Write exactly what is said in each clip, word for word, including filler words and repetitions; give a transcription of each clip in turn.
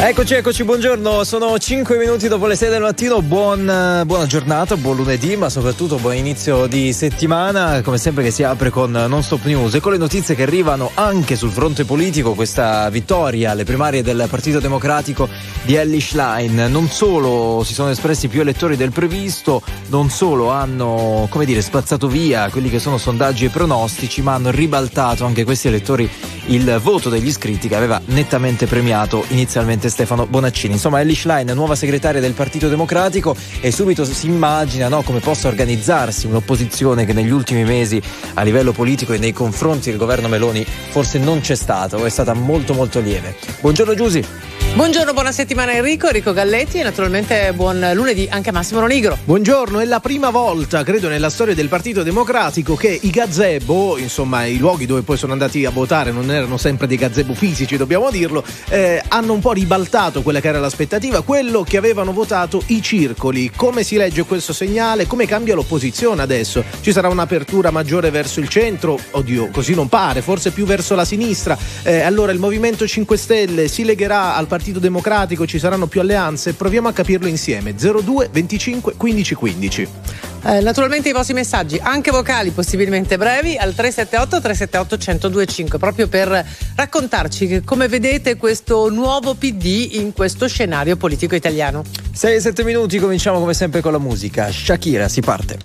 Eccoci, eccoci, buongiorno, sono cinque minuti dopo le sei del mattino, buon, buona giornata, buon lunedì, ma soprattutto buon inizio di settimana, come sempre che si apre con Non Stop News e con le notizie che arrivano anche sul fronte politico, questa vittoria alle primarie del Partito Democratico di Elly Schlein. Non solo si sono espressi più elettori del previsto, non solo hanno, come dire, spazzato via quelli che sono sondaggi e pronostici, ma hanno ribaltato anche questi elettori il voto degli iscritti che aveva nettamente premiato inizialmente Stefano Bonaccini. Insomma, Elly Schlein, nuova segretaria del Partito Democratico, e subito si immagina, no, come possa organizzarsi un'opposizione che negli ultimi mesi a livello politico e nei confronti del governo Meloni forse non c'è stata o è stata molto molto lieve. Buongiorno Giusy. Buongiorno, buona settimana Enrico, Enrico Galletti, e naturalmente buon lunedì anche a Massimo Lonigro. Buongiorno, è la prima volta, credo, nella storia del Partito Democratico che i gazebo, insomma i luoghi dove poi sono andati a votare non erano sempre dei gazebo fisici, dobbiamo dirlo, eh, hanno un po' ribaltato quella che era l'aspettativa, quello che avevano votato i circoli. Come si legge questo segnale? Come cambia l'opposizione adesso? Ci sarà un'apertura maggiore verso il centro? Oddio, così non pare, forse più verso la sinistra. Eh, allora il Movimento cinque Stelle si legherà al Partito Democratico, ci saranno più alleanze? Proviamo a capirlo insieme. zero due venticinque quindici quindici. Eh, naturalmente i vostri messaggi, anche vocali, possibilmente brevi, al tre sette otto tre sette otto uno zero due cinque, proprio per raccontarci che, come vedete questo nuovo P D in questo scenario politico italiano. sei sette minuti, cominciamo come sempre con la musica. Shakira, si parte.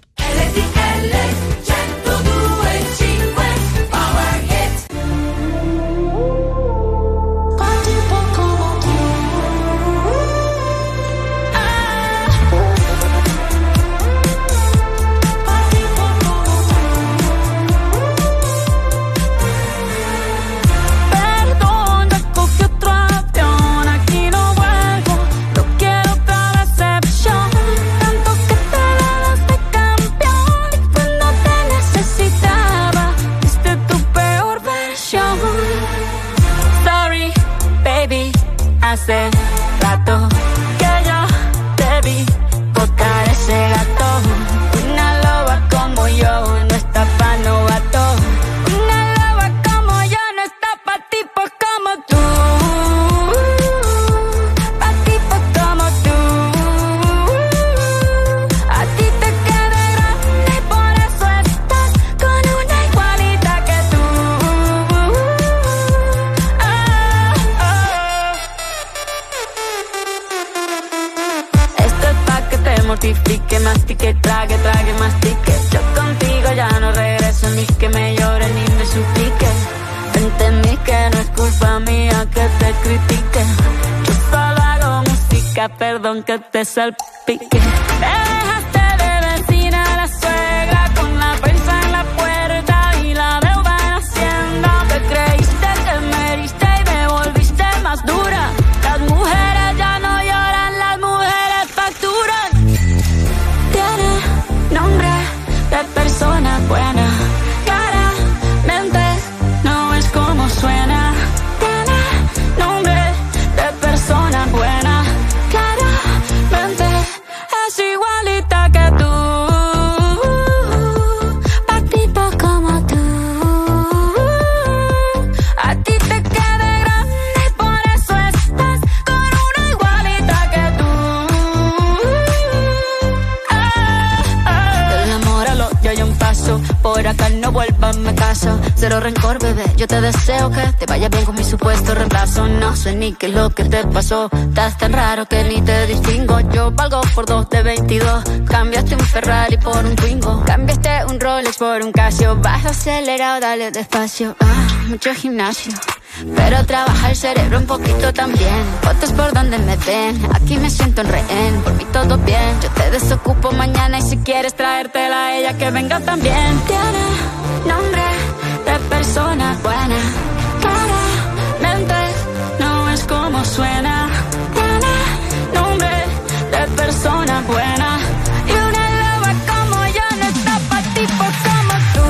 Hace rato que yo te vi botar ese gato. Una loba como yo no está pa' novato. Una loba como yo no está pa' tipos como tú. Pa' tipos como tú. A ti te queda grande, por eso estás con una igualita que tú. Oh, oh. Mortifique, mastique, trague, trague, mastique. Yo contigo ya no regreso, ni que me llore ni me suplique. Entendí que no es culpa mía que te critique. Yo solo hago música, perdón que te salpique. Me dejaste de vecina la suegra con la prensa en la puerta y la deuda en Hacienda. Te creíste que me heriste y me volviste más dura. Las mujeres ya no lloran, las mujeres facturan. Nombre de persona buena, claramente no es como suena. Tiene nombre de persona buena, claramente es igualita que tú. Pa' tipo como tú. A ti te queda grande, por eso estás con una igualita que tú. Yo hay un paso, por acá no vuelvas, me caso. Cero rencor, bebé, yo te deseo que te vaya bien con mi supuesto reemplazo. No sé ni qué es lo que te pasó, estás tan raro que ni te distingo. Yo valgo por dos de veintidós, cambiaste un Ferrari por un Twingo. Cambiaste un Rolex por un Casio, baja acelerado, dale despacio. Ah, mucho gimnasio, pero trabaja el cerebro un poquito también. Fotos por donde me ven, aquí me siento en rehén. Por mí todo bien, yo te desocupo mañana. Y si quieres traértela a ella, que venga también. Tiene nombre de persona buena, claramente no es como suena. Tiene nombre de persona buena, y una loba como yo no está pa' tipos como tú.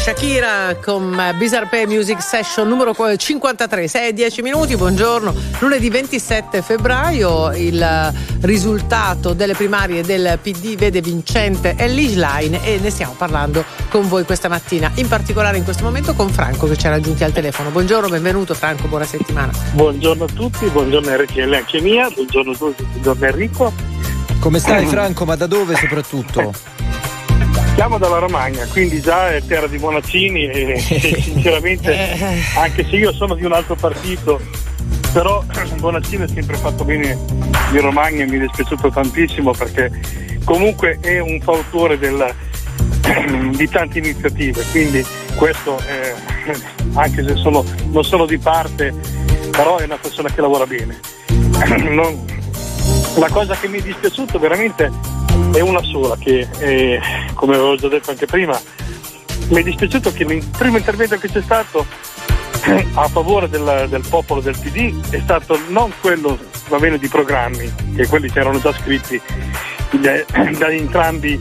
Shakira con Bizarre Pay Music Session numero cinquantatré, sei e dieci minuti. Buongiorno, lunedì ventisette febbraio. Il risultato delle primarie del P D vede vincente Elly Schlein e ne stiamo parlando con voi questa mattina, in particolare in questo momento con Franco che ci ha raggiunti al telefono. Buongiorno, benvenuto Franco, buona settimana. Buongiorno a tutti, buongiorno Rachele anche mia, buongiorno a tutti, buongiorno Enrico. Come stai Franco, ma da dove soprattutto? Siamo dalla Romagna, quindi già è terra di Bonaccini e, e sinceramente, anche se io sono di un altro partito, però Bonaccini ha sempre fatto bene in Romagna e mi è dispiaciuto tantissimo perché comunque è un fautore del, di tante iniziative, quindi questo è, anche se sono, non sono di parte, però è una persona che lavora bene. Non, la cosa che mi è dispiaciuto veramente è una sola, che eh, come avevo già detto anche prima, mi è dispiaciuto che il primo intervento che c'è stato a favore del, del popolo del P D è stato non quello, va bene, di programmi, che quelli che erano già scritti da, da entrambi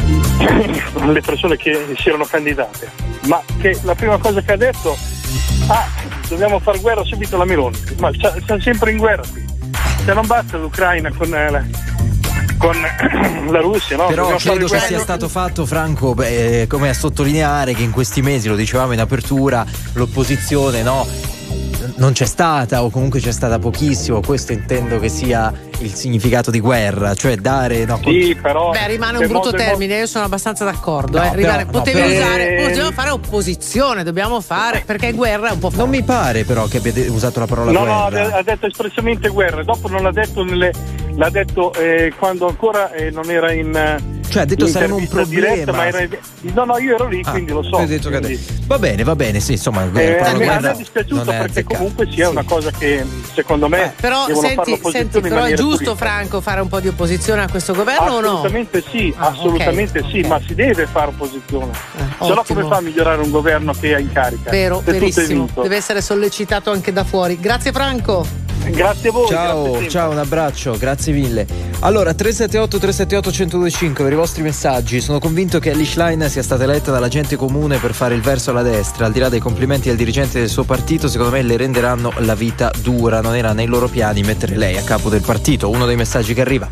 le persone che si erano candidate, ma che la prima cosa che ha detto, ah, dobbiamo fare guerra subito alla Meloni, ma siamo sempre in guerra qui, se non basta l'Ucraina con eh, con la Russia, no? Però credo che sia stato fatto, Franco, beh, come a sottolineare che in questi mesi, lo dicevamo in apertura, l'opposizione no non c'è stata, o comunque c'è stata pochissimo. Questo intendo che sia il significato di guerra, cioè dare no, sì, però beh, rimane un brutto termine, io sono abbastanza d'accordo, no, eh. rimane, però, potevi no, però, usare eh... dobbiamo fare opposizione, dobbiamo fare, perché guerra è un po' forte. Non mi pare però che abbia usato la parola no, guerra. No, ha detto espressamente guerra, dopo non l'ha detto nelle, l'ha detto eh, quando ancora eh, non era in cioè ha detto saremo un problema diretta, ma era, no no io ero lì, ah, quindi lo so, detto quindi... che va bene va bene sì, insomma eh, a me è dispiaciuto perché comunque sia sì. una cosa che secondo me eh, però senti, senti però è giusto pulita. Franco fare un po' di opposizione a questo governo assolutamente o no? sì ah, assolutamente okay, sì okay. Ma si deve fare opposizione, eh, se no come fa a migliorare un governo che è in carica? Vero, verissimo, deve essere sollecitato anche da fuori. Grazie Franco. Grazie a voi. Ciao, grazie ciao, un abbraccio, grazie mille. Allora, tre sette otto tre sette otto uno zero due cinque per i vostri messaggi. Sono convinto che Elly Schlein sia stata eletta dalla gente comune per fare il verso alla destra. Al di là dei complimenti al dirigente del suo partito, secondo me le renderanno la vita dura. Non era nei loro piani mettere lei a capo del partito. Uno dei messaggi che arriva.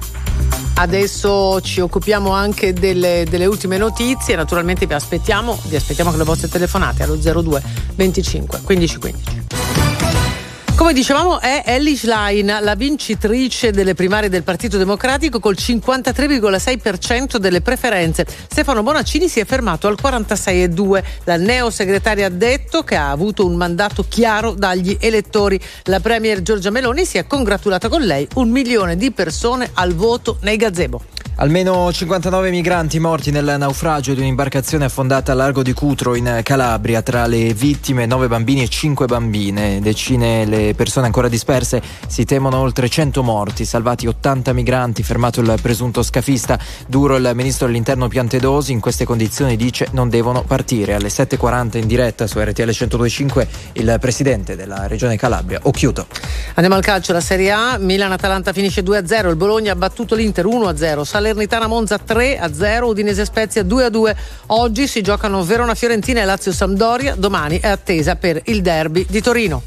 Adesso ci occupiamo anche delle, delle ultime notizie. Naturalmente vi aspettiamo, vi aspettiamo con le vostre telefonate allo zero due venticinque quindici quindici. Come dicevamo è Elly Schlein la vincitrice delle primarie del Partito Democratico col cinquantatré virgola sei per cento delle preferenze. Stefano Bonaccini si è fermato al quarantasei virgola due per cento. La neosegretaria ha detto che ha avuto un mandato chiaro dagli elettori. La premier Giorgia Meloni si è congratulata con lei, un milione di persone al voto nei gazebo. Almeno cinquantanove migranti morti nel naufragio di un'imbarcazione affondata a largo di Cutro in Calabria. Tra le vittime nove bambini e cinque bambine. Decine le persone ancora disperse, si temono oltre cento morti. Salvati ottanta migranti, fermato il presunto scafista. Duro il ministro dell'interno Piantedosi, in queste condizioni dice non devono partire. Alle sette e quaranta in diretta su R T L centodue e cinque il presidente della regione Calabria, Occhiuto. Andiamo al calcio, la Serie A. Milan-Atalanta finisce due a zero, il Bologna ha battuto l'Inter uno a zero, Salernitana Monza tre a zero, Udinese Spezia due a due. Oggi si giocano Verona Fiorentina e Lazio Sampdoria, domani è attesa per il derby di Torino.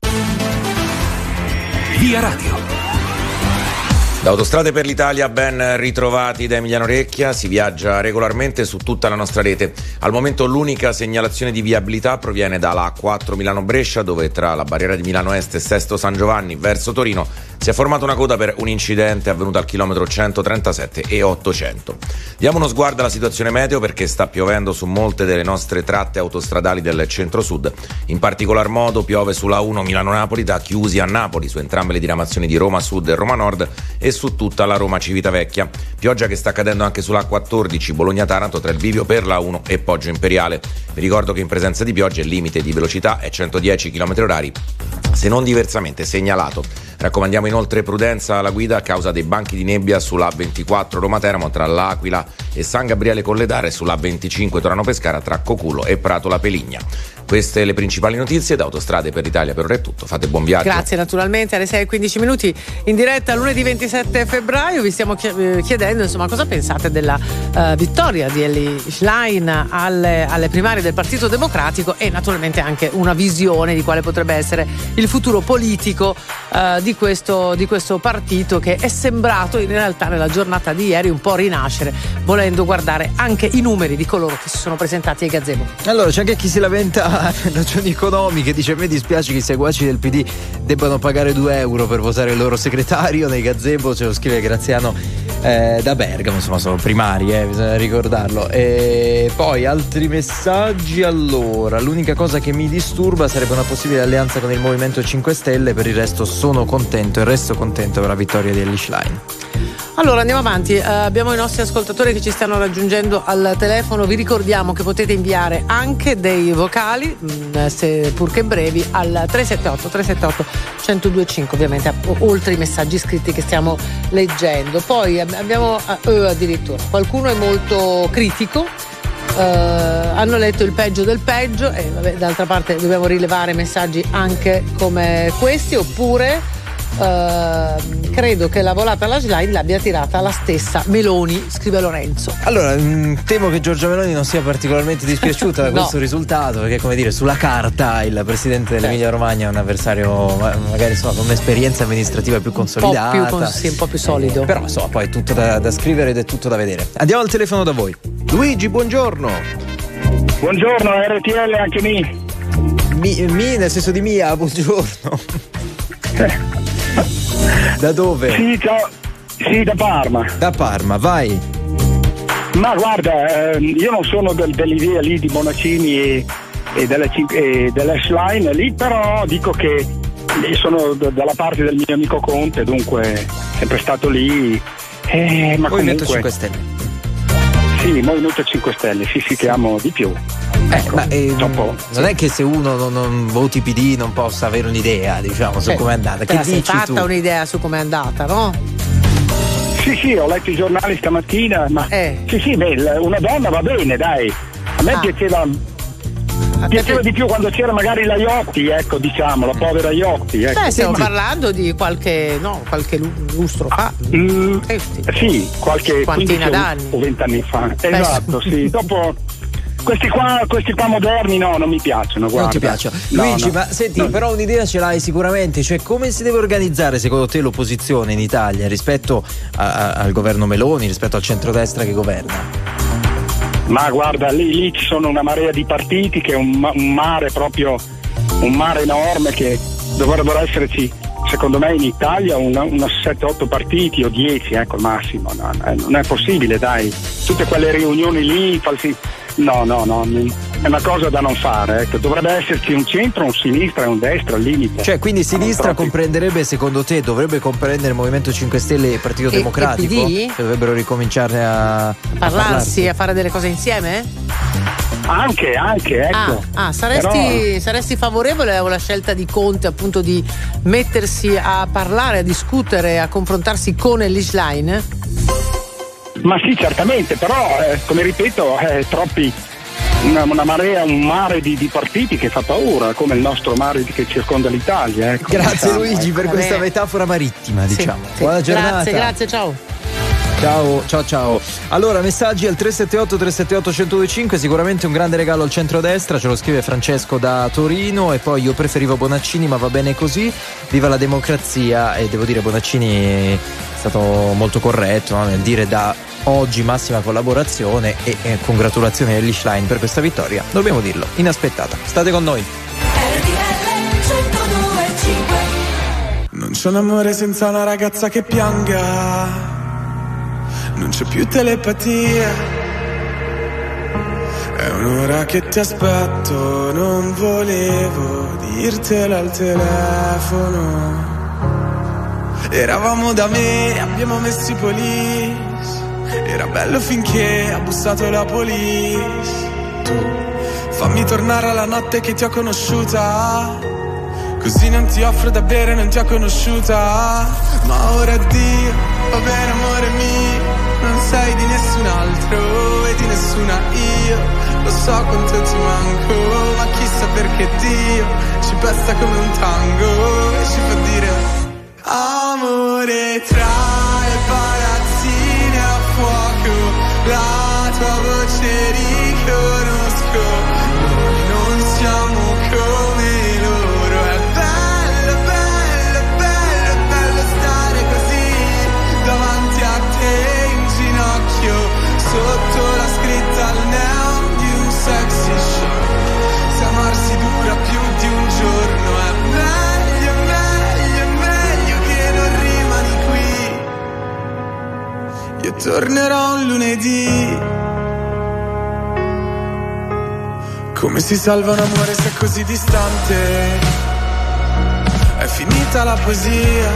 Via Radio. Da Autostrade per l'Italia, ben ritrovati da Emiliano Recchia. Si viaggia regolarmente su tutta la nostra rete. Al momento l'unica segnalazione di viabilità proviene dalla A quattro Milano-Brescia, dove tra la barriera di Milano Est e Sesto San Giovanni verso Torino si è formata una coda per un incidente avvenuto al chilometro centotrentasette e ottocento. Diamo uno sguardo alla situazione meteo perché sta piovendo su molte delle nostre tratte autostradali del centro-sud. In particolar modo piove sulla A uno Milano-Napoli da Chiusi a Napoli, su entrambe le diramazioni di Roma Sud e Roma Nord e su tutta la Roma Civitavecchia. Pioggia che sta cadendo anche sulla A quattordici Bologna-Taranto tra il bivio per la A uno e Poggio Imperiale. Vi ricordo che in presenza di pioggia il limite di velocità è centodieci chilometri orari, se non diversamente segnalato. Raccomandiamo inoltre prudenza alla guida a causa dei banchi di nebbia sulla A ventiquattro Roma-Teramo tra L'Aquila e San Gabriele Colledare, sulla A venticinque Torano-Pescara tra Coculo e Prato La Peligna. Queste le principali notizie da Autostrade per l'Italia. Per ora è tutto, fate buon viaggio. Grazie, naturalmente alle sei e quindici minuti in diretta lunedì ventisette febbraio. Vi stiamo chiedendo insomma cosa pensate della uh, vittoria di Elly Schlein alle, alle primarie del Partito Democratico e naturalmente anche una visione di quale potrebbe essere il futuro politico uh, di, questo, di questo partito, che è sembrato in realtà nella giornata di ieri un po' rinascere, volendo guardare anche i numeri di coloro che si sono presentati ai gazebo. Allora c'è anche chi si lamenta ragioni economiche, dice: a me dispiace che i seguaci del P D debbano pagare due euro per votare il loro segretario nei gazebo. Ce lo scrive Graziano eh, da Bergamo, insomma sono primari, eh, bisogna ricordarlo. E poi altri messaggi. Allora, l'unica cosa che mi disturba sarebbe una possibile alleanza con il Movimento cinque Stelle, per il resto sono contento e resto contento per la vittoria di Elly Schlein. Allora andiamo avanti, uh, abbiamo i nostri ascoltatori che ci stanno raggiungendo al telefono. Vi ricordiamo che potete inviare anche dei vocali, mh, se purché brevi, al tre sette otto tre sette otto uno zero due cinque, ovviamente oltre i messaggi scritti che stiamo leggendo. Poi abbiamo uh, addirittura qualcuno è molto critico. Uh, hanno letto il peggio del peggio e vabbè, d'altra parte dobbiamo rilevare messaggi anche come questi. Oppure Uh, credo che la volata alla Schlein l'abbia tirata la stessa Meloni, scrive Lorenzo. Allora, mh, temo che Giorgia Meloni non sia particolarmente dispiaciuta da no. questo risultato, perché come dire, sulla carta il presidente dell'Emilia Romagna è un avversario magari insomma con un'esperienza amministrativa più consolidata, un po' più, con, sì, un po' più solido, eh, però insomma poi è tutto da, da scrivere ed è tutto da vedere. Andiamo al telefono da voi. Luigi, buongiorno. Buongiorno, R T L anche mi. Mi, mi nel senso di Mia, buongiorno. Da dove? Sì, ciao. Sì, da Parma. Da Parma, vai. Ma guarda, eh, io non sono del, dell'idea lì di Bonaccini e, e della, e della Schlein lì, però dico che sono d- dalla parte del mio amico Conte, dunque sempre stato lì. Eh, ma Movimento comunque, cinque Stelle. Sì, Movimento cinque Stelle, sì, sì, che amo di più. Eh, ecco, ma, eh, non sì. è che se uno non, non voti P D non possa avere un'idea, diciamo, su eh, com'è andata. Te Che sei dici fatta tu? un'idea su com'è andata, no? Sì, sì, ho letto i giornali stamattina, ma eh. sì, sì, beh, una donna va bene, dai. A me ah. piaceva piaceva di più quando c'era magari la Iotti, ecco, diciamo, la povera Iotti. Ecco. Beh, stiamo sì, parlando di qualche, no, qualche lustro fa. Mm, sì, qualche quindici d'anni o vent'anni fa. Esatto, sì. Dopo questi qua, questi qua moderni no, non mi piacciono, guarda. Non ti piacciono. No, Luigi, no. ma senti, no. però un'idea ce l'hai sicuramente, cioè come si deve organizzare secondo te l'opposizione in Italia rispetto a, a, al governo Meloni, rispetto al centrodestra che governa? Ma guarda, lì, lì ci sono una marea di partiti, che è un, un mare proprio, un mare enorme, che dovrebbero esserci, secondo me in Italia una, una sette otto partiti o dieci, ecco, al massimo. No, non è possibile, dai, tutte quelle riunioni lì, falsi... no, no, no, è una cosa da non fare, ecco. Dovrebbe esserci un centro, un sinistra e un destra al limite. Cioè, quindi sinistra no, comprenderebbe, secondo te, dovrebbe comprendere il Movimento cinque Stelle e il Partito e, Democratico? E P D? Che dovrebbero ricominciare a, a parlarsi, parlarsi, a fare delle cose insieme? Anche, anche, ecco. Ah, ah saresti, Però... saresti favorevole alla scelta di Conte, appunto, di mettersi a parlare, a discutere, a confrontarsi con Elly Schlein? Ma sì, certamente, però eh, come ripeto, eh, troppi una, una marea, un mare di, di partiti che fa paura, come il nostro mare che circonda l'Italia. Ecco, grazie diciamo, Luigi ecco. per questa metafora marittima, diciamo. Sì, Buona sì. giornata. Grazie, grazie, ciao. Ciao, ciao, ciao. Allora, messaggi al tre sette otto tre sette otto uno zero due cinque, sicuramente un grande regalo al centrodestra, ce lo scrive Francesco da Torino. E poi: io preferivo Bonaccini, ma va bene così, viva la democrazia. E devo dire, Bonaccini è stato molto corretto, no? Nel dire da oggi massima collaborazione e, e congratulazioni a Elly Schlein per questa vittoria, dobbiamo dirlo, inaspettata. State con noi. Non c'è un amore senza una ragazza che pianga, non c'è più telepatia, è un'ora che ti aspetto, non volevo dirtelo al telefono. Eravamo da me, abbiamo messo i police, era bello finché ha bussato la police. Tu fammi tornare alla notte che ti ho conosciuta, Così non ti offro da bere, non ti ho conosciuta. Ma ora addio, va bene amore mio. Non sei di nessun altro e di nessuna io. Lo so quanto ti manco, ma chissà perché Dio ci pesta come un tango e ci fa dire amore tra le palazzine a fuoco. La tua voce riconosco, noi non siamo come loro. È bello, bello, bello, bello stare così davanti a te in ginocchio, sotto la scritta al neon di un sexy show. Se amarsi dura più di un giorno è meglio, meglio, meglio che non rimani qui. Io tornerò un lunedì. Come si salva un amore se è così distante? È finita la poesia.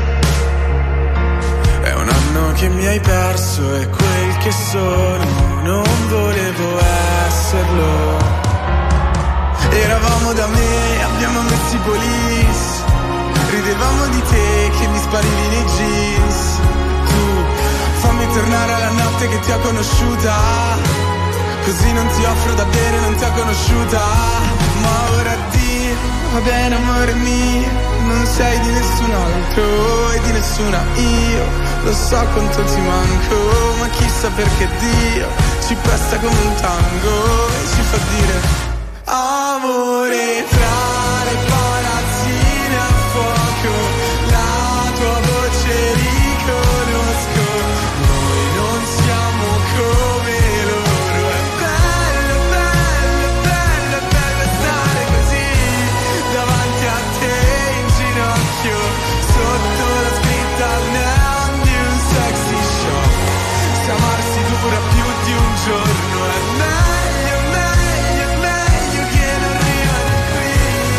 È un anno che mi hai perso e quel che sono non volevo esserlo. Eravamo da me, abbiamo messo i police. Ridevamo di te che mi sparivi nei jeans. Tu fammi tornare alla notte che ti ho conosciuta. Così non ti offro da bere, non ti ho conosciuta. Ma ora addio, va bene amore mio. Non sei di nessun altro e di nessuna io. Lo so quanto ti manco, ma chissà perché Dio ci pesta come un tango e ci fa dire amore tra le palazzine a fuoco. La tua voce riconosco, noi non siamo come loro. È bello, bello, bello, bello stare così davanti a te in ginocchio, sotto la scritta al neon di un sexy show. Se amarsi dura più di un giorno è meglio, meglio, meglio che non rimani qui.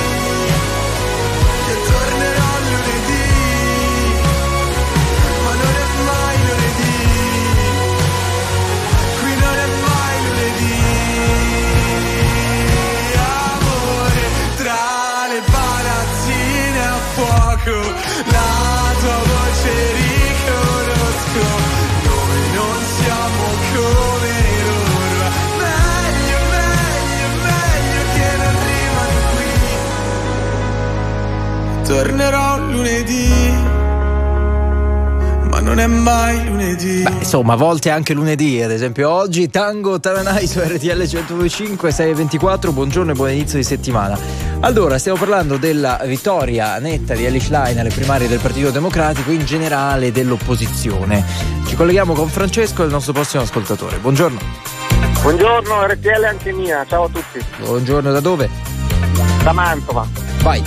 Io tornerò lunedì, ma non è mai lunedì. Qui non è mai lunedì. Amore tra le palazzine a fuoco, la tua voce riconosco, noi non siamo come loro. Meglio, meglio, meglio che non rimani qui. Tornerò lunedì, ma non è mai lunedì. Beh, insomma, a volte anche lunedì, ad esempio oggi Tango Taranai su R T L centodue e cinque, sei e ventiquattro. Buongiorno e buon inizio di settimana. Allora, stiamo parlando della vittoria netta di Elly Schlein alle primarie del Partito Democratico, in generale dell'opposizione. Ci colleghiamo con Francesco, il nostro prossimo ascoltatore. Buongiorno. Buongiorno, R T L anche mia, ciao a tutti. Buongiorno, da dove? Da Mantova. Vai.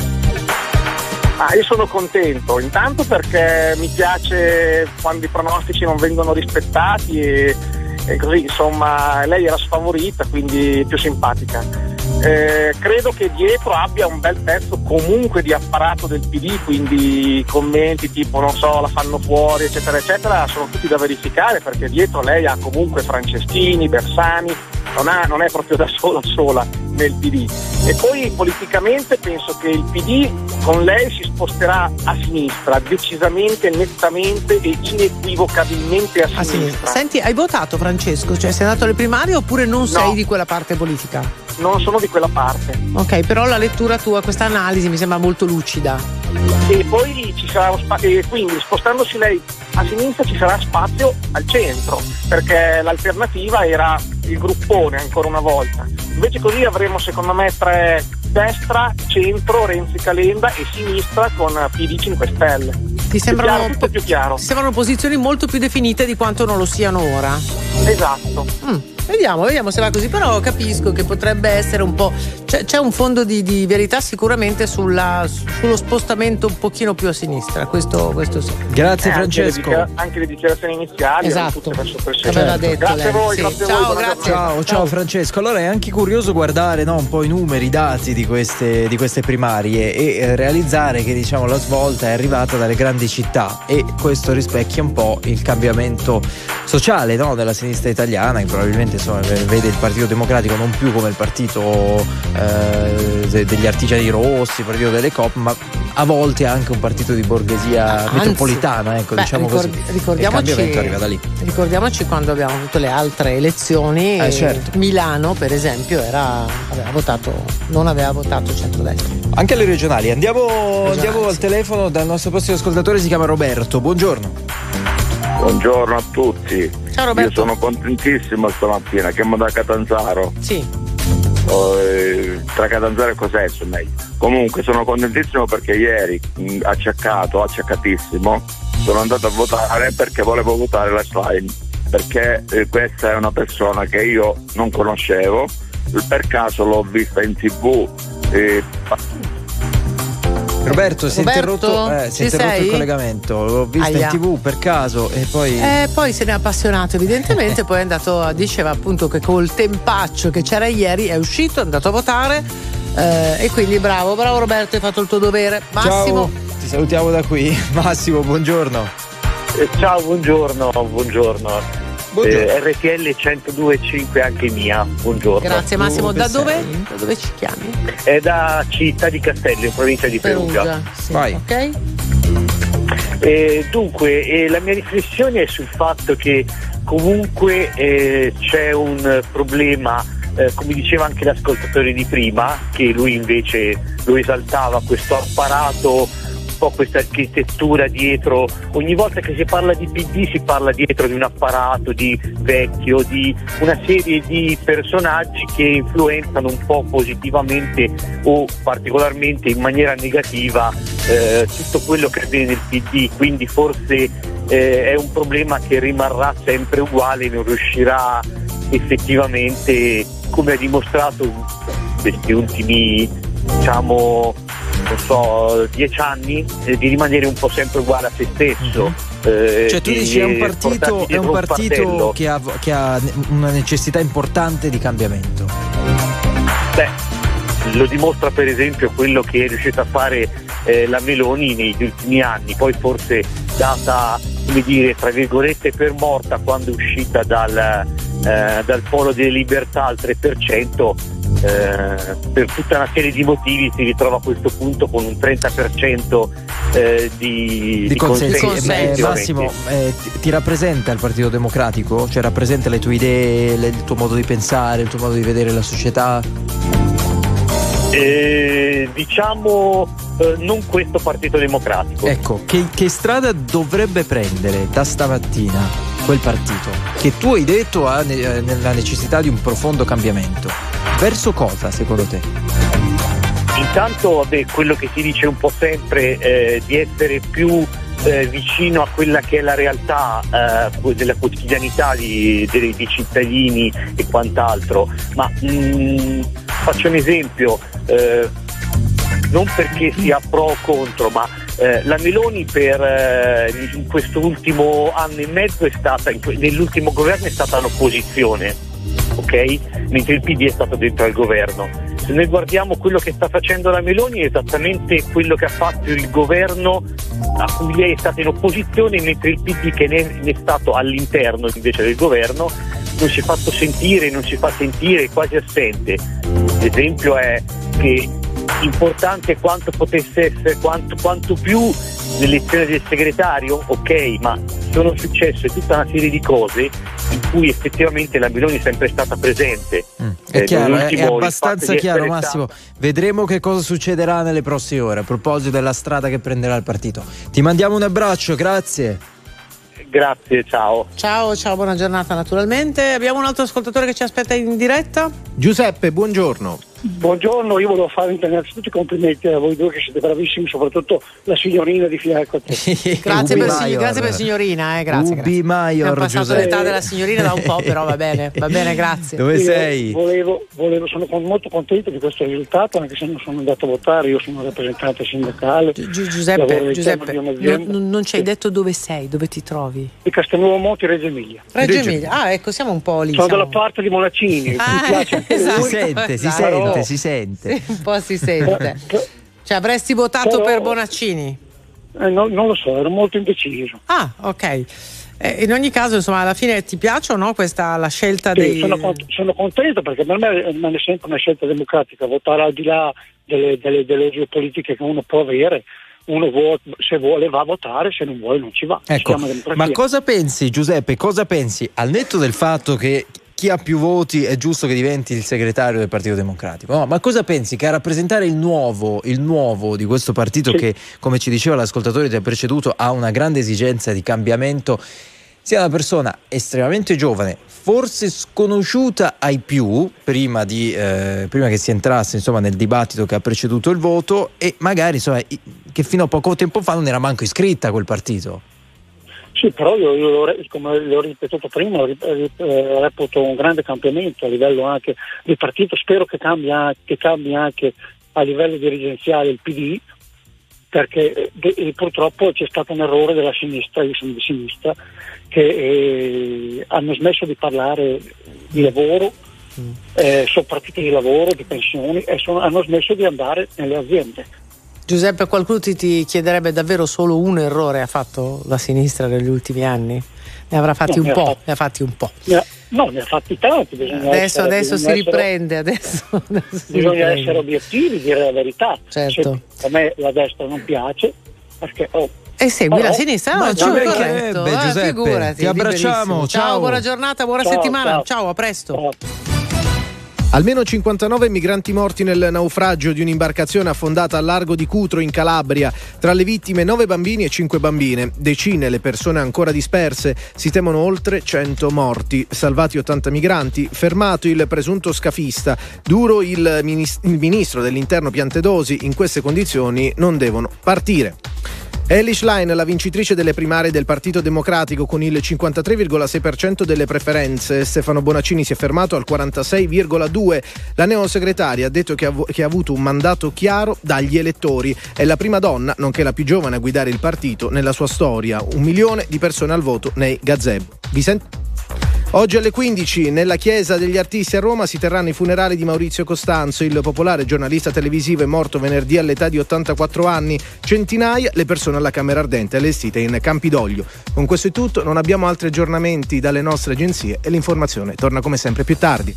Ah, io sono contento, intanto perché mi piace quando i pronostici non vengono rispettati e, e così, insomma, lei era sfavorita, quindi più simpatica. Eh, credo che dietro abbia un bel pezzo comunque di apparato del P D, quindi commenti tipo non so, la fanno fuori eccetera eccetera sono tutti da verificare, perché dietro lei ha comunque Franceschini, Bersani, non, ha, non è proprio da sola sola nel P D. E poi politicamente penso che il P D con lei si sposterà a sinistra, decisamente, nettamente e inequivocabilmente a sinistra. A sinistra. Senti, hai votato Francesco? Cioè sei andato alle primarie oppure non No. sei di quella parte politica? Non sono di quella parte. Ok, però la lettura tua, questa analisi mi sembra molto lucida. E poi ci sarà uno spazio, e quindi spostandosi lei a sinistra ci sarà spazio al centro, perché l'alternativa era il gruppone ancora una volta. Invece così avremo secondo me tre: destra, centro, Renzi Calenda, e sinistra con P D cinque Stelle. Ti sembrano, chiaro, tutto più chiaro. Ti sembrano posizioni molto più definite di quanto non lo siano ora. Esatto. Mm. Vediamo, vediamo se va così, però capisco che potrebbe essere un po'. C'è, c'è un fondo di, di verità sicuramente sulla, sullo spostamento un pochino più a sinistra, questo, questo sì. Grazie Eh, Francesco. Anche le, dichiara- anche le dichiarazioni iniziali erano Esatto. tutte verso il presidente. Aveva detto Grazie lei. a voi, Sì. grazie a Ciao, voi. buona grazie. giornata. Ciao, ciao Francesco. Allora è anche curioso guardare, no, un po' i numeri, i dati di queste, di queste primarie e eh, realizzare che, diciamo, la svolta è arrivata dalle grandi città, e questo rispecchia un po' il cambiamento sociale, no, della sinistra italiana, che probabilmente giustamente insomma, vede il Partito Democratico non più come il partito eh, degli artigiani rossi, il partito delle coop, ma a volte anche un partito di borghesia Anzi, metropolitana, ecco, beh, diciamo ricord- così. Ricordiamoci, il cambiamento arriva da lì. Ricordiamoci quando abbiamo avuto le altre elezioni, eh, certo. Milano per esempio era, aveva votato, non aveva votato centrodestra. Anche alle regionali. Andiamo, regionali, andiamo al sì. telefono dal nostro prossimo ascoltatore, si chiama Roberto. Buongiorno. Buongiorno a tutti. Ciao Roberto. Io sono contentissimo stamattina, chiamo da Catanzaro. Sì. Oh, eh, tra Catanzaro e Cosenzo meglio. Comunque sono contentissimo perché ieri mh, acciaccato, acciaccatissimo, sono andato a votare perché volevo votare la Schlein, perché eh, questa è una persona che io non conoscevo, per caso l'ho vista in tv. Eh, Roberto, si è Roberto, interrotto, eh, si è interrotto sei? il collegamento, l'ho vista Aia. in tv per caso e poi... Eh, poi se ne è appassionato evidentemente, poi è andato, diceva appunto che col tempaccio che c'era ieri è uscito, è andato a votare eh, e quindi bravo, bravo Roberto, hai fatto il tuo dovere. Massimo. Ciao, ti salutiamo da qui. Massimo, buongiorno. Eh, ciao, buongiorno, buongiorno. Buongiorno. Eh, R T L centodue e cinque anche mia, buongiorno. Grazie Massimo, Dove da dove? sei? Da dove ci chiami? È da Città di Castello, in provincia di Perugia. Perugia, sì. Vai. Ok. Eh, dunque, eh, la mia riflessione è sul fatto che comunque eh, c'è un problema, eh, come diceva anche l'ascoltatore di prima, che lui invece lo esaltava, questo apparato, un po' questa architettura dietro. Ogni volta che si parla di P D si parla dietro di un apparato, di vecchio, di una serie di personaggi che influenzano un po' positivamente o particolarmente in maniera negativa eh, tutto quello che avviene nel P D, quindi forse eh, è un problema che rimarrà sempre uguale, non riuscirà effettivamente, come ha dimostrato in questi ultimi, diciamo, non so, dieci anni, eh, di rimanere un po' sempre uguale a se stesso. Eh, Cioè tu di dici è un partito, portarsi è dietro un partito fardello. che ha, che ha una necessità importante di cambiamento. Beh, lo dimostra per esempio quello che è riuscita a fare eh, la Meloni negli ultimi anni, poi forse data, come dire, tra virgolette per morta quando è uscita dal, eh, dal polo delle libertà al tre per cento, eh, per tutta una serie di motivi si ritrova a questo punto con un trenta per cento eh, di, Di di consensi. consensi. Eh, Massimo, eh, ti, ti rappresenta il Partito Democratico? Cioè rappresenta le tue idee, le- il tuo modo di pensare, il tuo modo di vedere la società? Eh, diciamo eh, non questo Partito Democratico. Ecco, che, che strada dovrebbe prendere da stamattina quel partito che tu hai detto ha ne- nella necessità di un profondo cambiamento? Verso cosa, secondo te? Intanto, vabbè, quello che si dice un po' sempre, eh, di essere più eh, vicino a quella che è la realtà eh, della quotidianità di, dei, dei cittadini e quant'altro. Ma mh, faccio un esempio, eh, non perché sia pro o contro, ma eh, la Meloni per eh, in questo ultimo anno e mezzo è stata, in que- nell'ultimo governo è stata all'opposizione, ok? Mentre il P D è stato dentro al governo. Se noi guardiamo quello che sta facendo la Meloni è esattamente quello che ha fatto il governo a cui lei è stata in opposizione, mentre il P D, che ne ne è stato all'interno invece del governo, non si è fatto sentire, non si fa sentire, è quasi assente. L'esempio è che importante quanto potesse essere, quanto, quanto più l'elezione del segretario, ok, ma sono successe tutta una serie di cose in cui effettivamente la Meloni è sempre stata presente. Mm, è Eh, chiaro, è, l'ultimo, è il fatto abbastanza di chiaro, essere Massimo. Vedremo che cosa succederà nelle prossime ore a proposito della strada che prenderà il partito. Ti mandiamo un abbraccio, grazie. Grazie, ciao. Ciao, ciao, buona giornata naturalmente. Abbiamo un altro ascoltatore che ci aspetta in diretta. Giuseppe, buongiorno. Buongiorno, io volevo fare innanzitutto i complimenti a voi due che siete bravissimi, soprattutto la signorina di fianco a te. Grazie, per, Maior. grazie per signorina, eh, grazie. Ubi grazie. Maior, Abbiamo passato Giuseppe. l'età della signorina da un po', però va bene, va bene, grazie. Dove Io sei? Volevo, volevo, sono con- molto contento di questo risultato, anche se non sono andato a votare, io sono rappresentante sindacale. Gi- Gi- lavoro Giuseppe, all'interno Giuseppe di non, un'azienda non ci hai detto dove sei, dove ti trovi? di Castelnuovo Monti, Reggio Emilia. Reggio Reggio Emilia. Ah, ecco, siamo un po' lì. Sono siamo- dalla parte di Monaccini, Ah, mi piace anche esatto. lui. Si sente, si Esatto. sente, si sente. Sì, un po' si sente. Eh, Cioè, avresti votato Però- per Bonaccini? eh, no- non lo so, ero molto indeciso. Ah, ok. Eh, in ogni caso, insomma, alla fine ti piace o no questa la scelta Sì, dei. sono, cont- sono contento perché per me rimane sempre una scelta democratica, votare al di là delle, delle, delle geopolitiche che uno può avere. Uno vuole, se vuole va a votare, se non vuole non ci va. Ecco, ma cosa pensi, Giuseppe, cosa pensi, al netto del fatto che chi ha più voti è giusto che diventi il segretario del Partito Democratico, no, ma cosa pensi che a rappresentare il nuovo, il nuovo di questo partito sì. che, come ci diceva l'ascoltatore che ti ha preceduto, ha una grande esigenza di cambiamento, sia una persona estremamente giovane, forse sconosciuta ai più prima, di, eh, prima che si entrasse insomma nel dibattito che ha preceduto il voto, e magari insomma che fino a poco tempo fa non era manco iscritta a quel partito. Sì, però io, io come l'ho ripetuto prima, reputo un grande cambiamento a livello anche del partito. Spero che cambi, che cambi anche a livello dirigenziale il P D, perché eh, purtroppo c'è stato un errore della sinistra, io sono di sinistra, che eh, hanno smesso di parlare di lavoro, mm. eh, soprattutto di lavoro, di pensioni, e sono, hanno smesso di andare nelle aziende. Giuseppe, qualcuno ti, ti chiederebbe davvero solo un errore ha fatto la sinistra negli ultimi anni? Ne avrà fatti no, un po', fatti, ne ha fatti un po'. Ne ha, no, ne ha fatti tanti. Adesso, essere, adesso si essere, riprende, adesso, adesso si bisogna riprende. essere obiettivi, dire la verità. Certo. Se a me la destra non piace, perché oh, e segui oh, la sinistra, no, ci corretto, beh, eh, Giuseppe, figurati, ti abbracciamo, ciao. ciao, buona giornata, buona ciao, settimana, ciao, ciao, a presto. Ciao. Almeno cinquantanove migranti morti nel naufragio di un'imbarcazione affondata al largo di Cutro in Calabria. Tra le vittime nove bambini e cinque bambine. Decine le persone ancora disperse. Si temono oltre cento morti. Salvati ottanta migranti. Fermato il presunto scafista. Duro il, minis- il ministro dell'interno Piantedosi. In queste condizioni non devono partire. Elly Schlein, la vincitrice delle primarie del Partito Democratico con il cinquantatré virgola sei per cento delle preferenze. Stefano Bonaccini si è fermato al quarantasei virgola due per cento. La neosegretaria ha detto che ha, che ha avuto un mandato chiaro dagli elettori. È la prima donna, nonché la più giovane a guidare il partito nella sua storia. Un milione di persone al voto nei gazebo. Vi sent- Oggi alle quindici nella Chiesa degli Artisti a Roma si terranno i funerali di Maurizio Costanzo, il popolare giornalista televisivo è morto venerdì all'età di ottantaquattro anni. Centinaia le persone alla Camera Ardente allestite in Campidoglio. Con questo è tutto, non abbiamo altri aggiornamenti dalle nostre agenzie e l'informazione torna come sempre più tardi.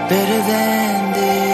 better than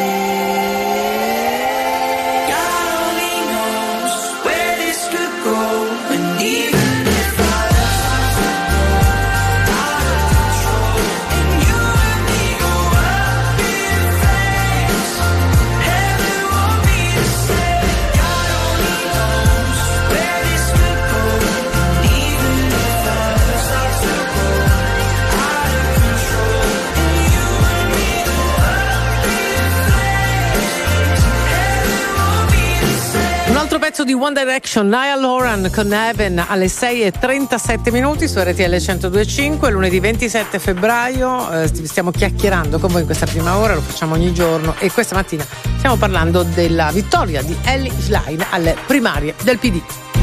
this. God only knows where this could go, and even if our love starts to go out of control, and you and me go up in flames, heaven won't be the same. God only knows where this could go, and even if our love starts to go out of control, and you and me go up in flames, heaven won't be the same. Un altro pezzo di One Direction, Niall Horan con Heaven alle sei e trentasette minuti su R T L centodue e cinque, lunedì ventisette febbraio. Eh, stiamo chiacchierando con voi in questa prima ora, lo facciamo ogni giorno, e questa mattina stiamo parlando della vittoria di Elly Schlein alle primarie del P D.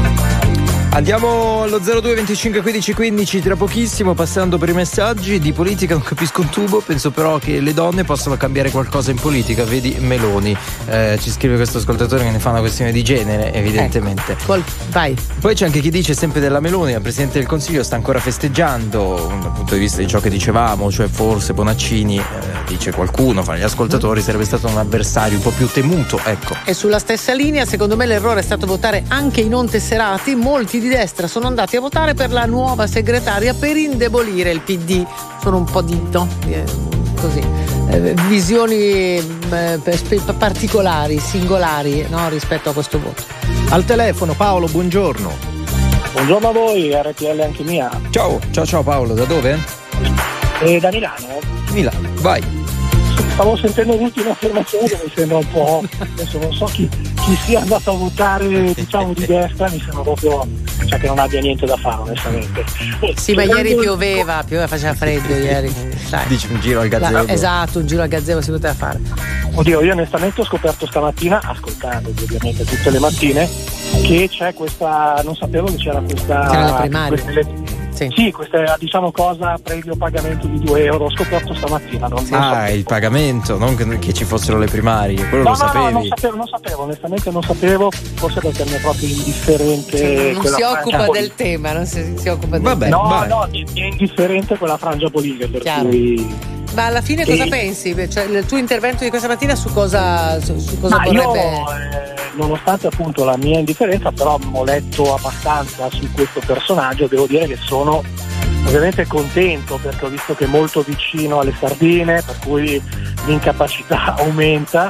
Andiamo allo zero due venticinque quindici quindici tra pochissimo, passando per i messaggi. Di politica non capisco un tubo, penso però che le donne possano cambiare qualcosa in politica, vedi Meloni. Eh, ci scrive questo ascoltatore che ne fa una questione di genere, evidentemente. Ecco. Col... Vai. Poi c'è anche chi dice sempre della Meloni, la Presidente del Consiglio sta ancora festeggiando, dal punto di vista di ciò che dicevamo, cioè forse Bonaccini, eh, dice qualcuno, fra gli ascoltatori, mm. sarebbe stato un avversario un po' più temuto, ecco. E sulla stessa linea, secondo me l'errore è stato votare anche i non tesserati. Molti di destra sono andati a votare per la nuova segretaria per indebolire il P D. Sono un po' di no, eh, così eh, visioni eh, particolari, singolari, no, rispetto a questo voto. Al telefono Paolo, buongiorno. Buongiorno a voi, R T L anche mia. Ciao, ciao ciao Paolo, da dove? E da Milano. Milano, vai. Stavo sentendo l'ultima affermazione che mi sembra un po', adesso non so chi, chi sia andato a votare, diciamo, di destra, mi sembra proprio, cioè, che non abbia niente da fare, onestamente. Sì, ma ieri pioveva, pioveva, faceva freddo ieri. Dai. Dici un giro al gazebo. La, esatto, un giro al gazebo si poteva fare. Oddio, io onestamente ho scoperto stamattina, ascoltando ovviamente tutte le mattine, che c'è questa, non sapevo che c'era questa... C'era la primaria. Queste, sì. sì, questa diciamo cosa previo pagamento di due euro, ho scoperto stamattina. Non, non ah, sapevo. Il pagamento, non che, che ci fossero le primarie, quello no, lo no, sapevi? No, non sapevo, non sapevo, onestamente non sapevo, forse perché mi è proprio indifferente. Cioè, non si occupa frangia del tema, non si, si occupa del Vabbè, tema. No, vai. no, mi è indifferente quella frangia politica, per Chiaro. cui... Ma alla fine cosa e... pensi? Cioè, il tuo intervento di questa mattina su cosa, su, su cosa Ma vorrebbe... Io, eh, nonostante appunto la mia indifferenza, però ho letto abbastanza su questo personaggio, devo dire che sono ovviamente contento perché ho visto che è molto vicino alle sardine, per cui l'incapacità aumenta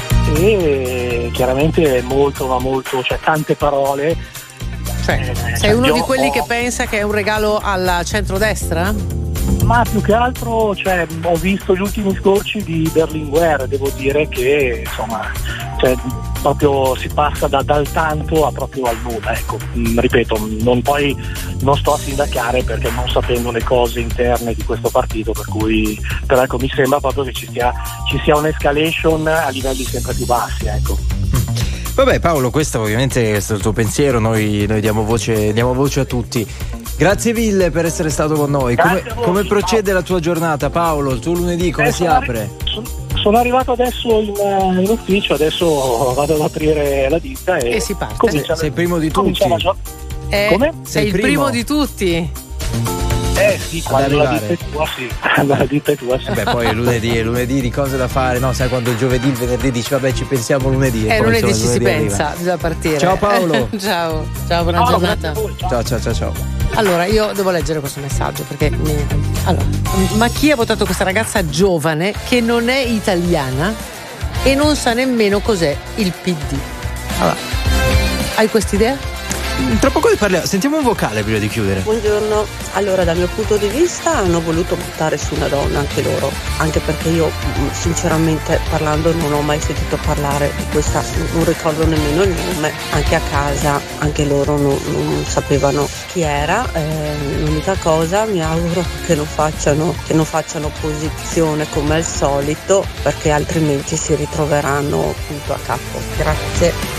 e chiaramente molto, ma molto, cioè tante parole. Cioè, eh, sei uno io di quelli ho... che pensa che è un regalo alla centrodestra? Ma più che altro, cioè, ho visto gli ultimi scorci di Berlinguer, devo dire che insomma, cioè, proprio si passa da, dal tanto a proprio al nulla, ecco. Mm, ripeto, non poi non sto a sindacare perché non sapendo le cose interne di questo partito, per cui però ecco, mi sembra proprio che ci sia, ci sia un'escalation a livelli sempre più bassi, ecco. Vabbè Paolo, questo ovviamente è stato il tuo pensiero, noi, noi diamo voce, diamo voce a tutti. Grazie mille per essere stato con noi. Come, come procede la tua giornata, Paolo? Il tuo lunedì come eh, si apre? Sono, sono arrivato adesso in, in ufficio, adesso vado ad aprire la ditta e, e si parte. Sei, sei il primo di tutti. Eh, come? Sei, sei il primo? primo di tutti. Eh sì, quando la ditta è tua, sì. La ditta è tua, sì. Eh beh, poi è lunedì, è lunedì di cose da fare, no? Sai quando il giovedì, il venerdì dici vabbè ci pensiamo lunedì. E eh, lunedì ci lunedì si arriva. pensa, bisogna partire. Ciao Paolo. ciao, ciao, buona ciao, giornata. Voi, ciao. ciao, ciao, ciao, ciao. Allora, io devo leggere questo messaggio perché mi... allora, ma chi ha votato questa ragazza giovane che non è italiana e non sa nemmeno cos'è il P D? Allora, hai quest'idea? Tra poco ne parliamo, sentiamo un vocale prima di chiudere. Buongiorno, allora dal mio punto di vista hanno voluto buttare su una donna anche loro, anche perché io sinceramente parlando non ho mai sentito parlare di questa, non ricordo nemmeno il nome, anche a casa anche loro non, non sapevano chi era, eh, l'unica cosa mi auguro che non facciano, che non facciano opposizione come al solito perché altrimenti si ritroveranno punto a capo. Grazie.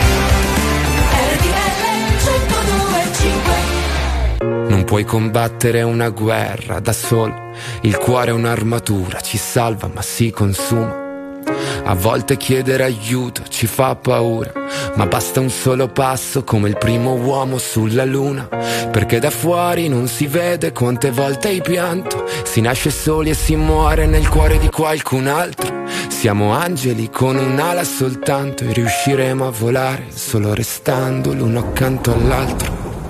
Non puoi combattere una guerra da solo, il cuore è un'armatura, ci salva ma si consuma. A volte chiedere aiuto ci fa paura, ma basta un solo passo come il primo uomo sulla luna, perché da fuori non si vede quante volte hai pianto. Si nasce soli e si muore nel cuore di qualcun altro. Siamo angeli con un'ala soltanto e riusciremo a volare solo restando l'uno accanto all'altro.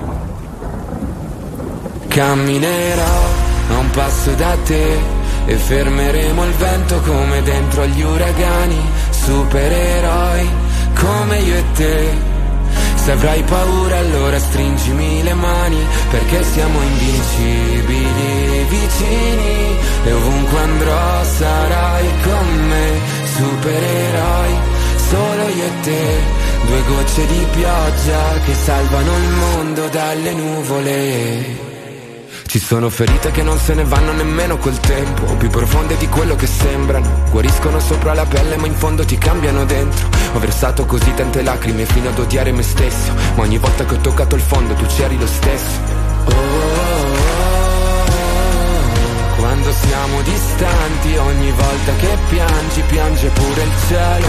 Camminerò a un passo da te e fermeremo il vento come dentro agli uragani. Supereroi come io e te. Se avrai paura allora stringimi le mani, perché siamo invincibili vicini e ovunque andrò sarai con me. Supereroi solo io e te, due gocce di pioggia che salvano il mondo dalle nuvole. Ci sono ferite che non se ne vanno nemmeno col tempo, più profonde di quello che sembrano. Guariscono sopra la pelle ma in fondo ti cambiano dentro. Ho versato così tante lacrime fino ad odiare me stesso, ma ogni volta che ho toccato il fondo tu c'eri lo stesso. Oh, oh, oh, oh. Quando siamo distanti, ogni volta che piangi, piange pure il cielo.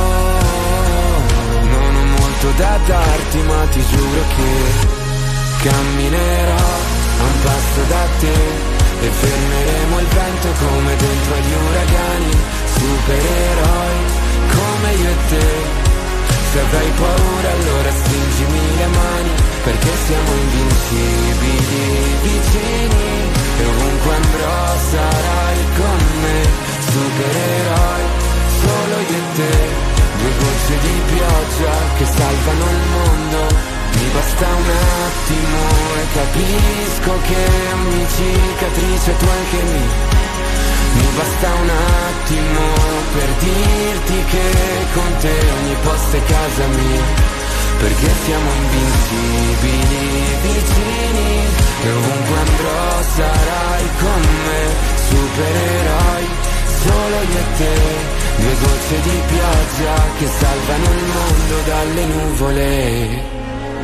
Oh, non ho molto da darti ma ti giuro che camminerò a un passo da te e fermeremo il vento come dentro agli uragani. Supereroi come io e te. Se avrai paura allora stringimi le mani, perché siamo invincibili vicini e ovunque andrò sarai con me. Supereroi solo io e te, due gocce di pioggia che salvano il mondo. Mi basta un attimo e capisco che ogni cicatrice tu anche mi. Mi basta un attimo per dirti che con te ogni posto è casa mia, perché siamo invincibili vicini e ovunque andrò sarai con me. Supereroi solo io e te, due gocce di pioggia che salvano il mondo dalle nuvole.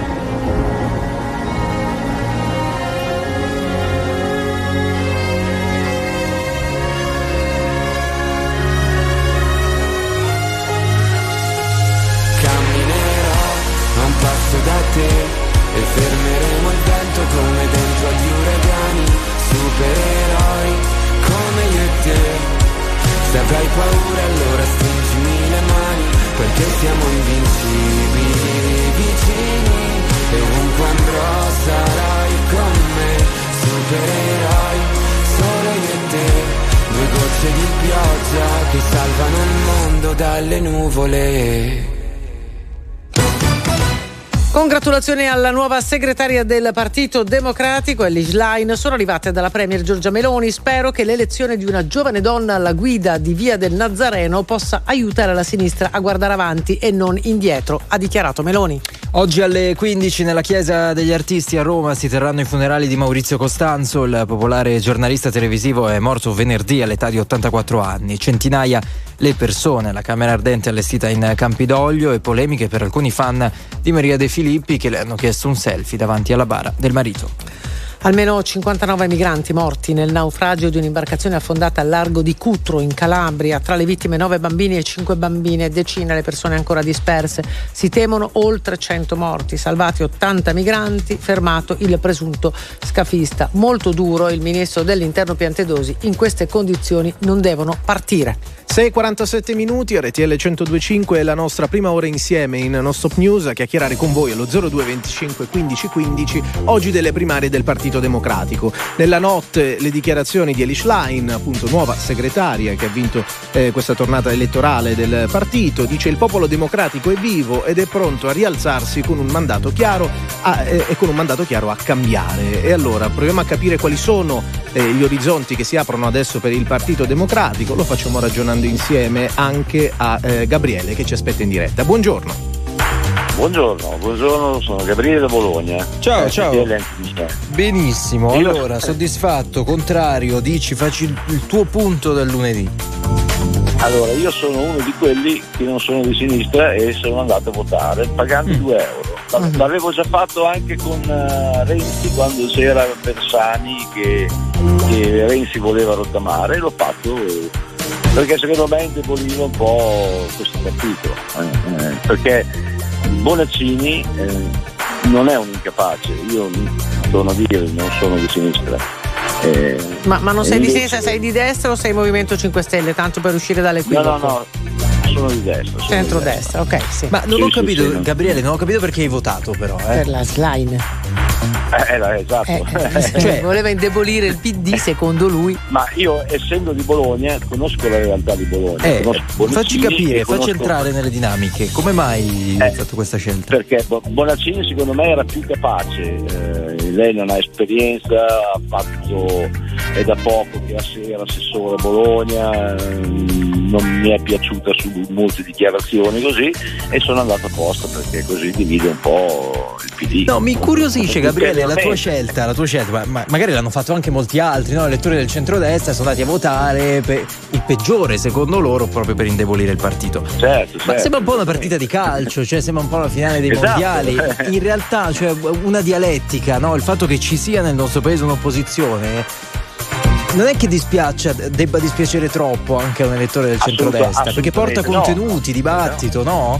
Da te e fermeremo il vento come dentro agli uragani. Supereroi come io e te. Se avrai paura allora stringimi le mani, perché siamo invincibili vicini e ovunque andrò sarai con me. Supereroi solo io e te, due gocce di pioggia che salvano il mondo dalle nuvole. Congratulazioni alla nuova segretaria del Partito Democratico, Elly Schlein, sono arrivate dalla Premier Giorgia Meloni. Spero che l'elezione di una giovane donna alla guida di Via del Nazareno possa aiutare la sinistra a guardare avanti e non indietro, ha dichiarato Meloni. Oggi alle quindici nella Chiesa degli Artisti a Roma si terranno i funerali di Maurizio Costanzo. Il popolare giornalista televisivo è morto venerdì all'età di ottantaquattro anni. Centinaia le persone, la Camera Ardente allestita in Campidoglio e polemiche per alcuni fan di Maria De Filippi che le hanno chiesto un selfie davanti alla bara del marito. Almeno cinquantanove migranti morti nel naufragio di un'imbarcazione affondata al largo di Cutro in Calabria. Tra le vittime nove bambini e cinque bambine, decine le persone ancora disperse. Si temono oltre cento morti, salvati ottanta migranti, fermato il presunto scafista. Molto duro il ministro dell'Interno Piantedosi, in queste condizioni non devono partire. sei e quarantasette minuti, R T L centodue e cinque è la nostra prima ora insieme in Non Stop News a chiacchierare con voi allo zero due venticinque quindici quindici, oggi delle primarie del Partito Democratico. Nella notte le dichiarazioni di Elly Schlein, appunto nuova segretaria che ha vinto eh, questa tornata elettorale del partito, dice: il popolo democratico è vivo ed è pronto a rialzarsi con un mandato chiaro a, eh, e con un mandato chiaro a cambiare. E allora proviamo a capire quali sono eh, gli orizzonti che si aprono adesso per il Partito Democratico. Lo facciamo ragionando insieme anche a eh, Gabriele che ci aspetta in diretta. Buongiorno. Buongiorno, buongiorno, sono Gabriele da Bologna. Ciao, eh, ciao. Benissimo, Io... allora soddisfatto, contrario, dici, facci il, il tuo punto del lunedì. Allora, io sono uno di quelli che non sono di sinistra e sono andato a votare pagando mm. due euro. Mm. L'avevo già fatto anche con uh, Renzi quando c'era Bersani che, che Renzi voleva rottamare, l'ho fatto perché secondo me indeboliva un po' questo partito, eh, eh, perché Bonaccini eh, non è un incapace, io torno a dire non sono di sinistra. Eh, ma, ma non sei invece... di sinistra, sei di destra o sei Movimento cinque Stelle, tanto per uscire dall'equivoco? No, no, no, sono di destra. Centro-destra, ok, sì. Ma non sì, ho capito, sì, sì, Gabriele, non ho capito perché hai votato però. Eh. Per la slime. Eh, eh, esatto. Eh, eh, cioè, voleva indebolire il P D secondo lui. Ma io, essendo di Bologna, conosco la realtà di Bologna. Eh, conosco facci capire, conosco... facci entrare nelle dinamiche. Come mai eh, hai fatto questa scelta? Perché Bonaccini secondo me era più capace. Eh, lei non ha esperienza, ha fatto, è da poco che era assessore a Bologna, non mi è piaciuta su molte dichiarazioni così e sono andato apposta perché così divide un po' il P D. No, mi incuriosisce, Gabriele, la tua scelta, la tua scelta, ma, ma magari l'hanno fatto anche molti altri, no? Elettori del centrodestra sono andati a votare per il peggiore secondo loro proprio per indebolire il partito. Certo, ma certo. sembra un po' una partita di calcio, cioè sembra un po' la finale dei esatto. mondiali. In realtà, cioè una dialettica, no? Il fatto che ci sia nel nostro paese un'opposizione non è che dispiaccia, debba dispiacere troppo anche a un elettore del centrodestra, perché porta contenuti, no. dibattito, no?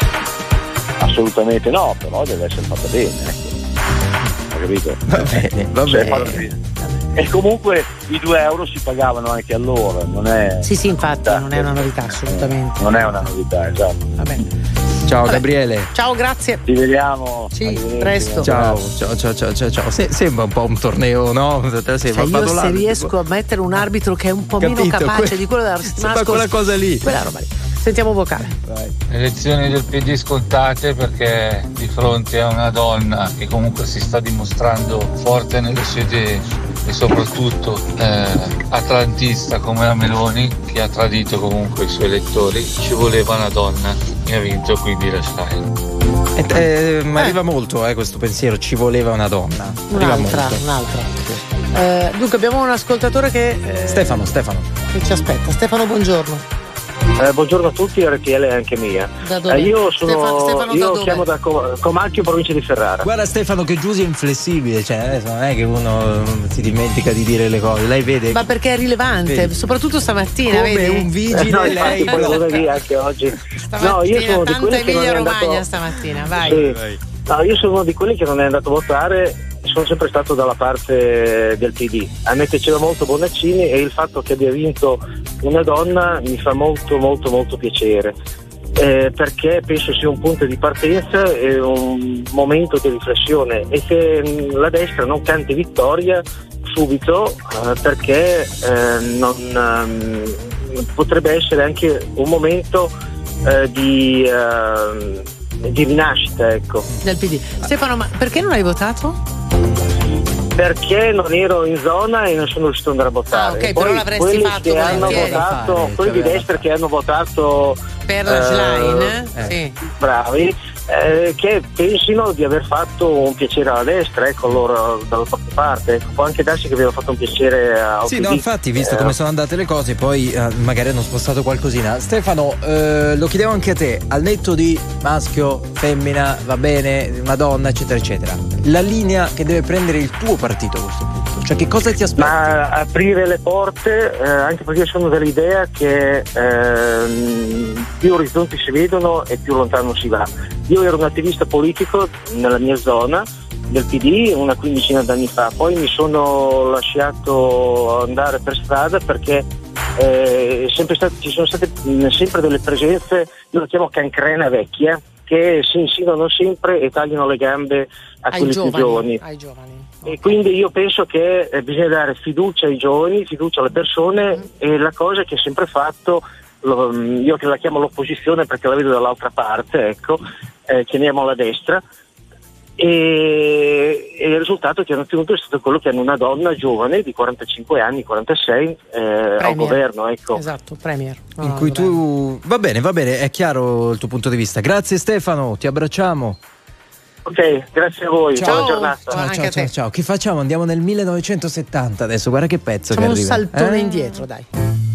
Assolutamente no, però deve essere fatta bene, ecco. Hai capito? Va bene, va cioè, bene. E comunque i due euro si pagavano anche allora, non è. Sì, sì, infatti, non è una novità, assolutamente. Non è una novità, esatto. Va bene. Ciao Vabbè. Gabriele. Ciao, grazie. Ci vediamo. Sì, presto. Ciao, ciao, ciao, ciao, ciao, ciao. Se, sembra un po' un torneo, no? Cioè, io se riesco a mettere un arbitro che è un po' Capito, meno capace que- di quello della settimana scorsa. quella cosa lì. Quella roba lì. Sentiamo vocale. Vai. Elezioni del P D scontate perché di fronte a una donna che comunque si sta dimostrando forte nelle sue idee e soprattutto eh, atlantista come la Meloni, che ha tradito comunque i suoi elettori, ci voleva una donna e ha vinto quindi la Schlein. Eh, eh, ma arriva molto eh, questo pensiero, ci voleva una donna. Arriva Un'altra, molto. un'altra. Eh, dunque abbiamo un ascoltatore che eh, Stefano, Stefano. che ci aspetta. Stefano, buongiorno. Eh, buongiorno a tutti, R T L è anche mia. Da dove? Eh, io sono Stefano, Stefano, io da dove? chiamo da Com- Comacchio, provincia di Ferrara. Guarda Stefano che Giusy è inflessibile, cioè adesso non è che uno si dimentica di dire le cose, lei vede. Ma perché è rilevante, Vedi. soprattto stamattina, Come vedi? un vigile, Eh, no, lei infatti poi blocca. lunedì anche oggi. Stamattina, No, io sono di tanta quelli che non Emilia è Romagna andato... stamattina, vai. Sì. Vai. No, io sono uno di quelli che non è andato a votare, sono sempre stato dalla parte del P D. A me piaceva molto Bonaccini e il fatto che abbia vinto una donna mi fa molto molto molto piacere. Eh, perché penso sia un punto di partenza e un momento di riflessione e che mh, la destra non canti vittoria subito eh, perché eh, non, um, potrebbe essere anche un momento eh, di, uh, di rinascita, ecco. Del P D. Stefano, ma perché non hai votato? Perché non ero in zona e non sono riuscito ad andare a votare. Ah, ok, E però poi l'avresti quelli fatto che hanno volentieri. votato, Fare, quelli di cioè, destra che hanno votato Per la eh, Schlein? eh. Sì. bravi, eh, che pensino di aver fatto un piacere alla destra, ecco, loro dalla propria parte. Ecco, può anche darsi che abbiano fatto un piacere a Sì, P D. no, infatti, visto Eh, come sono andate le cose, poi eh, magari hanno spostato qualcosina. Stefano, eh, lo chiedevo anche a te, al netto di maschio, femmina, va bene, una donna, eccetera, eccetera. La linea che deve prendere il tuo partito a questo punto, cioè che cosa ti aspetti? Ma aprire le porte, eh, anche perché sono dell'idea che ehm, più orizzonti si vedono e più lontano si va. Io ero un attivista politico nella mia zona del P D una quindicina d'anni fa, poi mi sono lasciato andare per strada perché eh, sempre state, ci sono state mh, sempre delle presenze, io lo chiamo cancrena vecchia, che si insinuano sempre e tagliano le gambe a Ai quelli più giovani, giovani. ai giovani. E quindi io penso che eh, bisogna dare fiducia ai giovani, fiducia alle persone, e la cosa che ho sempre fatto, lo, io che la chiamo l'opposizione perché la vedo dall'altra parte, ecco, eh, chiamiamola la destra, e, e il risultato che hanno ottenuto è stato quello che hanno una donna giovane di quarantacinque anni, quarantasei eh, al governo, ecco. Esatto, premier. No, In no, cui governo. tu. Va bene, va bene, è chiaro il tuo punto di vista. Grazie Stefano, ti abbracciamo. Ok, grazie a voi, Ciao. buona giornata. Ciao, anche ciao, a te. ciao, ciao. Che facciamo? Andiamo nel millenovecentosettanta adesso, guarda che pezzo Facciamo che un arriva. saltone Eh? indietro, dai.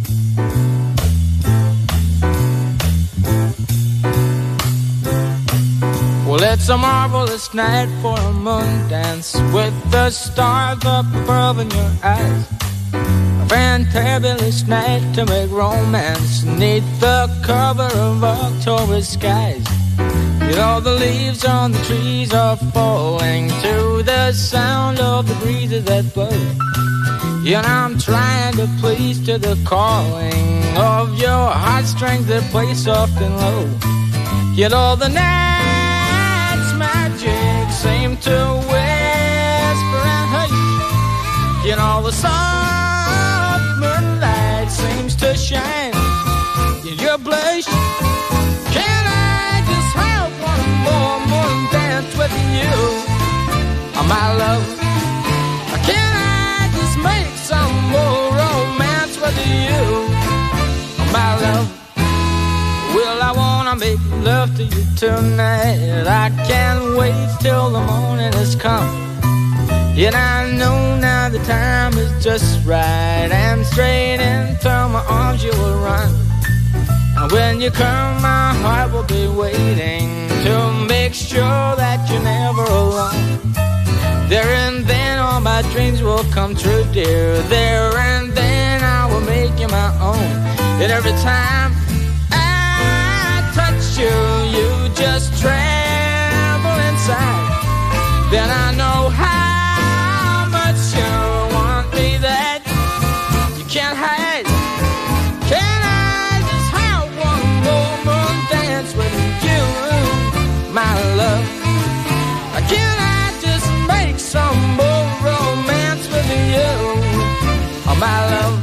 Well, it's a marvelous night for a moon dance with the stars up above in your eyes. fantabulous night to make romance neath the cover of October skies. You know the leaves on the trees are falling to the sound of the breezes that blow. And I'm trying to please to the calling of your heartstrings that play soft and low. You know the night's magic seem to whisper and hush. You know the soft moonlight seems to shine in your blush. Can I just have one more moon dance with you, oh, my love? Can I just make some more romance with you, oh, my love? Well, I wanna make love to you tonight. I can't wait till the morning has come. And I know now the time is just right, and straight into my arms you will run. And when you come, my heart will be waiting to make sure that you're never alone. There and then all my dreams will come true, dear. There and then I will make you my own. And every time I touch you, you just tremble inside. Then I know how much you want me that you can't hide. Can I just have one more moon dance with you, my love? Can I just make some more romance with you, oh, my love?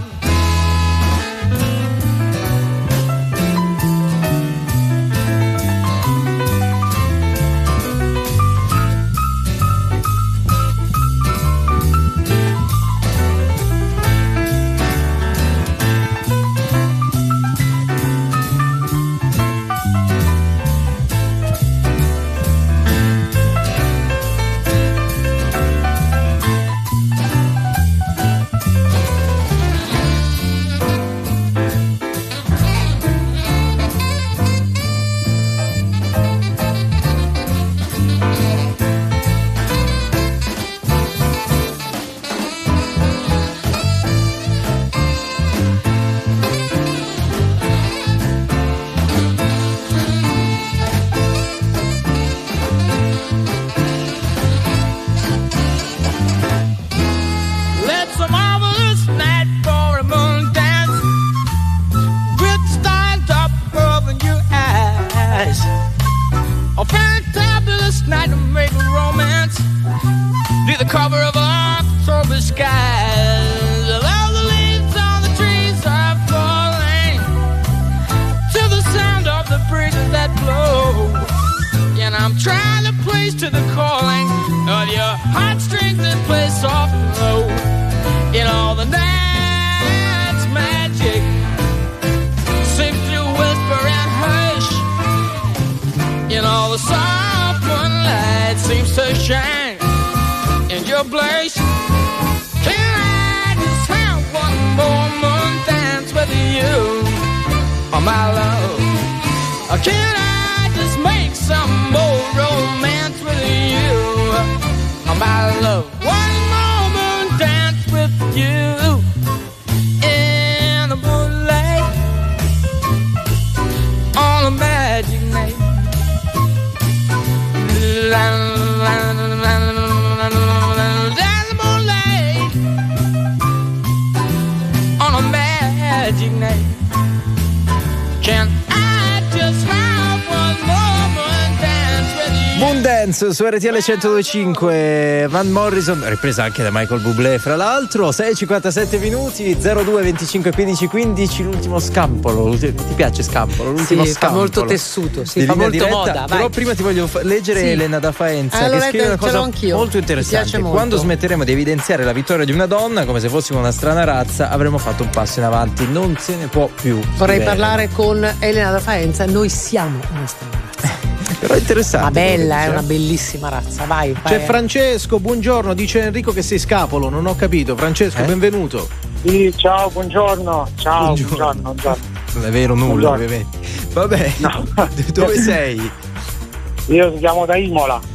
Su R T L centodue e cinque, Van Morrison, ripresa anche da Michael Bublé fra l'altro. Sei e cinquantasette minuti, zero due venticinque quindici quindici, l'ultimo scampolo. Ti piace scampolo? L'ultimo sì, scampolo. Fa molto tessuto, sì, Di fa molto diretta, moda. Vai. Però prima ti voglio fa- leggere sì. Elena da Faenza, allora, che scrive una cosa molto interessante. Molto. Quando smetteremo di evidenziare la vittoria di una donna come se fossimo una strana razza, avremo fatto un passo in avanti. Non se ne può più. Vorrei parlare Elena. con Elena da Faenza. Noi siamo una strana razza. Però è interessante. Ma bella, è una bellissima razza. Vai, vai. C'è Francesco, buongiorno, dice Enrico che sei scapolo, non ho capito. Francesco, eh? benvenuto. Sì, ciao, buongiorno. Ciao, buongiorno. buongiorno, buongiorno. Non è vero nulla, ovviamente. Vabbè, no. Dove sei? Io chiamo da Imola.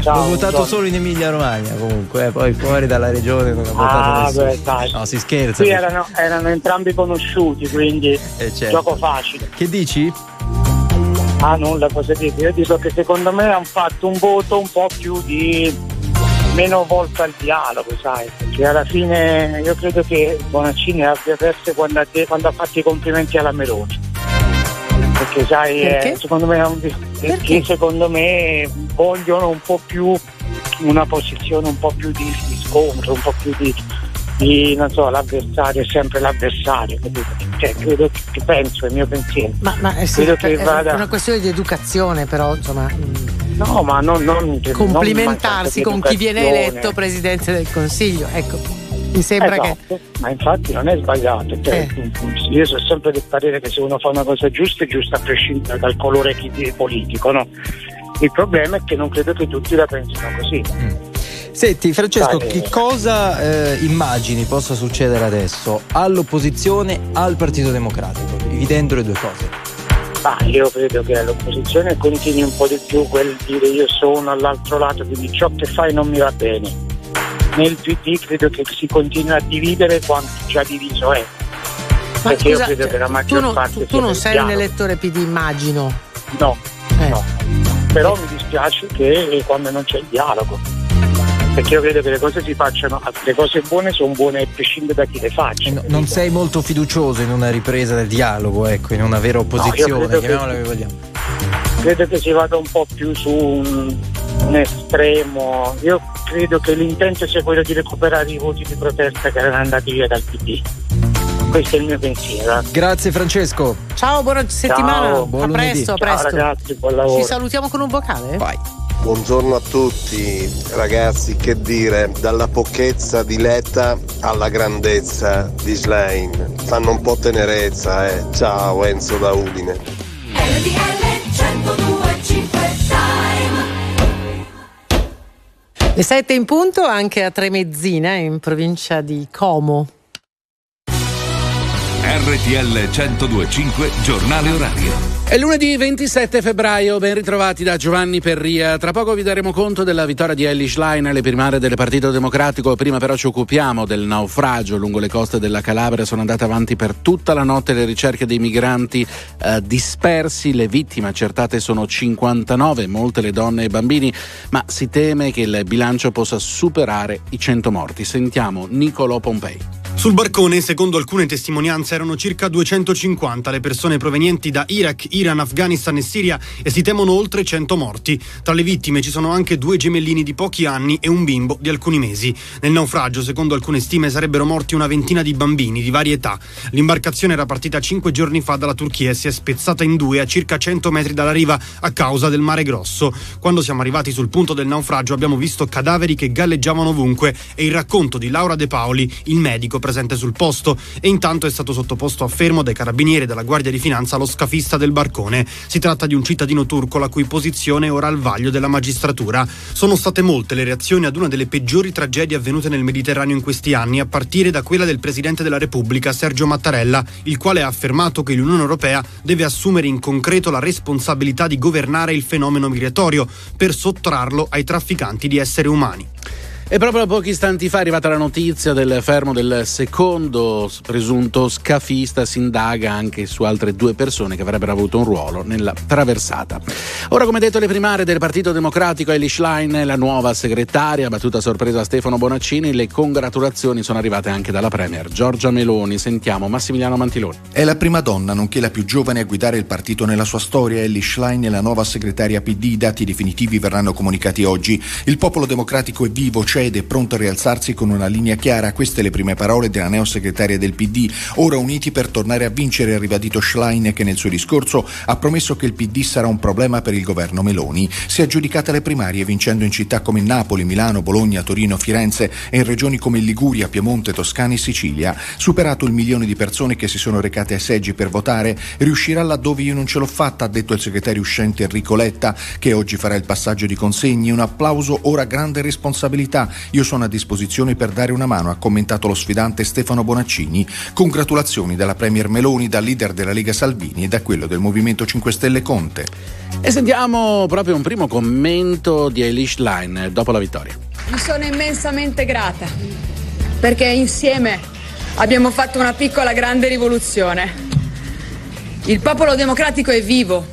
Ciao, L'ho votato buongiorno. solo in Emilia Romagna comunque, eh, poi fuori dalla regione non ho votato Ah, nessuno. beh, dai. No, si scherza. Qui erano, erano entrambi conosciuti, quindi Eh, certo. gioco facile. Che dici? Ah, nulla, cosa dire? Io dico che secondo me hanno fatto un voto un po' più di meno volta al dialogo, sai? Perché alla fine io credo che Bonaccini abbia perso quando ha, de- quando ha fatto i complimenti alla Meloni. Perché sai, Perché? eh, secondo me è un- perché secondo me vogliono un po' più una posizione un po' più di, di scontro, un po' più di, di non so, l'avversario è sempre l'avversario, capito? Cioè, credo che, che penso, è il mio pensiero. Ma, ma eh, sì, Credo che è vada- una questione di educazione, però insomma. No, ma non, non complimentarsi non con chi viene educazione. eletto presidente del Consiglio, ecco. Mi sembra Esatto, che. ma infatti non è sbagliato. Cioè, io sono sempre del parere che se uno fa una cosa giusta è giusta a prescindere dal colore chi- politico, no? Il problema è che non credo che tutti la pensino così. Senti Francesco, Dai. che cosa eh, immagini possa succedere adesso all'opposizione, al Partito Democratico, dividendo le due cose? Ma io credo che l'opposizione continui un po' di più quel dire io sono all'altro lato, quindi ciò che fai non mi va bene. Nel P D credo che si continui a dividere quanto già diviso è. Ma Perché scusa, io credo che la tu maggior non, parte tu, tu sia non del sei un dialogo. elettore P D, immagino. No, Eh. no. Però mi dispiace che quando non c'è il dialogo. Perché io credo che le cose si facciano, le cose buone sono buone a prescindere da chi le faccia. No, non sei molto fiducioso in una ripresa del dialogo, ecco, in una vera opposizione, credo che- chiamiamola come vogliamo. Credo che si vada un po' più su un, un estremo. Io credo che l'intento sia quello di recuperare i voti di protesta che erano andati via dal P D. Questo è il mio pensiero. Grazie Francesco. Ciao, buona settimana. Ciao, a buon lunedì. presto, a Ciao presto. ragazzi, buon lavoro. Ci salutiamo con un vocale? Vai. Buongiorno a tutti ragazzi, che dire, dalla pochezza di Letta alla grandezza di Schlein, fanno un po' tenerezza, eh. Ciao Enzo da Udine. R T L centodue e cinque Time. Le sette in punto anche a Tremezzina, in provincia di Como. R T L centodue e cinque giornale orario. È lunedì ventisette febbraio, ben ritrovati da Giovanni Perria. Tra poco vi daremo conto della vittoria di Elly Schlein alle primarie del Partito Democratico. Prima però ci occupiamo del naufragio lungo le coste della Calabria. Sono andate avanti per tutta la notte le ricerche dei migranti eh, dispersi. Le vittime accertate sono cinquantanove, molte le donne e i bambini, ma si teme che il bilancio possa superare i cento morti. Sentiamo Nicolò Pompei. Sul barcone, secondo alcune testimonianze, erano circa duecentocinquanta le persone provenienti da Iraq, Iran, Afghanistan e Siria e si temono oltre cento morti. Tra le vittime ci sono anche due gemellini di pochi anni e un bimbo di alcuni mesi. Nel naufragio, secondo alcune stime, sarebbero morti una ventina di bambini di varie età. L'imbarcazione era partita cinque giorni fa dalla Turchia e si è spezzata in due a circa cento metri dalla riva a causa del mare grosso. Quando siamo arrivati sul punto del naufragio abbiamo visto cadaveri che galleggiavano ovunque e il racconto di Laura De Paoli, il medico presente sul posto, e intanto è stato sottoposto a fermo dai carabinieri e dalla Guardia di Finanza lo scafista del barcone. Si tratta di un cittadino turco la cui posizione è ora al vaglio della magistratura. Sono state molte le reazioni ad una delle peggiori tragedie avvenute nel Mediterraneo in questi anni, a partire da quella del Presidente della Repubblica Sergio Mattarella, il quale ha affermato che l'Unione Europea deve assumere in concreto la responsabilità di governare il fenomeno migratorio per sottrarlo ai trafficanti di esseri umani. E proprio pochi istanti fa è arrivata la notizia del fermo del secondo presunto scafista. Si indaga anche su altre due persone che avrebbero avuto un ruolo nella traversata. Ora, come detto, le primarie del Partito Democratico, Elly Schlein, la nuova segretaria, battuta a sorpresa a Stefano Bonaccini. Le congratulazioni sono arrivate anche dalla premier Giorgia Meloni. Sentiamo Massimiliano Mantiloni. È la prima donna, nonché la più giovane a guidare il partito nella sua storia. Elly Schlein è la nuova segretaria P D. I dati definitivi verranno comunicati oggi. Il popolo democratico è vivo, c'è ed è pronto a rialzarsi con una linea chiara. Queste le prime parole della neosegretaria del P D. Ora uniti per tornare a vincere, ha ribadito Schlein, che nel suo discorso ha promesso che il P D sarà un problema per il governo Meloni. Si è aggiudicata le primarie vincendo in città come Napoli, Milano, Bologna, Torino, Firenze e in regioni come Liguria, Piemonte, Toscana e Sicilia. Superato il milione di persone che si sono recate ai seggi per votare, riuscirà laddove io non ce l'ho fatta, ha detto il segretario uscente Enrico Letta, che oggi farà il passaggio di consegni. Un applauso, ora grande responsabilità. città. Io sono a disposizione per dare una mano, ha commentato lo sfidante Stefano Bonaccini. Congratulazioni dalla Premier Meloni, dal leader della Lega Salvini e da quello del Movimento cinque Stelle Conte. E sentiamo proprio un primo commento di Eilish Line dopo la vittoria. Vi sono immensamente grata perché insieme abbiamo fatto una piccola grande rivoluzione. Il popolo democratico è vivo,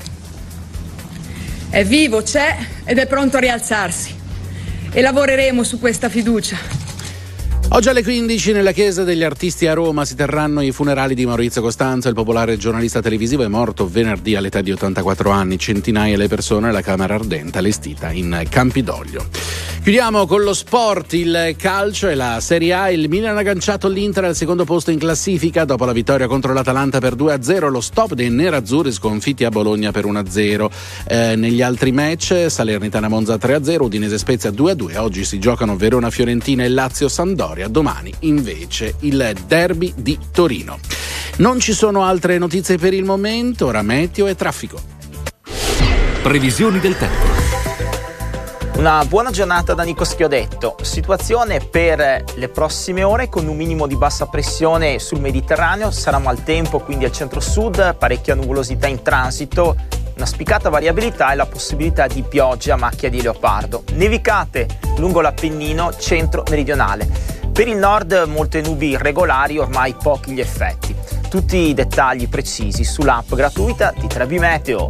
è vivo, c'è ed è pronto a rialzarsi e lavoreremo su questa fiducia. Oggi alle quindici nella Chiesa degli Artisti a Roma si terranno i funerali di Maurizio Costanzo, il popolare giornalista televisivo è morto venerdì all'età di ottantaquattro anni, centinaia le persone alla Camera Ardente allestita in Campidoglio. Chiudiamo con lo sport, il calcio e la Serie A. Il Milan ha agganciato l'Inter al secondo posto in classifica dopo la vittoria contro l'Atalanta per due a zero, lo stop dei nerazzurri sconfitti a Bologna per uno a zero. Eh, negli altri match Salernitana Monza tre a zero, Udinese Spezia due a due, oggi si giocano Verona Fiorentina e Lazio Sampdoria, domani invece il derby di Torino. Non ci sono altre notizie per il momento, ora meteo e traffico. Previsioni del tempo. Una buona giornata da Nico Schiodetto. Situazione per le prossime ore con un minimo di bassa pressione sul Mediterraneo. Sarà maltempo quindi al centro-sud, parecchia nuvolosità in transito, una spiccata variabilità e la possibilità di piogge a macchia di leopardo. Nevicate lungo l'Appennino centro-meridionale. Per il nord molte nubi irregolari, ormai pochi gli effetti. Tutti i dettagli precisi sull'app gratuita di Trebi Meteo.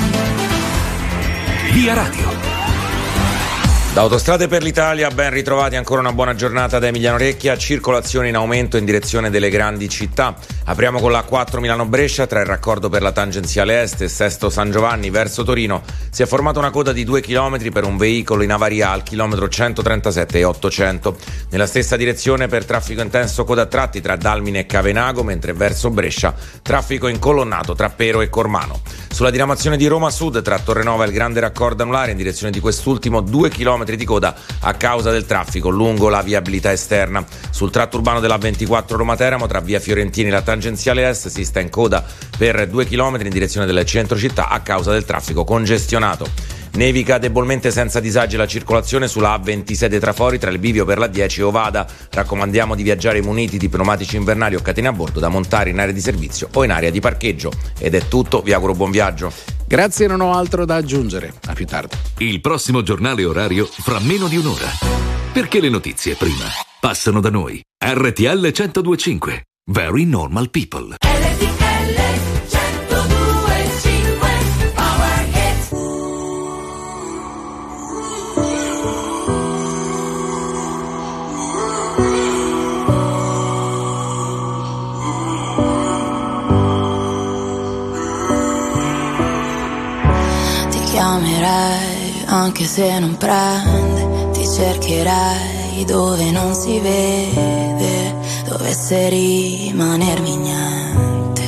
Via Radio. Da Autostrade per l'Italia, ben ritrovati, ancora una buona giornata da Emiliano Recchia, circolazione in aumento in direzione delle grandi città. Apriamo con la A quattro Milano-Brescia, tra il raccordo per la tangenziale est e Sesto San Giovanni verso Torino. Si è formata una coda di due chilometri per un veicolo in avaria al chilometro centotrentasette e ottocento. Nella stessa direzione per traffico intenso coda a tratti tra Dalmine e Cavenago, mentre verso Brescia traffico incolonnato tra Pero e Cormano. Sulla diramazione di Roma Sud tra Torrenova e il grande raccordo anulare in direzione di quest'ultimo due chilometri di coda a causa del traffico lungo la viabilità esterna. Sul tratto urbano della A ventiquattro Roma Teramo tra via Fiorentini e la tangenziale est si sta in coda per due chilometri in direzione del centro città a causa del traffico congestionato. Nevica debolmente senza disagi la circolazione sulla A ventisei dei Trafori tra il bivio per la dieci e Ovada. Raccomandiamo di viaggiare muniti di pneumatici invernali o catene a bordo da montare in area di servizio o in area di parcheggio. Ed è tutto, vi auguro buon viaggio. Grazie, non ho altro da aggiungere. A più tardi. Il prossimo giornale orario fra meno di un'ora. Perché le notizie prima passano da noi. R T L centodue e cinque. Very Normal People. Chiamerai anche se non prende, ti cercherei dove non si vede, dovesse rimanermi niente.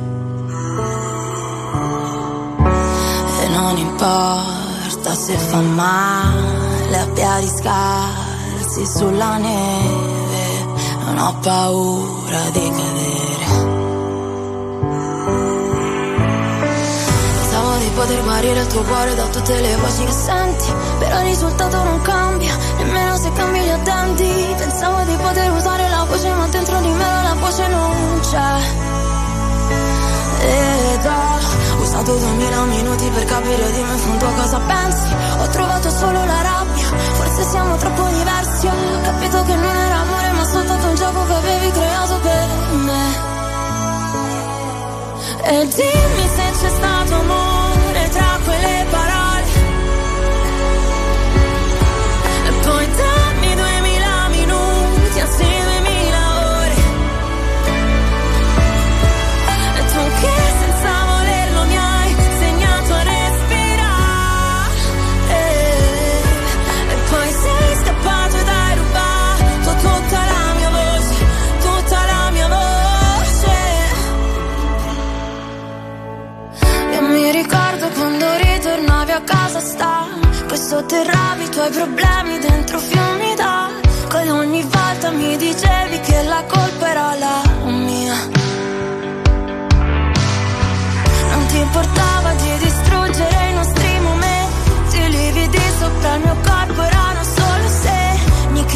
E non importa se fa male a piedi scalzi sulla neve, non ho paura di cadere. Poter guarire il tuo cuore da tutte le voci che senti, però il risultato non cambia, nemmeno se cambi gli attenti. Pensavo di poter usare la voce, ma dentro di me la voce non c'è. Ed ho usato duemila minuti per capire di me in fondo cosa pensi. Ho trovato solo la rabbia, forse siamo troppo diversi. Ho capito che non era amore, ma soltanto un gioco che avevi creato per me. E dimmi se c'è stato amore tra quelle parole, e poi dammi duemila minuti, anzi duemila ore. E tu che senza volerlo mi hai insegnato a respirare, e poi sei scappato ed hai rubato tutta la mia voce, tutta la mia voce. Io mi ricordo quando ritornavi a casa stanco e sotterravi i tuoi problemi dentro fiumi d'acqua, e ogni volta mi dicevi che la colpa era la mia. Non ti importava di distruggere i nostri momenti, i lividi sopra il mio corpo erano solo segni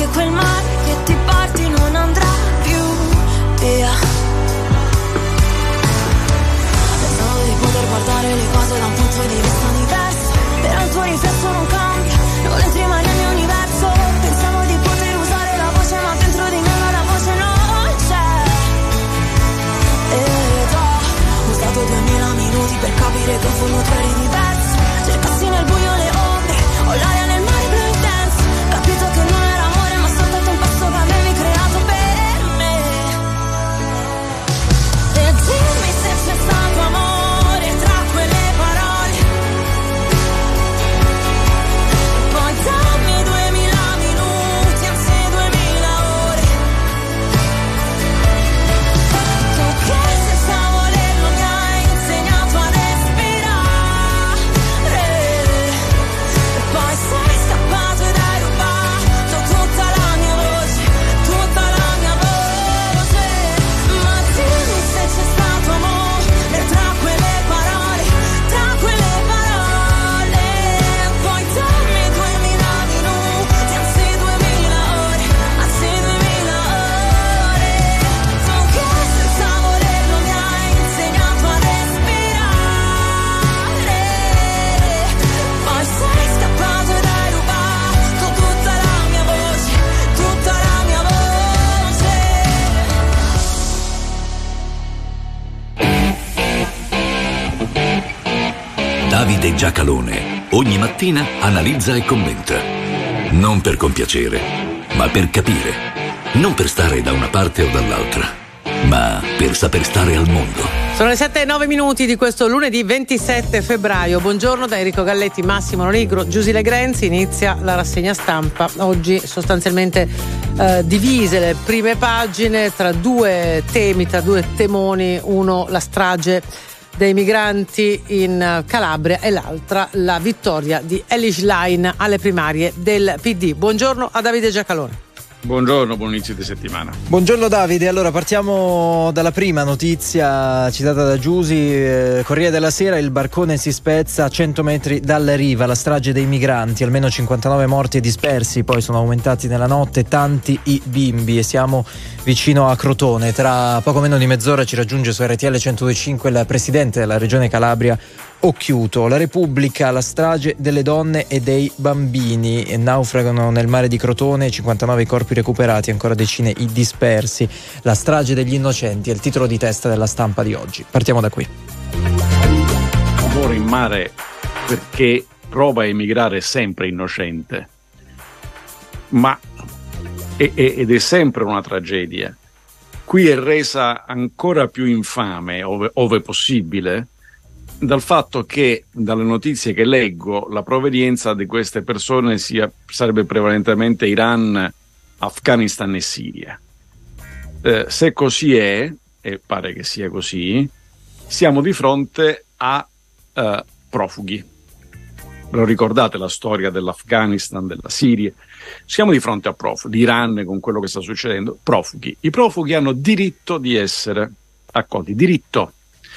Giacalone ogni mattina analizza e commenta. Non per compiacere, ma per capire. Non per stare da una parte o dall'altra, ma per saper stare al mondo. Sono le sette e nove minuti di questo lunedì ventisette febbraio. Buongiorno da Enrico Galletti, Massimo Nonigro, Giusile Grenzi. Inizia la rassegna stampa. Oggi sostanzialmente eh, divise le prime pagine tra due temi, tra due temoni. Uno, la strage dei migranti in Calabria, e l'altra, la vittoria di Elly Schlein alle primarie del P D. Buongiorno a Davide Giacalone. Buongiorno, buon inizio di settimana. Buongiorno Davide, allora partiamo dalla prima notizia citata da Giusi. eh, Corriere della Sera, il barcone si spezza a cento metri dalla riva, la strage dei migranti, almeno cinquantanove morti e dispersi, poi sono aumentati nella notte tanti i bimbi, e siamo vicino a Crotone. Tra poco meno di mezz'ora ci raggiunge su R T L centodue e cinque il presidente della regione Calabria, Occhiuto. La Repubblica, la strage delle donne e dei bambini, e naufragano nel mare di Crotone, cinquantanove i corpi recuperati, ancora decine i dispersi. La strage degli innocenti è il titolo di testa della Stampa di oggi. Partiamo da qui. Amore in mare perché prova a emigrare sempre innocente, ma è, è, ed è sempre una tragedia. Qui è resa ancora più infame, ove, ove possibile, dal fatto che, dalle notizie che leggo, la provenienza di queste persone sia, sarebbe prevalentemente Iran, Afghanistan e Siria. Eh, se così è, e pare che sia così, siamo di fronte a eh, profughi. Ve lo ricordate la storia dell'Afghanistan, della Siria? Siamo di fronte a profughi, l'Iran con quello che sta succedendo, profughi. I profughi hanno diritto di essere accolti, diritto.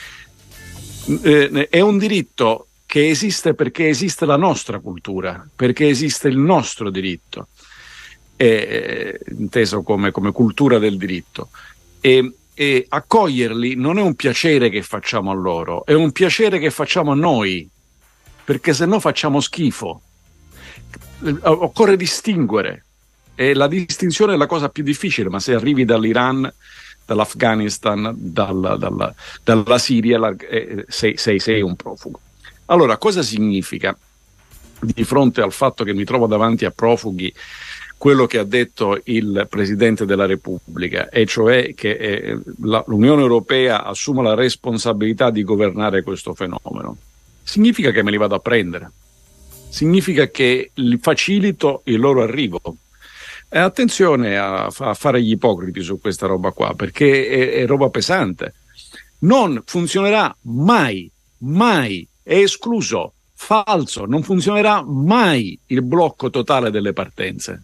Eh, è un diritto che esiste perché esiste la nostra cultura, perché esiste il nostro diritto, eh, inteso come, come cultura del diritto. E, e accoglierli non è un piacere che facciamo a loro, è un piacere che facciamo a noi, perché se no facciamo schifo. Occorre distinguere, e la distinzione è la cosa più difficile, ma se arrivi dall'Iran, dall'Afghanistan, dalla, dalla, dalla Siria, la, eh, sei, sei, sei un profugo. Allora, cosa significa, di fronte al fatto che mi trovo davanti a profughi, quello che ha detto il Presidente della Repubblica, e cioè che eh, la, l'Unione Europea assume la responsabilità di governare questo fenomeno? Significa che me li vado a prendere, significa che facilito il loro arrivo. E attenzione a, a fare gli ipocriti su questa roba qua, perché è, è roba pesante. Non funzionerà mai, mai, è escluso, falso, non funzionerà mai il blocco totale delle partenze.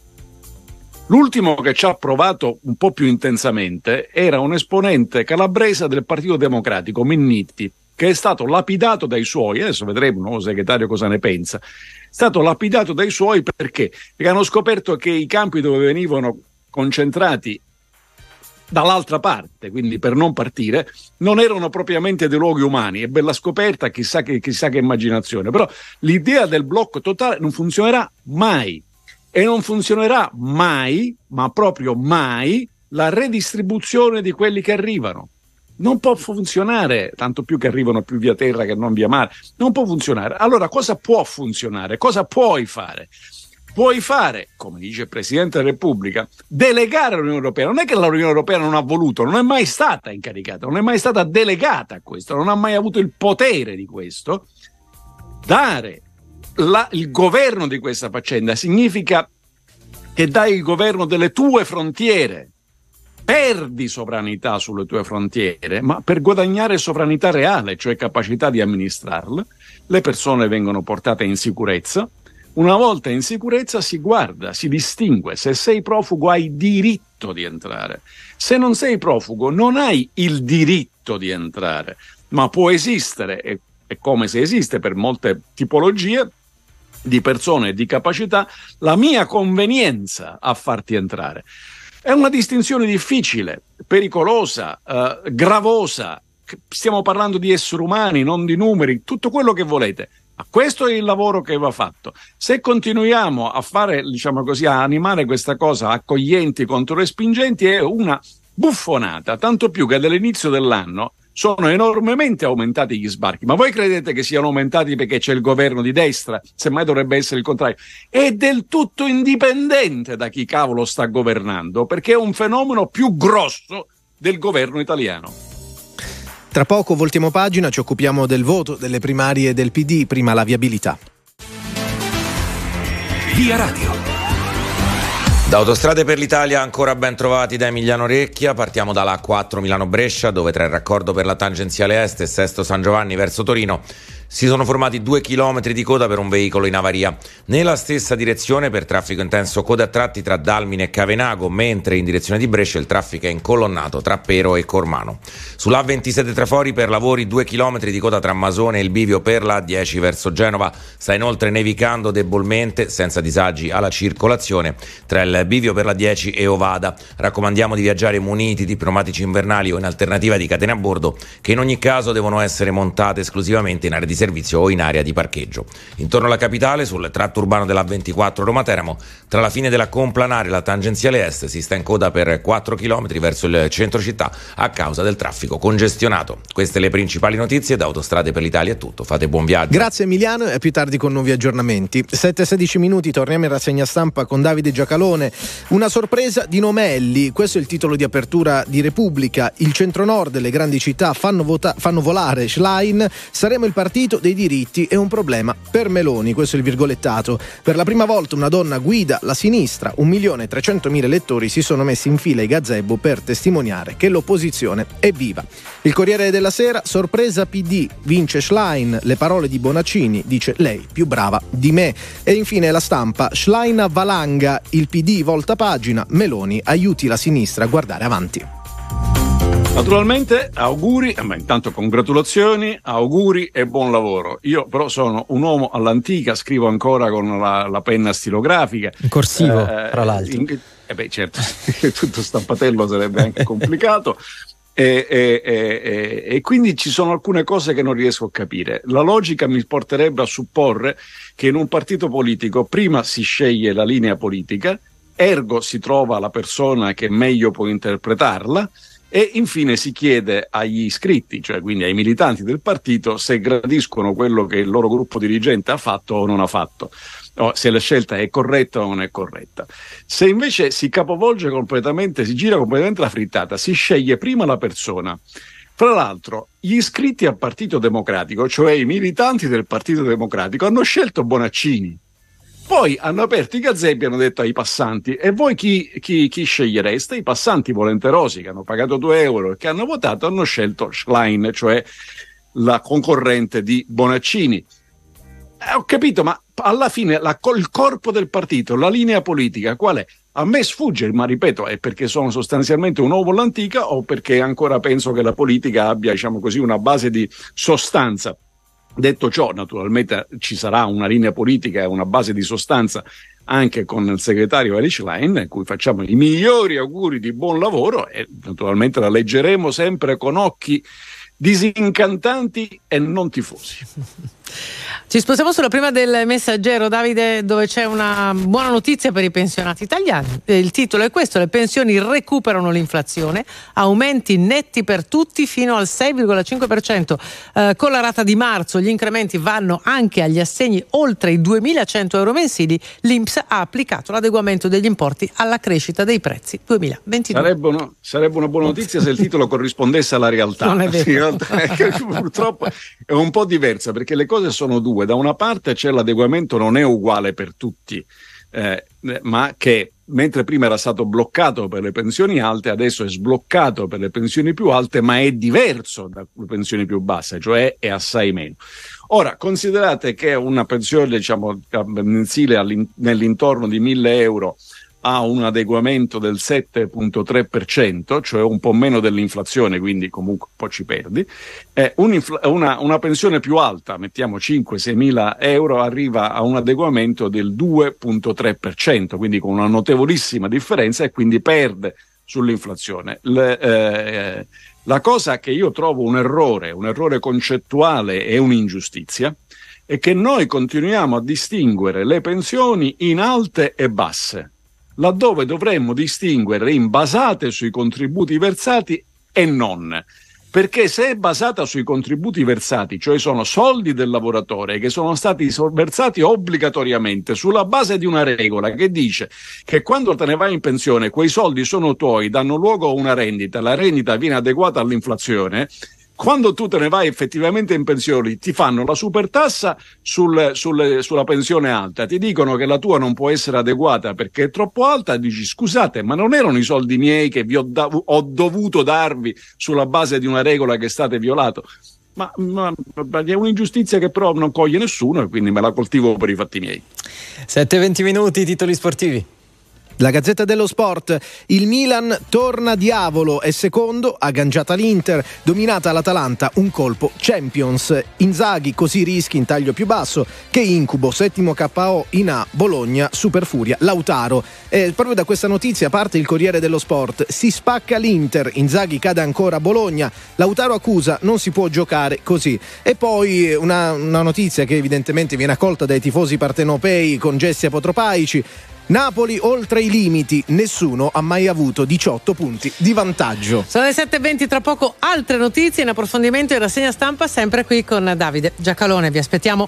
L'ultimo che ci ha provato un po' più intensamente era un esponente calabrese del Partito Democratico, Minniti, che è stato lapidato dai suoi, adesso vedremo il nuovo segretario cosa ne pensa, è stato lapidato dai suoi perché? Perché hanno scoperto che i campi dove venivano concentrati dall'altra parte, quindi per non partire, non erano propriamente dei luoghi umani. È bella scoperta, chissà che, chissà che immaginazione, però l'idea del blocco totale non funzionerà mai, e non funzionerà mai, ma proprio mai, la redistribuzione di quelli che arrivano. Non può funzionare, tanto più che arrivano più via terra che non via mare. Non può funzionare. Allora cosa può funzionare? Cosa puoi fare? Puoi fare, come dice il Presidente della Repubblica, delegare all'Unione Europea. Non è che l'Unione Europea non ha voluto, non è mai stata incaricata, non è mai stata delegata a questo, non ha mai avuto il potere di questo. Dare la, il governo di questa faccenda significa che dai il governo delle tue frontiere. Perdi sovranità sulle tue frontiere, ma per guadagnare sovranità reale, cioè capacità di amministrarle, le persone vengono portate in sicurezza. Una volta in sicurezza si guarda, si distingue. Se sei profugo hai diritto di entrare. Se non sei profugo non hai il diritto di entrare, ma può esistere, e, e come se esiste per molte tipologie di persone e di capacità, la mia convenienza a farti entrare. È una distinzione difficile, pericolosa, eh, gravosa. Stiamo parlando di esseri umani, non di numeri, tutto quello che volete. Ma questo è il lavoro che va fatto. Se continuiamo a fare, diciamo così, a animare questa cosa accoglienti contro respingenti, è una buffonata, tanto più che dall'inizio dell'anno sono enormemente aumentati gli sbarchi. Ma voi credete che siano aumentati perché c'è il governo di destra? Semmai dovrebbe essere il contrario. È del tutto indipendente da chi cavolo sta governando, perché è un fenomeno più grosso del governo italiano. Tra poco voltiamo pagina, ci occupiamo del voto delle primarie del P D, prima la viabilità. Via Radio. Da Autostrade per l'Italia ancora ben trovati da Emiliano Recchia, partiamo dalla A quattro Milano-Brescia, dove tra il raccordo per la tangenziale est e Sesto San Giovanni verso Torino si sono formati due chilometri di coda per un veicolo in avaria. Nella stessa direzione, per traffico intenso, coda a tratti tra Dalmine e Cavenago, mentre in direzione di Brescia il traffico è incolonnato tra Pero e Cormano. Sulla A ventisette Trafori per lavori due chilometri di coda tra Masone e il bivio per la A dieci verso Genova. Sta inoltre nevicando debolmente, senza disagi alla circolazione, tra il bivio per la dieci e Ovada. Raccomandiamo di viaggiare muniti di pneumatici invernali o in alternativa di catene a bordo, che in ogni caso devono essere montate esclusivamente in area di servizio o in area di parcheggio. Intorno alla capitale, sul tratto urbano della A ventiquattro Roma-Teramo, tra la fine della complanare e la tangenziale est si sta in coda per quattro chilometri verso il centro città a causa del traffico congestionato. Queste le principali notizie. Da Autostrade per l'Italia è tutto, fate buon viaggio. Grazie Emiliano, e a più tardi con nuovi aggiornamenti. sette e sedici minuti, torniamo in rassegna stampa con Davide Giacalone. Una sorpresa di Nomelli, questo è il titolo di apertura di Repubblica. Il centro-nord e le grandi città fanno, vota- fanno volare Schlein, saremo il partito dei diritti e un problema per Meloni, questo è il virgolettato. Per la prima volta una donna guida la sinistra, un milione e trecentomila elettori si sono messi in fila ai gazebo per testimoniare che l'opposizione è viva. Il Corriere della Sera, sorpresa P D, vince Schlein, le parole di Bonaccini, dice lei più brava di me. E infine La Stampa, Schlein a valanga, il P D volta pagina, Meloni aiuti la sinistra a guardare avanti. Naturalmente auguri, ma intanto congratulazioni, auguri e buon lavoro. Io però sono un uomo all'antica, scrivo ancora con la, la penna stilografica. In corsivo, eh, tra l'altro. In, eh beh, certo, tutto stampatello sarebbe anche complicato. E, e, e, e quindi ci sono alcune cose che non riesco a capire. La logica mi porterebbe a supporre che in un partito politico prima si sceglie la linea politica, ergo si trova la persona che meglio può interpretarla, e infine si chiede agli iscritti, cioè quindi ai militanti del partito, se gradiscono quello che il loro gruppo dirigente ha fatto o non ha fatto, o se la scelta è corretta o non è corretta. Se invece si capovolge completamente, si gira completamente la frittata, si sceglie prima la persona. Fra l'altro, gli iscritti al Partito Democratico, cioè i militanti del Partito Democratico, hanno scelto Bonaccini. Poi hanno aperto i gazebi e hanno detto ai passanti: e voi chi, chi, chi scegliereste? I passanti volenterosi che hanno pagato due euro e che hanno votato hanno scelto Schlein, cioè la concorrente di Bonaccini. Eh, ho capito, ma alla fine la, il corpo del partito, la linea politica qual è? A me sfugge, ma ripeto, è perché sono sostanzialmente un uomo all'antica o perché ancora penso che la politica abbia, diciamo così, una base di sostanza. Detto ciò, naturalmente ci sarà una linea politica e una base di sostanza anche con il segretario Eli Schlein, a cui facciamo i migliori auguri di buon lavoro, e naturalmente la leggeremo sempre con occhi disincantanti e non tifosi. Ci spostiamo sulla prima del Messaggero, Davide, dove c'è una buona notizia per i pensionati italiani. Il titolo è questo: le pensioni recuperano l'inflazione, aumenti netti per tutti fino al sei virgola cinque per cento. Eh, con la rata di marzo gli incrementi vanno anche agli assegni oltre i duemilacento euro mensili. L'I N P S ha applicato l'adeguamento degli importi alla crescita dei prezzi duemilaventidue. Sarebbe una, sarebbe una buona notizia se il titolo corrispondesse alla realtà. Non è vero. In realtà è che purtroppo è un po' diversa, perché le cose sono due. Da una parte c'è l'adeguamento, non è uguale per tutti, eh, ma che mentre prima era stato bloccato per le pensioni alte, adesso è sbloccato per le pensioni più alte, ma è diverso dalle pensioni più basse, cioè è assai meno. Ora, considerate che una pensione, diciamo, mensile nell'intorno di mille euro ha un adeguamento del sette virgola tre per cento, cioè un po' meno dell'inflazione, quindi comunque un po' ci perdi. Eh, una, una pensione più alta, mettiamo cinque sei mila euro, arriva a un adeguamento del due virgola tre per cento, quindi con una notevolissima differenza, e quindi perde sull'inflazione. Le, eh, la cosa che io trovo un errore, un errore concettuale e un'ingiustizia, è che noi continuiamo a distinguere le pensioni in alte e basse, laddove dovremmo distinguere in basate sui contributi versati e non. Perché se è basata sui contributi versati, cioè sono soldi del lavoratore che sono stati versati obbligatoriamente sulla base di una regola che dice che quando te ne vai in pensione quei soldi sono tuoi, danno luogo a una rendita, la rendita viene adeguata all'inflazione, quando tu te ne vai effettivamente in pensione ti fanno la supertassa sul, sul, sulla pensione alta, ti dicono che la tua non può essere adeguata perché è troppo alta, dici scusate ma non erano i soldi miei che vi ho, da- ho dovuto darvi sulla base di una regola che state violato. Ma, ma, ma è un'ingiustizia che però non coglie nessuno e quindi me la coltivo per i fatti miei. sette e venti minuti, titoli sportivi. La Gazzetta dello Sport, il Milan torna diavolo, è secondo, agganciata l'Inter, dominata l'Atalanta, un colpo Champions, Inzaghi così rischi in taglio più basso, che incubo, settimo K O in A, Bologna, super furia, Lautaro. E proprio da questa notizia parte il Corriere dello Sport, si spacca l'Inter, Inzaghi cade ancora a Bologna, Lautaro accusa non si può giocare così. E poi una, una notizia che evidentemente viene accolta dai tifosi partenopei con gesti apotropaici. Napoli oltre i limiti, nessuno ha mai avuto diciotto punti di vantaggio. Sono le sette e venti, tra poco altre notizie in approfondimento in rassegna stampa, sempre qui con Davide Giacalone, vi aspettiamo.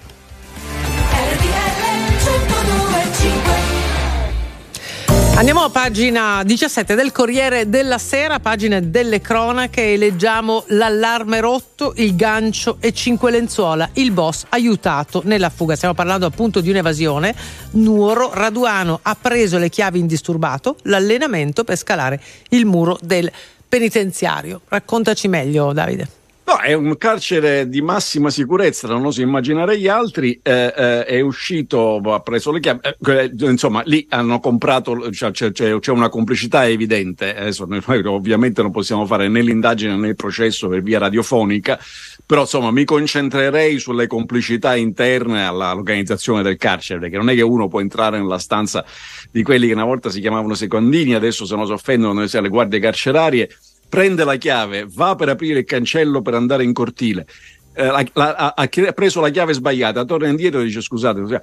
Andiamo a pagina diciassette del Corriere della Sera, pagine delle cronache, e leggiamo l'allarme rotto, il gancio e cinque lenzuola, il boss aiutato nella fuga. Stiamo parlando appunto di un'evasione. Nuoro, Raduano ha preso le chiavi indisturbato, l'allenamento per scalare il muro del penitenziario. Raccontaci meglio, Davide. No, è un carcere di massima sicurezza, non oso immaginare gli altri, eh, eh, è uscito, ha preso le chiavi, eh, insomma lì hanno comprato, cioè, c'è, c'è una complicità evidente, adesso noi ovviamente non possiamo fare né l'indagine né il processo per via radiofonica, però insomma mi concentrerei sulle complicità interne alla, all'organizzazione del carcere, perché non è che uno può entrare nella stanza di quelli che una volta si chiamavano secondini, adesso se non si offendono noi siamo le guardie carcerarie, prende la chiave, va per aprire il cancello per andare in cortile, eh, la, la, ha, ha preso la chiave sbagliata, torna indietro e dice scusate,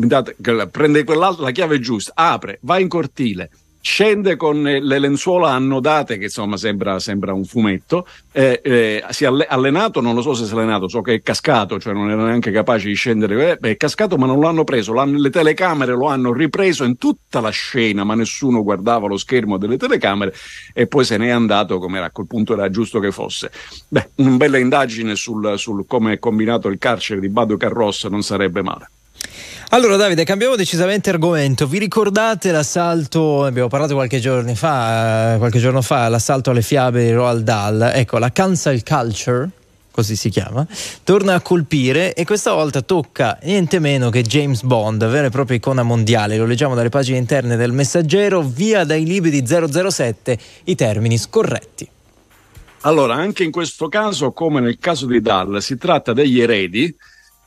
prende quell'altro, la chiave giusta, apre, va in cortile, scende con le lenzuola annodate, che insomma sembra, sembra un fumetto, eh, eh, si è allenato, non lo so se si è allenato, so che è cascato, cioè non era neanche capace di scendere, eh, è cascato ma non lo hanno preso, l'hanno, le telecamere lo hanno ripreso in tutta la scena, ma nessuno guardava lo schermo delle telecamere e poi se n'è andato come era, a quel punto era giusto che fosse. Beh, una bella indagine sul, sul come è combinato il carcere di Bado Carrossa non sarebbe male. Allora Davide, cambiamo decisamente argomento. Vi ricordate l'assalto, abbiamo parlato qualche giorno fa, qualche giorno fa, l'assalto alle fiabe di Roald Dahl? Ecco, la cancel culture, così si chiama, torna a colpire e questa volta tocca niente meno che James Bond, vera e propria icona mondiale. Lo leggiamo dalle pagine interne del Messaggero, via dai libri di zero zero sette i termini scorretti. Allora, anche in questo caso, come nel caso di Dahl, si tratta degli eredi,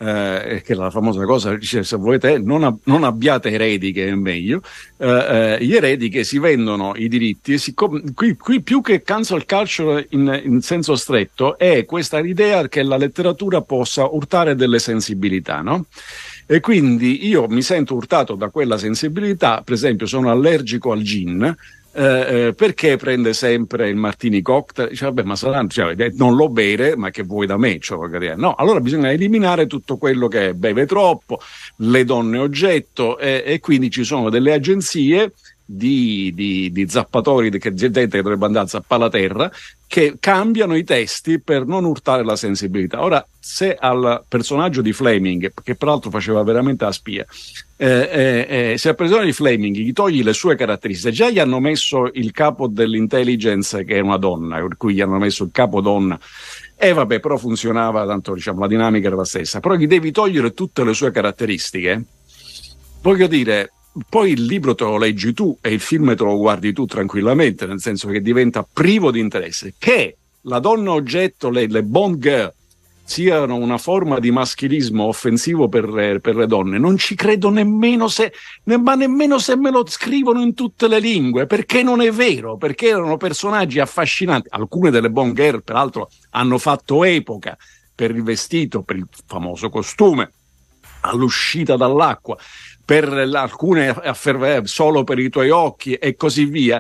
Eh, che è la famosa cosa, dice, se volete non, ab- non abbiate eredi che è meglio, eh, eh, gli eredi che si vendono i diritti, siccome, qui, qui più che cancel culture in, in senso stretto è questa idea che la letteratura possa urtare delle sensibilità, no? E quindi io mi sento urtato da quella sensibilità, per esempio sono allergico al gin, Eh, eh, perché prende sempre il martini cocktail? Dice, vabbè, ma sarà, cioè, non lo bere, ma che vuoi da me? Cioè, no, allora bisogna eliminare tutto quello che beve troppo, le donne oggetto, eh, e quindi ci sono delle agenzie di, di, di zappatori, che gente che dovrebbe andare a zappare la terra, che cambiano i testi per non urtare la sensibilità. Ora, se al personaggio di Fleming, che peraltro faceva veramente la spia, eh, eh, eh, se al personaggio di Fleming gli togli le sue caratteristiche, già gli hanno messo il capo dell'intelligence che è una donna, per cui gli hanno messo il capo donna, e eh, vabbè, però funzionava, tanto diciamo la dinamica era la stessa, però gli devi togliere tutte le sue caratteristiche, voglio dire. Poi il libro te lo leggi tu e il film te lo guardi tu tranquillamente, nel senso che diventa privo di interesse. Che la donna oggetto, le, le Bond girl, siano una forma di maschilismo offensivo per le, per le donne, non ci credo nemmeno se, ne, ma nemmeno se me lo scrivono in tutte le lingue, perché non è vero, perché erano personaggi affascinanti. Alcune delle Bond girl, peraltro, hanno fatto epoca per il vestito, per il famoso costume, all'uscita dall'acqua, per alcune affermare solo per i tuoi occhi e così via,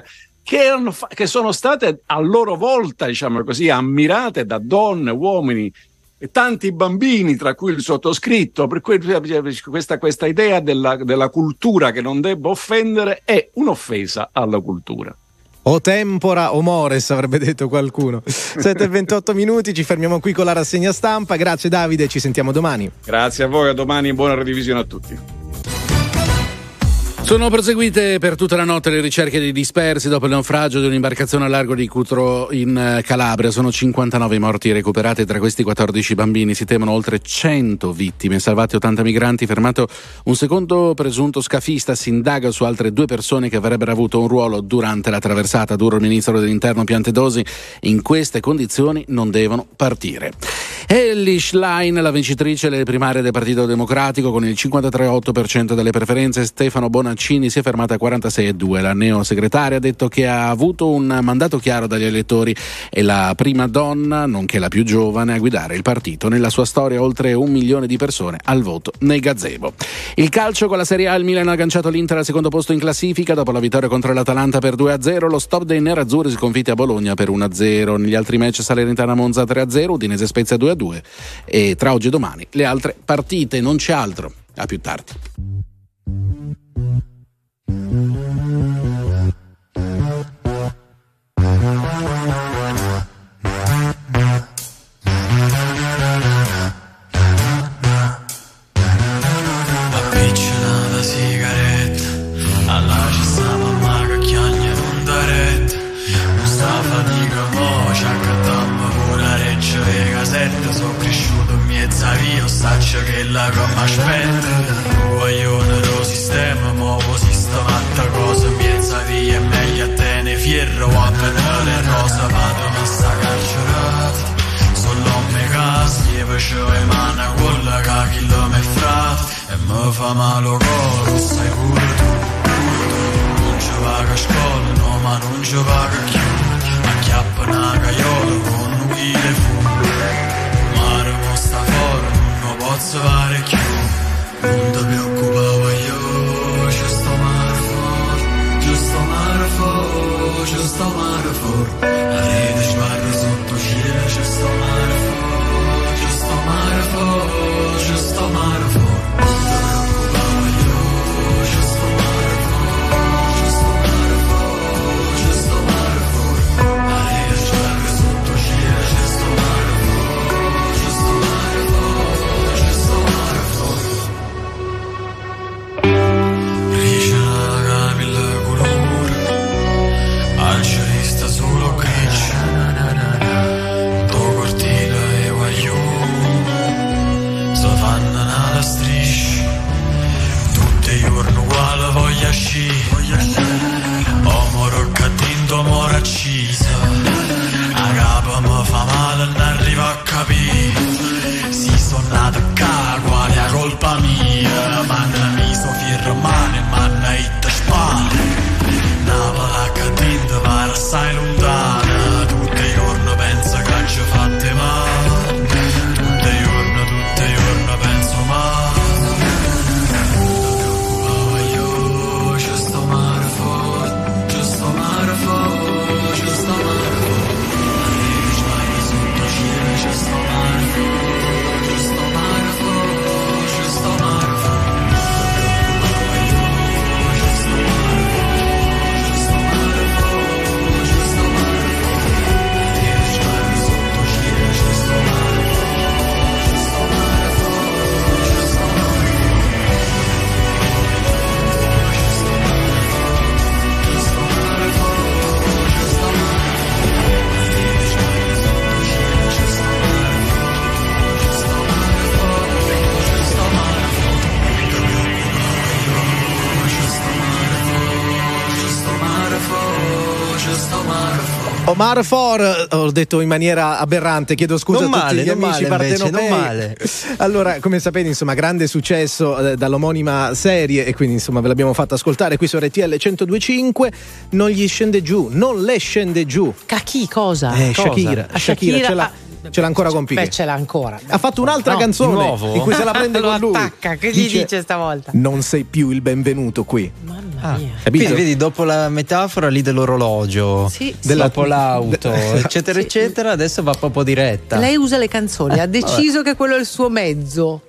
che, erano, che sono state a loro volta, diciamo così, ammirate da donne, uomini e tanti bambini, tra cui il sottoscritto, per cui questa, questa idea della, della cultura che non debba offendere è un'offesa alla cultura. O tempora o mores, avrebbe detto qualcuno. sette e ventotto minuti, ci fermiamo qui con la rassegna stampa. Grazie Davide, ci sentiamo domani. Grazie a voi, a domani, buona revisione a tutti. Sono proseguite per tutta la notte le ricerche dei dispersi dopo il naufragio di un'imbarcazione a largo di Cutro in Calabria. Sono cinquantanove i morti recuperati, tra questi quattordici bambini. Si temono oltre cento vittime. Salvati ottanta migranti, fermato un secondo presunto scafista. Si indaga su altre due persone che avrebbero avuto un ruolo durante la traversata. Duro il ministro dell'interno Piantedosi: in queste condizioni non devono partire. Elly Schlein, la vincitrice delle primarie del Partito Democratico, con il cinquantatré virgola otto per cento delle preferenze. Stefano Bonaccini si è fermata a quarantasei virgola due. La neosegretaria ha detto che ha avuto un mandato chiaro dagli elettori. È la prima donna, nonché la più giovane, a guidare il partito. Nella sua storia oltre un milione di persone al voto nei gazebo. Il calcio, con la Serie A, il Milan ha agganciato l'Inter al secondo posto in classifica dopo la vittoria contro l'Atalanta per due a zero. Lo stop dei nerazzurri, sconfitti a Bologna per uno a zero. Negli altri match, Salernitana Monza tre a zero, Udinese Spezia due a due. E tra oggi e domani le altre partite. Non c'è altro. A più tardi. Appiccionata sigaretta, alla ci sta mamma che chiagna non da retta. Non sta fatica mo, ci accattammo pure reccia e casetta. Sono cresciuto in mezza via, staccia che la gomma aspetta. Guaglione lo sistema, muovo sistematta cosa. Mezza via è meglio a te ne fierro, a le rosa vado mi sta carcerata. Solo me casi, e facevo le mani a quella che chi lo me frate. E mi fa male lo coro, sai pure tu, pure tu. Non ci vaga a scuola, no ma non ci vaga più. Acchiappa una caiola con un chile fumo. Mare mo sta fuori, non posso fare più. Non ti preoccupare io, ci sto mare fuori, ci sto mare fuori, ci sto mare fuori. La rete sbarra sotto cielo, ci sto mare fuori, ci sto mare fuori, ci sto mare fuori. Non ti preoccupare io, ci sto mare fuori, ci sto mare fuori, ci sto mare fuori. La rete sbarra sotto cielo, ci sto mare fuori, ci sto mare fuori, ci sto mare fuori. Solo grigio, do cortile e guagliù, so fanno nella striscia, tutti i giorni uguale voglia sci, omoro cattinto amore accisa, a capo mi fa male non arrivo a capire, si sono nato qua, quale è colpa mia, manna mi so fierro male, manna itta spalla. Napola cattinta pare assai lontana. Tutti i giorni penso che ci fatte male. Tutti i giorni, tutti i giorni penso male. Non ti preoccupare io, ci sto mare fuori, ci sto mare fuori, ci sto mare fuori. Arrivi sbagli sotto cielo, ci sto mare fuori, ci sto mare fuori, ci sto mare fuori. Omar For, ho detto in maniera aberrante, chiedo scusa non a male, tutti gli non amici male invece, partenopei. non male. Allora, come sapete, insomma, grande successo eh, dall'omonima serie e quindi insomma ve l'abbiamo fatto ascoltare qui su R T L centodue e cinque. Non gli scende giù, non le scende giù. Cacchi cosa? Eh, cosa? Shakira, A Shakira, Shakira c'è la, ah. Ce l'ha ancora con Piqué. Beh, ce l'ha ancora. Ha fatto un'altra No, canzone di nuovo? in cui se la prende Lo con lui. attacca, che gli dice stavolta? Non sei più il benvenuto qui. Mamma mia. Quindi vedi, dopo la metafora lì dell'orologio, Sì, della, sì. dopo l'auto, De- eccetera, eccetera, adesso va proprio diretta. Lei usa le canzoni, ha deciso che quello è il suo mezzo.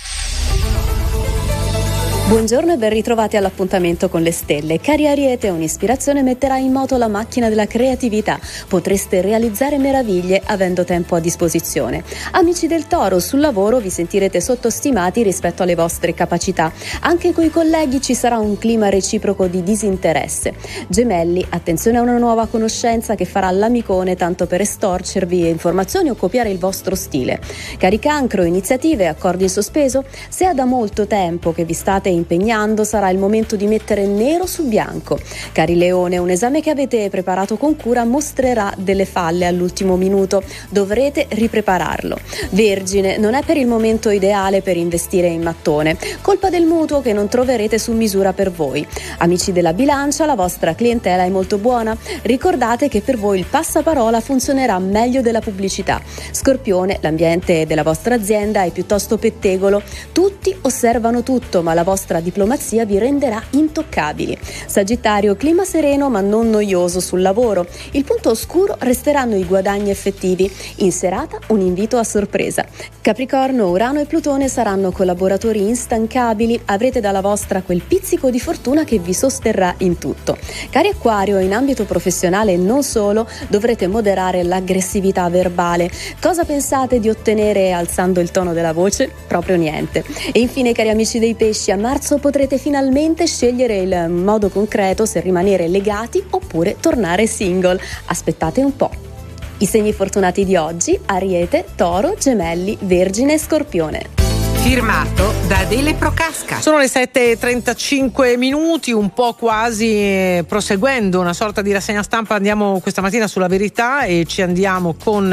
Buongiorno e ben ritrovati all'appuntamento con le stelle. Cari Ariete, un'ispirazione metterà in moto la macchina della creatività. Potreste realizzare meraviglie avendo tempo a disposizione. Amici del Toro, sul lavoro vi sentirete sottostimati rispetto alle vostre capacità. Anche coi colleghi ci sarà un clima reciproco di disinteresse. Gemelli, attenzione a una nuova conoscenza che farà l'amicone tanto per estorcervi informazioni o copiare il vostro stile. Cari Cancro, iniziative, accordi in sospeso? Se è da molto tempo che vi state impegnando, sarà il momento di mettere nero su bianco. Cari Leone, un esame che avete preparato con cura mostrerà delle falle all'ultimo minuto, dovrete riprepararlo. Vergine, non è per il momento ideale per investire in mattone, colpa del mutuo che non troverete su misura per voi. Amici della Bilancia, la vostra clientela è molto buona, ricordate che per voi il passaparola funzionerà meglio della pubblicità. Scorpione, l'ambiente della vostra azienda è piuttosto pettegolo, tutti osservano tutto, ma la vostra diplomazia vi renderà intoccabili. Sagittario, clima sereno ma non noioso sul lavoro. Il punto oscuro resteranno i guadagni effettivi. In serata un invito a sorpresa. Capricorno, Urano e Plutone saranno collaboratori instancabili. Avrete dalla vostra quel pizzico di fortuna che vi sosterrà in tutto. Cari Acquario, in ambito professionale e non solo, dovrete moderare l'aggressività verbale. Cosa pensate di ottenere alzando il tono della voce? Proprio niente. E infine, cari amici dei pesci, a marzo potrete finalmente scegliere il modo concreto se rimanere legati oppure tornare single. Aspettate un po'. I segni fortunati di oggi: Ariete, Toro, Gemelli, Vergine e Scorpione. Firmato da Adele Procasca. Sono le sette e trentacinque minuti, un po' quasi eh, proseguendo una sorta di rassegna stampa. Andiamo questa mattina sulla Verità e ci andiamo con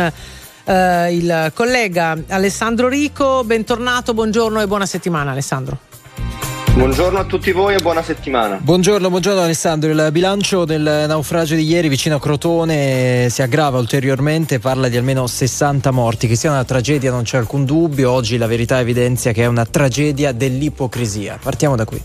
eh, il collega Alessandro Rico. Bentornato, buongiorno e buona settimana, Alessandro. Buongiorno a tutti voi e buona settimana. Buongiorno, buongiorno Alessandro. Il bilancio del naufragio di ieri vicino a Crotone si aggrava ulteriormente, parla di almeno sessanta morti. Che sia una tragedia non c'è alcun dubbio, oggi la Verità evidenzia che è una tragedia dell'ipocrisia. Partiamo da qui.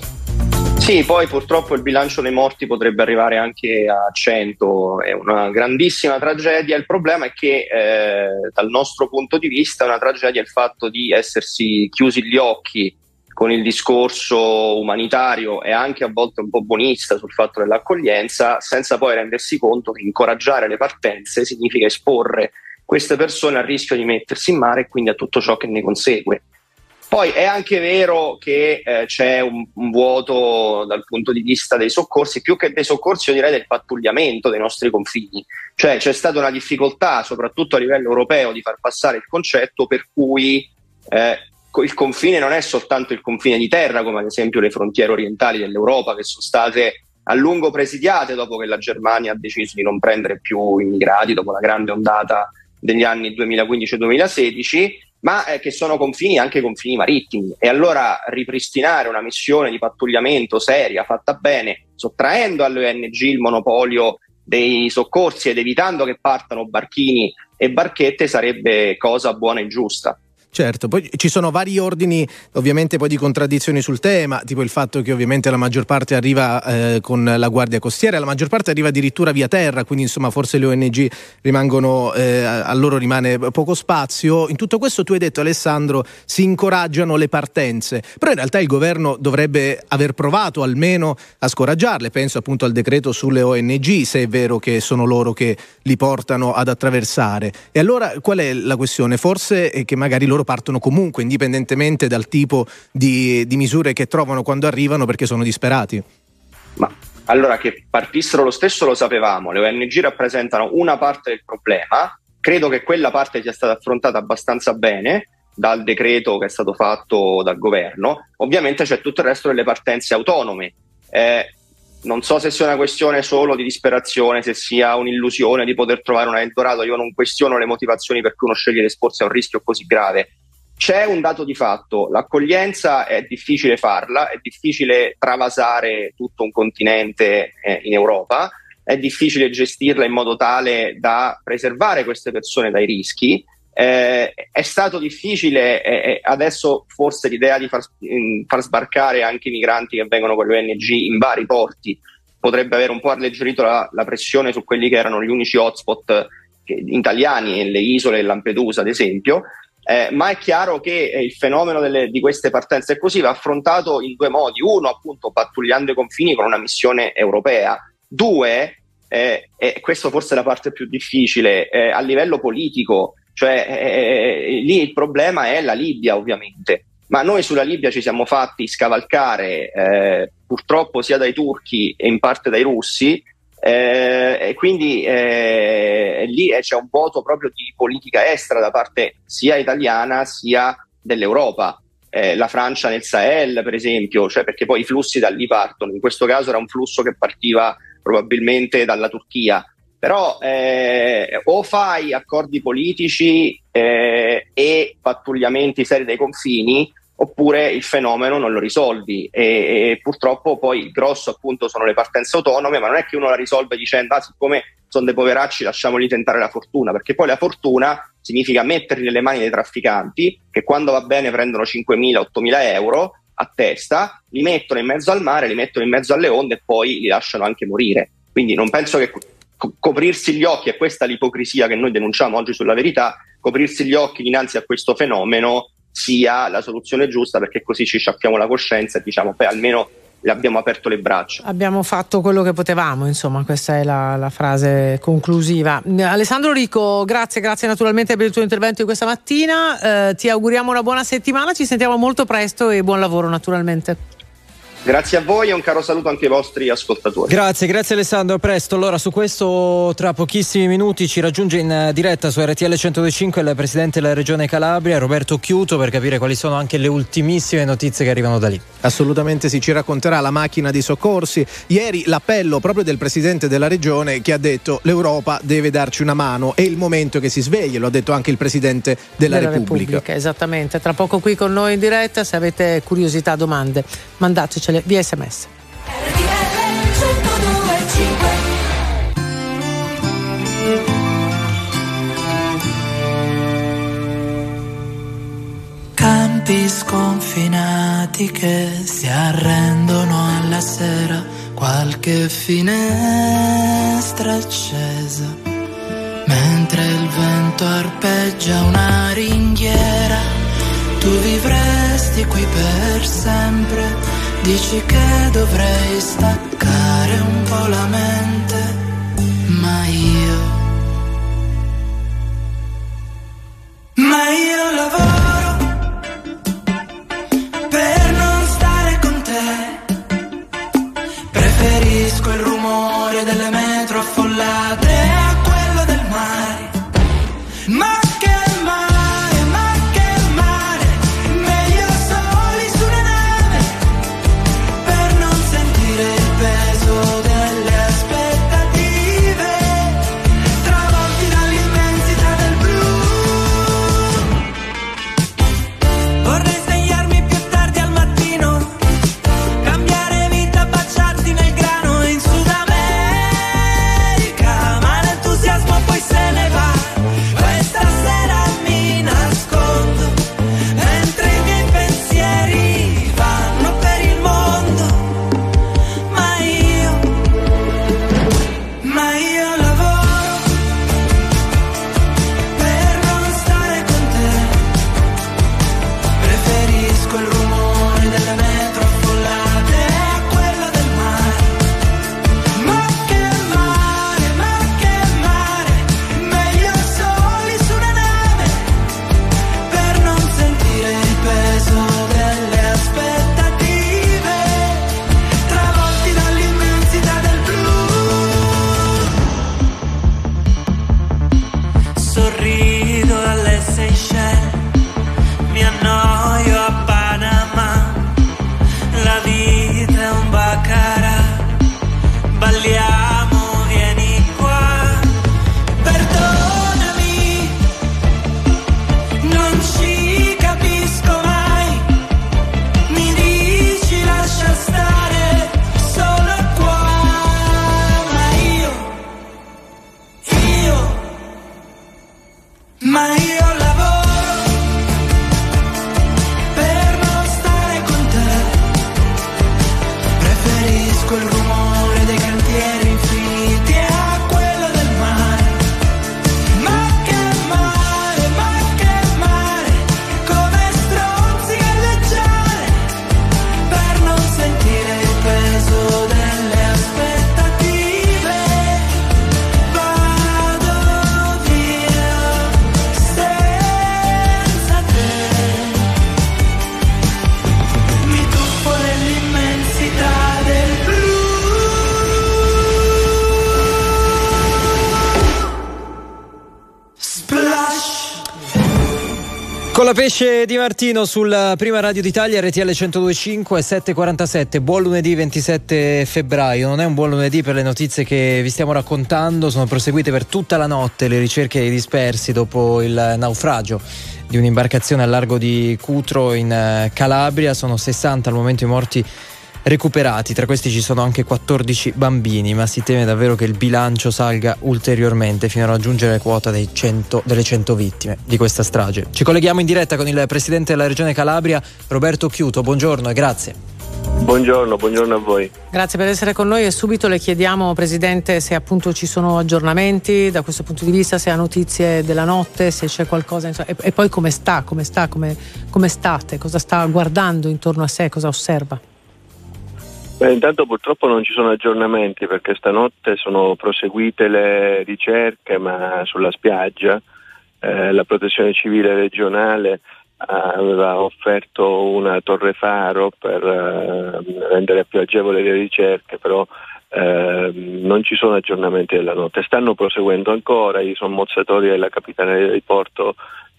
Sì, poi purtroppo il bilancio dei morti potrebbe arrivare anche a cento, è una grandissima tragedia. Il problema è che eh, dal nostro punto di vista è una tragedia il fatto di essersi chiusi gli occhi con il discorso umanitario e anche a volte un po' buonista sul fatto dell'accoglienza, senza poi rendersi conto che incoraggiare le partenze significa esporre queste persone al rischio di mettersi in mare e quindi a tutto ciò che ne consegue. Poi è anche vero che eh, c'è un, un vuoto dal punto di vista dei soccorsi, più che dei soccorsi io direi del pattugliamento dei nostri confini, cioè c'è stata una difficoltà soprattutto a livello europeo di far passare il concetto per cui eh, il confine non è soltanto il confine di terra, come ad esempio le frontiere orientali dell'Europa che sono state a lungo presidiate dopo che la Germania ha deciso di non prendere più immigrati dopo la grande ondata degli anni duemilaquindici duemilasedici, ma eh, che sono confini anche confini marittimi. E allora ripristinare una missione di pattugliamento seria, fatta bene, sottraendo alle O N G il monopolio dei soccorsi ed evitando che partano barchini e barchette sarebbe cosa buona e giusta. Certo, poi ci sono vari ordini ovviamente poi di contraddizioni sul tema, tipo il fatto che ovviamente la maggior parte arriva eh, con la guardia costiera, la maggior parte arriva addirittura via terra, quindi insomma forse le O N G rimangono, eh, a loro rimane poco spazio. In tutto questo tu hai detto, Alessandro, si incoraggiano le partenze, però in realtà il governo dovrebbe aver provato almeno a scoraggiarle, penso appunto al decreto sulle O N G, se è vero che sono loro che li portano ad attraversare. E allora qual è la questione? Forse è che magari loro partono comunque, indipendentemente dal tipo di, di misure che trovano quando arrivano, perché sono disperati. Ma allora, che partissero lo stesso lo sapevamo, le O N G rappresentano una parte del problema, credo che quella parte sia stata affrontata abbastanza bene dal decreto che è stato fatto dal governo. Ovviamente c'è tutto il resto delle partenze autonome. Eh, non so se sia una questione solo di disperazione, se sia un'illusione di poter trovare un Eldorado. Io non questiono le motivazioni per cui uno sceglie di esporsi a un rischio così grave. C'è un dato di fatto: l'accoglienza è difficile farla, è difficile travasare tutto un continente eh, in Europa, è difficile gestirla in modo tale da preservare queste persone dai rischi. Eh, è stato difficile, eh, adesso forse l'idea di far, far sbarcare anche i migranti che vengono con le O N G in vari porti potrebbe aver un po' alleggerito la, la pressione su quelli che erano gli unici hotspot che, italiani, le isole e Lampedusa ad esempio, eh, ma è chiaro che eh, il fenomeno delle, di queste partenze così va affrontato in due modi: uno, appunto, pattugliando i confini con una missione europea; due, eh, e questo forse è la parte più difficile, eh, a livello politico. Cioè eh, lì il problema è la Libia, ovviamente, ma noi sulla Libia ci siamo fatti scavalcare eh, purtroppo sia dai turchi e in parte dai russi, eh, e quindi eh, lì c'è un vuoto proprio di politica estera da parte sia italiana sia dell'Europa. Eh, la Francia nel Sahel, per esempio, cioè perché poi i flussi da lì partono. In questo caso era un flusso che partiva probabilmente dalla Turchia. Però eh, o fai accordi politici eh, e pattugliamenti seri dei confini, oppure il fenomeno non lo risolvi, e, e purtroppo poi il grosso appunto sono le partenze autonome, ma non è che uno la risolve dicendo ah, siccome sono dei poveracci lasciamoli tentare la fortuna, perché poi la fortuna significa metterli nelle mani dei trafficanti che quando va bene prendono cinquemila ottomila euro a testa, li mettono in mezzo al mare, li mettono in mezzo alle onde e poi li lasciano anche morire. Quindi non penso che coprirsi gli occhi, e questa è l'ipocrisia che noi denunciamo oggi sulla Verità, coprirsi gli occhi dinanzi a questo fenomeno sia la soluzione giusta, perché così ci sciacquiamo la coscienza e diciamo beh, almeno le abbiamo aperto le braccia. Abbiamo fatto quello che potevamo, insomma, questa è la, la frase conclusiva. Alessandro Rico, grazie, grazie naturalmente per il tuo intervento di questa mattina, eh, ti auguriamo una buona settimana, ci sentiamo molto presto e buon lavoro naturalmente. Grazie a voi e un caro saluto anche ai vostri ascoltatori. Grazie, grazie Alessandro, a presto. Allora, su questo tra pochissimi minuti ci raggiunge in diretta su R T L centodue e cinque il presidente della Regione Calabria, Roberto Chiuto, per capire quali sono anche le ultimissime notizie che arrivano da lì. Assolutamente sì, ci racconterà la macchina di soccorsi. Ieri l'appello proprio del presidente della Regione che ha detto l'Europa deve darci una mano, è il momento che si svegli, lo ha detto anche il presidente della, della Repubblica. Repubblica. Esattamente, tra poco qui con noi in diretta, se avete curiosità, domande, mandatecele via sms. Campi sconfinati che si arrendono alla sera, qualche finestra accesa, mentre il vento arpeggia una ringhiera. Tu vivresti qui per sempre. Dici che dovrei staccare un po' la mente, ma io, ma io lavoro per non stare con te. Preferisco il rumore delle metro affollate a quello del mare. Ma io Con la Pesce Di Martino sulla prima radio d'Italia, R T L centodue e cinque, sette e quarantasette. Buon lunedì ventisette febbraio. Non è un buon lunedì per le notizie che vi stiamo raccontando. Sono proseguite per tutta la notte le ricerche dei dispersi dopo il naufragio di un'imbarcazione al largo di Cutro in Calabria. Sono sessanta al momento i morti recuperati, tra questi ci sono anche quattordici bambini, ma si teme davvero che il bilancio salga ulteriormente fino a raggiungere la quota dei cento, delle cento vittime di questa strage. Ci colleghiamo in diretta con il presidente della regione Calabria, Roberto Chiuto. Buongiorno e grazie. Buongiorno, buongiorno a voi. Grazie per essere con noi e subito le chiediamo, Presidente, se appunto ci sono aggiornamenti da questo punto di vista, se ha notizie della notte, se c'è qualcosa, insomma, e, e poi come sta, come sta, come, come state, cosa sta guardando intorno a sé, cosa osserva? Beh, intanto purtroppo non ci sono aggiornamenti perché stanotte sono proseguite le ricerche, ma sulla spiaggia eh, la Protezione Civile regionale aveva offerto una torre faro per eh, rendere più agevole le ricerche, però eh, non ci sono aggiornamenti della notte. Stanno proseguendo ancora, i sommozzatori della Capitaneria di Porto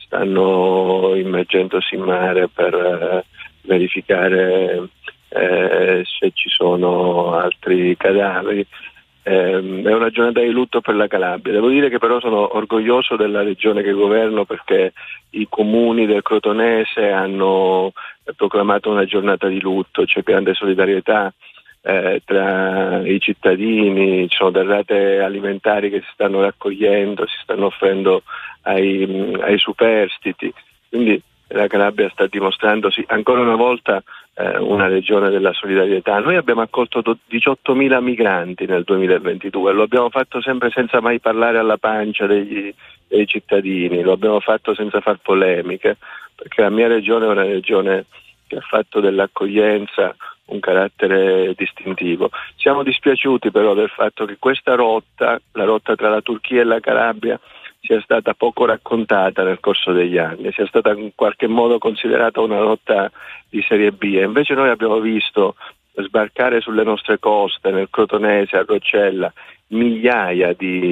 stanno immergendosi in mare per eh, verificare Eh, se ci sono altri cadaveri. Eh, è una giornata di lutto per la Calabria. Devo dire che però sono orgoglioso della regione che governo, perché i comuni del Crotonese hanno proclamato una giornata di lutto, c'è grande solidarietà eh, tra i cittadini, ci sono derrate alimentari che si stanno raccogliendo, si stanno offrendo ai, ai superstiti, quindi la Calabria sta dimostrandosi ancora una volta eh, una regione della solidarietà. Noi abbiamo accolto diciottomila migranti nel duemilaventidue, lo abbiamo fatto sempre senza mai parlare alla pancia degli, dei cittadini, lo abbiamo fatto senza far polemiche, perché la mia regione è una regione che ha fatto dell'accoglienza un carattere distintivo. Siamo dispiaciuti però del fatto che questa rotta, la rotta tra la Turchia e la Calabria, sia stata poco raccontata nel corso degli anni, sia stata in qualche modo considerata una rotta di serie B, e invece noi abbiamo visto sbarcare sulle nostre coste, nel Crotonese, a Roccella, migliaia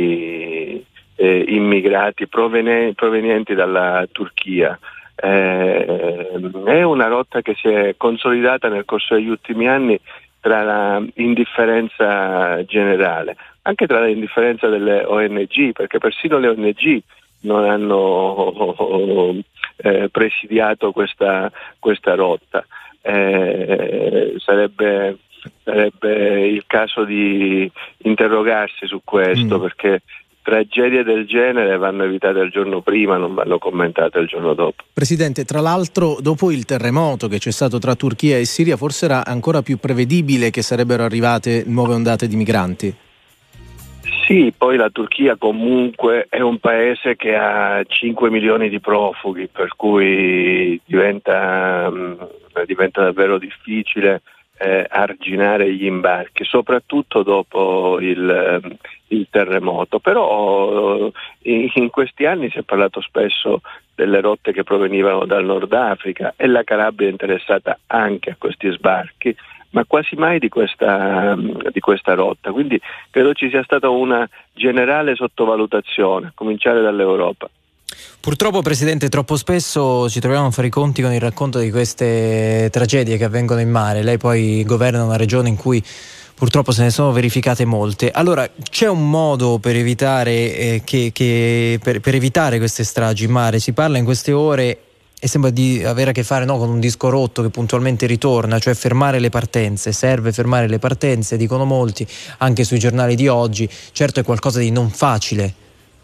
di eh, immigrati proveni- provenienti dalla Turchia. Eh, è una rotta che si è consolidata nel corso degli ultimi anni tra la indifferenza generale, anche tra l'indifferenza delle O N G, perché persino le O N G non hanno eh, presidiato questa, questa rotta. Eh, sarebbe, sarebbe il caso di interrogarsi su questo, mm. perché tragedie del genere vanno evitate il giorno prima, non vanno commentate il giorno dopo. Presidente, tra l'altro dopo il terremoto che c'è stato tra Turchia e Siria, forse era ancora più prevedibile che sarebbero arrivate nuove ondate di migranti? Sì, poi la Turchia comunque è un paese che ha cinque milioni di profughi, per cui diventa, diventa davvero difficile eh, arginare gli imbarchi, soprattutto dopo il, il terremoto. Però in, in questi anni si è parlato spesso delle rotte che provenivano dal Nord Africa e la Calabria è interessata anche a questi sbarchi, ma quasi mai di questa, di questa rotta. Quindi credo ci sia stata una generale sottovalutazione, a cominciare dall'Europa. Purtroppo, Presidente, troppo spesso ci troviamo a fare i conti con il racconto di queste tragedie che avvengono in mare. Lei poi governa una regione in cui purtroppo se ne sono verificate molte. Allora, c'è un modo per evitare, eh, che, che, per, per evitare queste stragi in mare? Si parla in queste ore e sembra di avere a che fare no, con un disco rotto che puntualmente ritorna, cioè fermare le partenze. Serve fermare le partenze, dicono molti, anche sui giornali di oggi. Certo è qualcosa di non facile.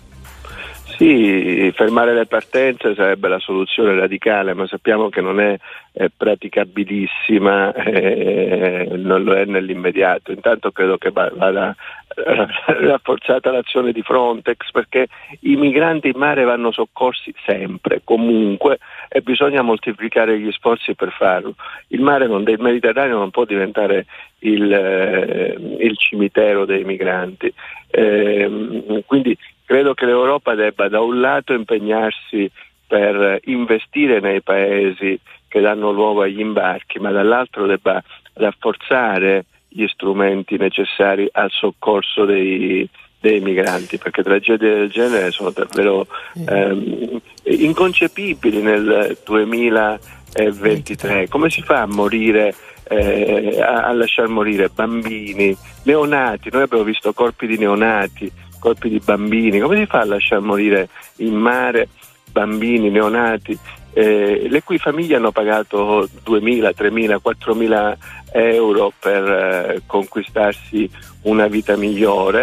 Sì, fermare le partenze sarebbe la soluzione radicale, ma sappiamo che non è, è praticabilissima, eh, non lo è nell'immediato. Intanto credo che vada rafforzata l'azione di Frontex, perché i migranti in mare vanno soccorsi sempre, comunque, e bisogna moltiplicare gli sforzi per farlo. Il mare non, del Mediterraneo non può diventare il, eh, il cimitero dei migranti. Eh, quindi credo che l'Europa debba da un lato impegnarsi per investire nei paesi che danno luogo agli imbarchi, ma dall'altro debba rafforzare gli strumenti necessari al soccorso dei, dei migranti, perché tragedie del genere sono davvero ehm, inconcepibili nel duemilaventitré. Come si fa a morire, eh, a, a lasciar morire bambini, neonati? Noi abbiamo visto corpi di neonati, corpi di bambini. Come si fa a lasciar morire in mare bambini, neonati, eh, le cui famiglie hanno pagato duemila, tremila, quattromila euro per eh, conquistarsi una vita migliore?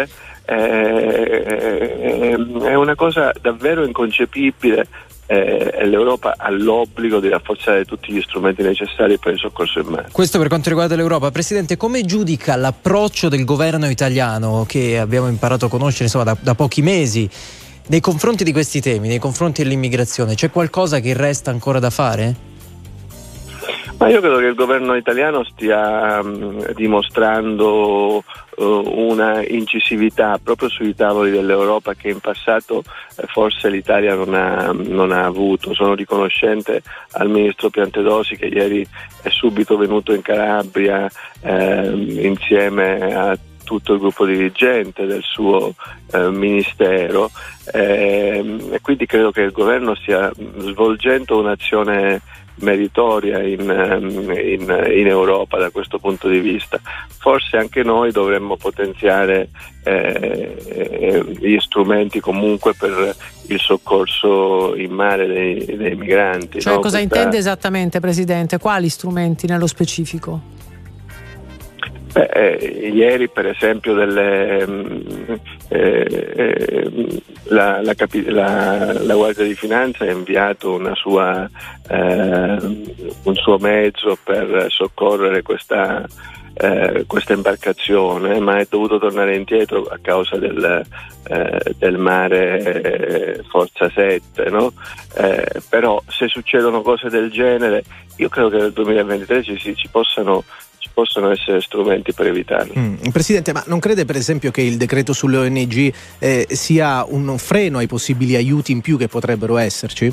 Eh, è una cosa davvero inconcepibile. Eh, l'Europa ha l'obbligo di rafforzare tutti gli strumenti necessari per il soccorso in mare. Questo per quanto riguarda l'Europa. Presidente, come giudica l'approccio del governo italiano, che abbiamo imparato a conoscere insomma da, da pochi mesi, nei confronti di questi temi, nei confronti dell'immigrazione? C'è qualcosa che resta ancora da fare? Ma io credo che il governo italiano stia um, dimostrando uh, una incisività proprio sui tavoli dell'Europa che in passato eh, forse l'Italia non ha, non ha avuto. Sono riconoscente al ministro Piantedosi, che ieri è subito venuto in Calabria eh, insieme a tutto il gruppo dirigente del suo eh, ministero, eh, e quindi credo che il governo stia svolgendo un'azione meritoria in, in, in Europa da questo punto di vista. Forse anche noi dovremmo potenziare eh, gli strumenti comunque per il soccorso in mare dei, dei migranti. Cioè no? cosa Questa... intende esattamente, Presidente? Quali strumenti nello specifico? Beh, eh, ieri per esempio delle, eh, eh, la, la, capi- la, la Guardia di Finanza ha inviato una sua, eh, un suo mezzo per soccorrere questa, eh, questa imbarcazione, ma è dovuto tornare indietro a causa del, eh, del mare eh, Forza sette, no? Eh, però se succedono cose del genere io credo che nel duemilaventitré ci, ci possano possono essere strumenti per evitarlo. Mm. Presidente, ma non crede per esempio che il decreto sulle O N G eh, sia un freno ai possibili aiuti in più che potrebbero esserci?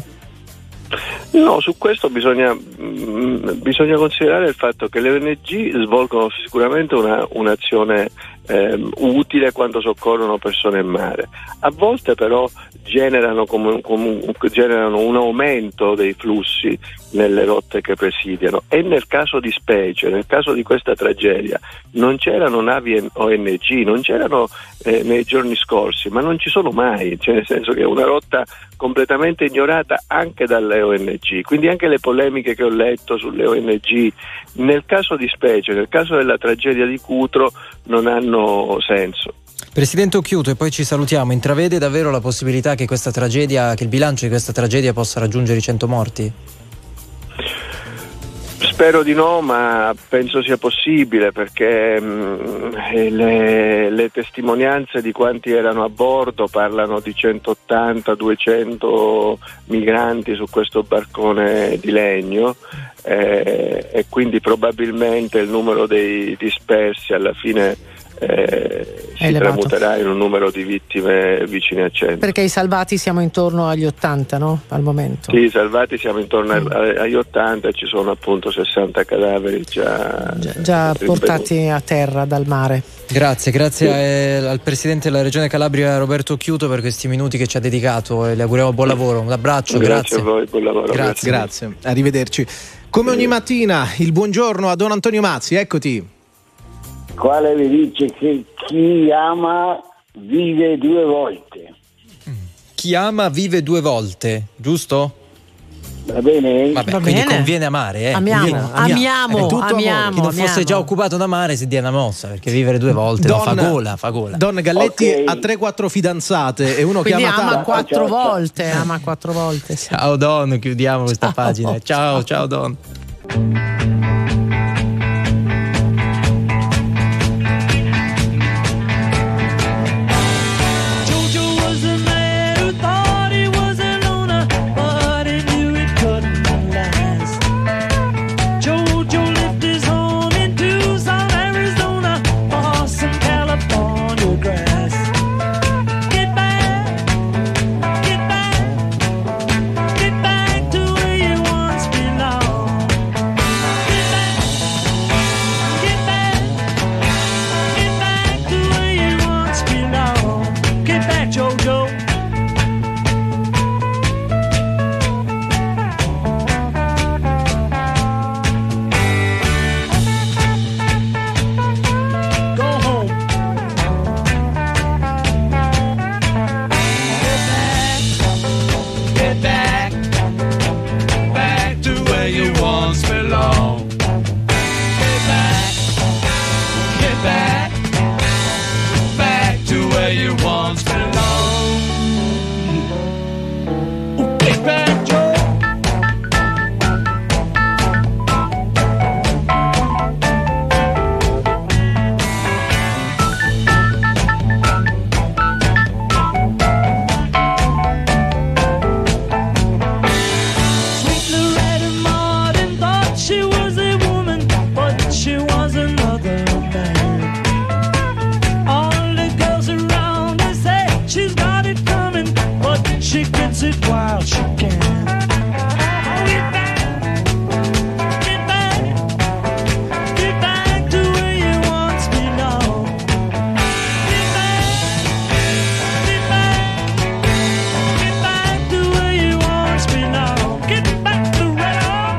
No, su questo bisogna, mh, bisogna considerare il fatto che le O N G svolgono sicuramente una, un'azione eh, utile quando soccorrono persone in mare. A volte però generano, com- com- generano un aumento dei flussi nelle rotte che presidiano, e nel caso di specie, nel caso di questa tragedia, non c'erano navi O N G, non c'erano eh, nei giorni scorsi, ma non ci sono mai, cioè nel senso che è una rotta completamente ignorata anche dalle O N G, quindi anche le polemiche che ho letto sulle O N G nel caso di specie, nel caso della tragedia di Cutro, non hanno senso. Presidente Occhiuto, e poi ci salutiamo, intravede davvero la possibilità che questa tragedia, che il bilancio di questa tragedia possa raggiungere i cento morti? Spero di no, ma penso sia possibile, perché mh, le, le testimonianze di quanti erano a bordo parlano di centottanta duecento migranti su questo barcone di legno, eh, e quindi probabilmente il numero dei dispersi alla fine Eh, si tramuterà in un numero di vittime vicine a cento. Perché i salvati siamo intorno agli ottanta, no? Al momento. Sì, i salvati siamo intorno mm. agli ottanta, e ci sono appunto sessanta cadaveri già, già, già portati a terra dal mare. Grazie, grazie sì. a, al Presidente della Regione Calabria Roberto Occhiuto per questi minuti che ci ha dedicato, e le auguriamo buon lavoro. Un abbraccio, grazie. Grazie a voi, buon lavoro. Grazie, grazie. grazie. Arrivederci. Come ogni mattina, il buongiorno a Don Antonio Mazzi, eccoti. Quale vi dice che chi ama vive due volte. Chi ama vive due volte, giusto? Va bene? Vabbè, Va quindi bene. conviene amare, eh? Amiamo, Conviene, amiamo, È tutto amiamo, amore. Chi non amiamo. fosse già occupato da amare si dia una mossa, perché vivere due volte Don, no, fa gola, fa gola. Don Galletti Okay. ha tre quattro fidanzate e uno Quindi che ama ama tanto. quattro Ciao, ciao. volte, ama quattro volte. Sì. Ciao Don, chiudiamo questa Ciao. pagina. Ciao, ciao Don. she gets it while she can. Get back, get back, get back to where you once belonged. Get back, get back, get back to where you once belonged. Get back to right on.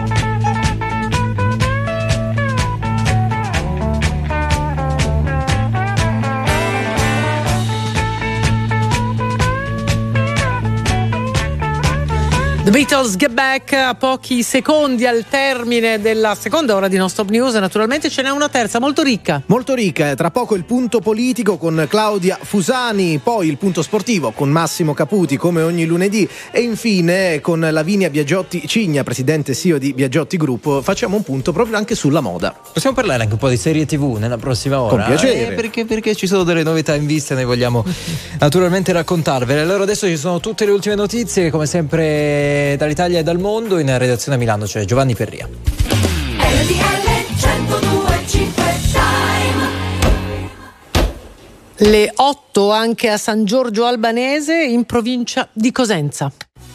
The Beatles Get Back, a pochi secondi al termine della seconda ora di Non Stop News. Naturalmente ce n'è una terza molto ricca. Molto ricca, tra poco il punto politico con Claudia Fusani, poi il punto sportivo con Massimo Caputi come ogni lunedì e infine con Lavinia Biagiotti Cigna, presidente C E O di Biagiotti Group, facciamo un punto proprio anche sulla moda. Possiamo parlare anche un po' di serie tivù nella prossima ora? Con piacere. Eh, perché, perché ci sono delle novità in vista e noi vogliamo naturalmente raccontarvele. Allora adesso ci sono tutte le ultime notizie, come sempre dall'Italia e dal mondo. In redazione a Milano c'è Giovanni Perria. R T L centodue e cinque Time. Le otto anche a San Giorgio Albanese, in provincia di Cosenza.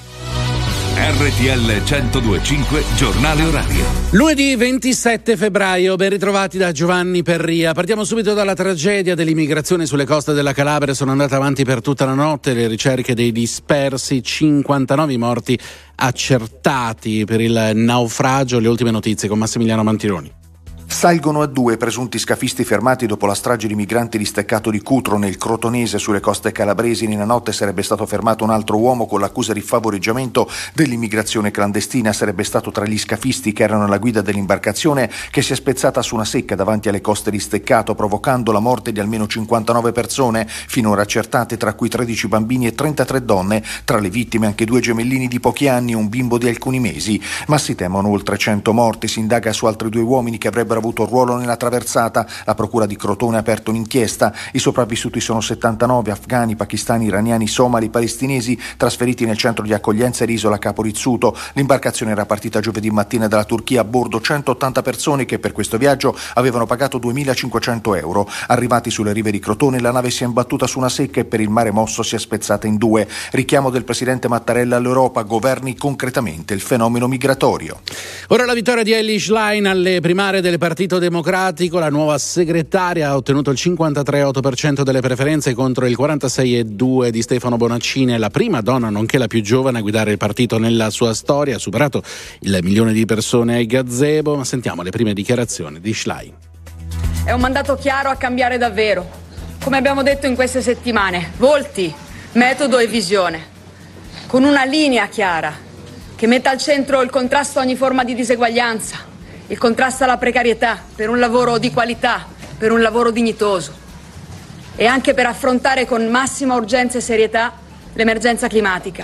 R T L centodue e cinque giornale orario. Lunedì ventisette febbraio, ben ritrovati da Giovanni Perria. Partiamo subito dalla tragedia dell'immigrazione sulle coste della Calabria. Sono andate avanti per tutta la notte le ricerche dei dispersi, cinquantanove morti accertati per il naufragio. Le ultime notizie con Massimiliano Mantironi. Salgono a due presunti scafisti fermati dopo la strage di migranti di Steccato di Cutro nel Crotonese sulle coste calabresi. Nella notte sarebbe stato fermato un altro uomo con l'accusa di favoreggiamento dell'immigrazione clandestina. Sarebbe stato tra gli scafisti che erano alla guida dell'imbarcazione che si è spezzata su una secca davanti alle coste di Steccato, provocando la morte di almeno cinquantanove persone finora accertate, tra cui tredici bambini e trentatré donne. Tra le vittime anche due gemellini di pochi anni e un bimbo di alcuni mesi. Ma si temono oltre cento morti. Si indaga su altri due uomini che avrebbero avuto un ruolo nella traversata. La procura di Crotone ha aperto un'inchiesta. I sopravvissuti sono settantanove, afghani, pakistani, iraniani, somali, palestinesi, trasferiti nel centro di accoglienza dell'isola Capo Rizzuto. L'imbarcazione era partita giovedì mattina dalla Turchia, a bordo centottanta persone che per questo viaggio avevano pagato duemilacinquecento euro. Arrivati sulle rive di Crotone, la nave si è imbattuta su una secca e per il mare mosso si è spezzata in due. Richiamo del presidente Mattarella all'Europa: governi concretamente il fenomeno migratorio. Ora la vittoria di Elly Schlein alle primarie del Partito Democratico. La nuova segretaria ha ottenuto il cinquantatré virgola otto per cento delle preferenze contro il quarantasei virgola due per cento di Stefano Bonaccini. È la prima donna, nonché la più giovane, a guidare il partito nella sua storia. Ha superato il milione di persone ai gazebo. Ma sentiamo le prime dichiarazioni di Schlein. È un mandato chiaro a cambiare davvero. Come abbiamo detto in queste settimane, volti, metodo e visione. Con una linea chiara che metta al centro il contrasto a ogni forma di diseguaglianza, il contrasto alla precarietà, per un lavoro di qualità, per un lavoro dignitoso e anche per affrontare con massima urgenza e serietà l'emergenza climatica.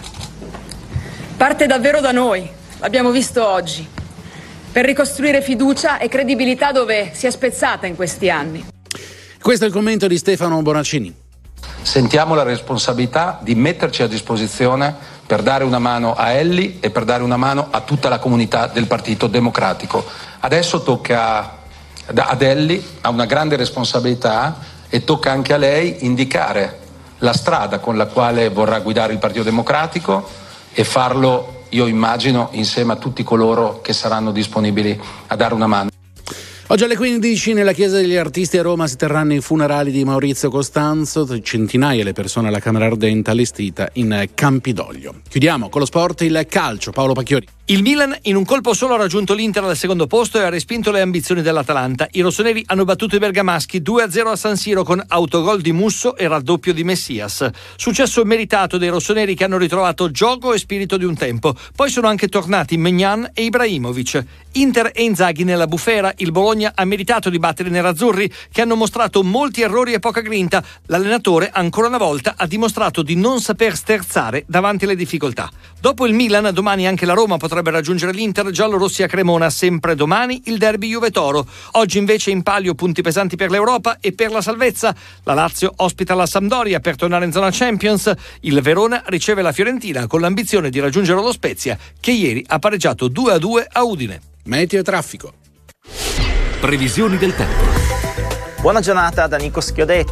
Parte davvero da noi, l'abbiamo visto oggi, per ricostruire fiducia e credibilità dove si è spezzata in questi anni. Questo è il commento di Stefano Bonaccini. Sentiamo la responsabilità di metterci a disposizione per dare una mano a Elly e per dare una mano a tutta la comunità del Partito Democratico. Adesso tocca ad Elly, ha una grande responsabilità e tocca anche a lei indicare la strada con la quale vorrà guidare il Partito Democratico e farlo, io immagino, insieme a tutti coloro che saranno disponibili a dare una mano. Oggi alle quindici nella Chiesa degli Artisti a Roma si terranno i funerali di Maurizio Costanzo, centinaia le persone alla Camera Ardente allestita in Campidoglio. Chiudiamo con lo sport, il calcio. Paolo Pacchiori. Il Milan in un colpo solo ha raggiunto l'Inter al secondo posto e ha respinto le ambizioni dell'Atalanta. I rossoneri hanno battuto i bergamaschi due a zero a San Siro con autogol di Musso e raddoppio di Messias. Successo meritato dei rossoneri che hanno ritrovato gioco e spirito di un tempo. Poi sono anche tornati Maignan e Ibrahimovic. Inter e Inzaghi nella bufera. Il Bologna ha meritato di battere i nerazzurri che hanno mostrato molti errori e poca grinta. L'allenatore ancora una volta ha dimostrato di non saper sterzare davanti alle difficoltà. Dopo il Milan, domani anche la Roma potrebbe raggiungere l'Inter. Giallorossi a Cremona, sempre domani il derby Juve-Toro. Oggi invece in palio punti pesanti per l'Europa e per la salvezza. La Lazio ospita la Sampdoria per tornare in zona Champions. Il Verona riceve la Fiorentina con l'ambizione di raggiungere lo Spezia, che ieri ha pareggiato due a due a Udine. Meteo e traffico. Previsioni del tempo. Buona giornata da Nico Schiodetto.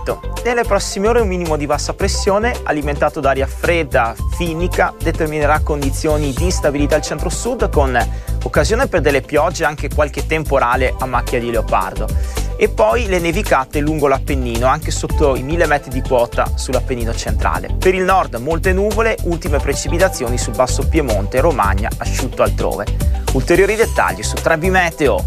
Nelle prossime ore un minimo di bassa pressione alimentato da aria fredda, finica, determinerà condizioni di instabilità al centro-sud con occasione per delle piogge e anche qualche temporale a macchia di leopardo. E poi le nevicate lungo l'Appennino, anche sotto i mille metri di quota sull'Appennino centrale. Per il nord molte nuvole, ultime precipitazioni sul basso Piemonte, Romagna, asciutto altrove. Ulteriori dettagli su Trebi Meteo.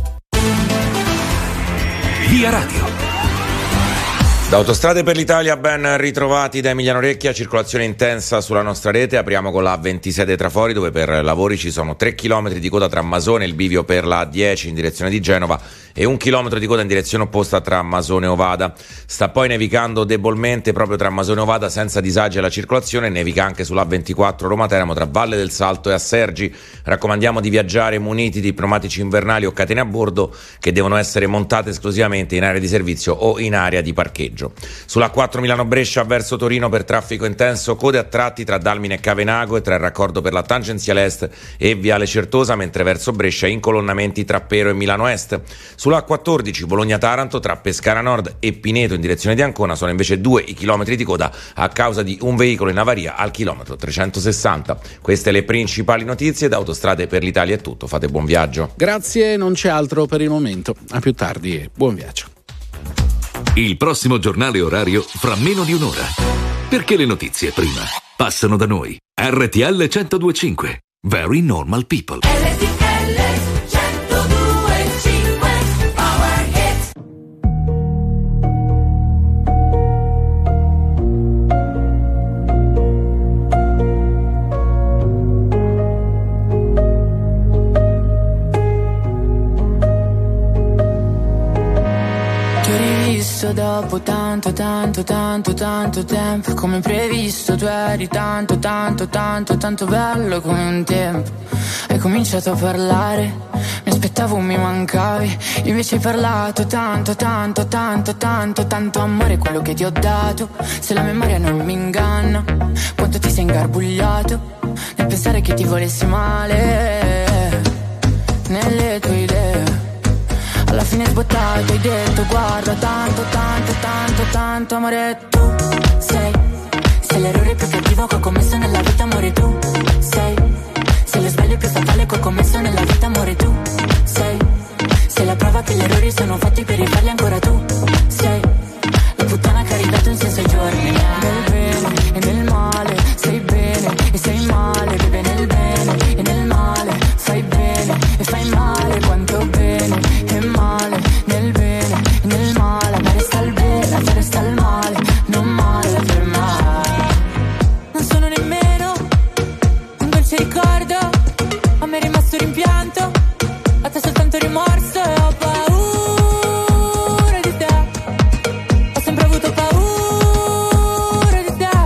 Via Radio. Da Autostrade per l'Italia ben ritrovati da Emiliano Recchia, circolazione intensa sulla nostra rete. Apriamo con la A ventisei dei Trafori, dove per lavori ci sono tre chilometri di coda tra Masone e il bivio per la A dieci in direzione di Genova e un chilometro di coda in direzione opposta tra Masone e Ovada. Sta poi nevicando debolmente proprio tra Masone e Ovada, senza disagi alla circolazione. Nevica anche sulla A ventiquattro Roma Teramo tra Valle del Salto e Assergi. Raccomandiamo di viaggiare muniti di pneumatici invernali o catene a bordo, che devono essere montate esclusivamente in area di servizio o in area di parcheggio. Sulla A quattro Milano-Brescia verso Torino per traffico intenso, code a tratti tra Dalmine e Cavenago e tra il raccordo per la tangenziale est e Viale Certosa, mentre verso Brescia incolonnamenti tra Pero e Milano Est. Sulla A quattordici Bologna-Taranto tra Pescara Nord e Pineto in direzione di Ancona sono invece due i chilometri di coda a causa di un veicolo in avaria al chilometro trecentosessanta. Queste le principali notizie. Da Autostrade per l'Italia è tutto, fate buon viaggio. Grazie, non c'è altro per il momento. A più tardi e buon viaggio. Il prossimo giornale orario fra meno di un'ora. Perché le notizie prima passano da noi. R T L centodue e cinque. Very Normal People. R T L centodue e cinque. Power Hit. Dopo tanto, tanto, tanto, tanto tempo, come previsto tu eri tanto, tanto, tanto, tanto bello come un tempo. Hai cominciato a parlare, mi aspettavo mi mancavi, invece hai parlato tanto, tanto, tanto, tanto, tanto amore quello che ti ho dato. Se la memoria non mi inganna, quanto ti sei ingarbugliato nel pensare che ti volessi male nelle tue idee. Alla fine sbottato hai detto guarda tanto, tanto, tanto, tanto amore tu sei. Sei l'errore più cattivo che ho commesso nella vita amore tu sei. Sei lo sbaglio più fatale che ho commesso nella vita amore tu sei. Sei la prova che gli errori sono fatti per rifarli ancora tu sei. La puttana che ha ridato un senso ai giorni. Nel bene e nel male sei bene e sei male. Bebe nel bene e nel male fai bene e fai male. Quanto bene e male, nel bene e nel male. Ma resta il bene, ma resta il male, non male per mai. Non sono nemmeno un dolce ricordo, a me è rimasto rimpianto, a te soltanto rimorso e ho paura di te. Ho sempre avuto paura di te.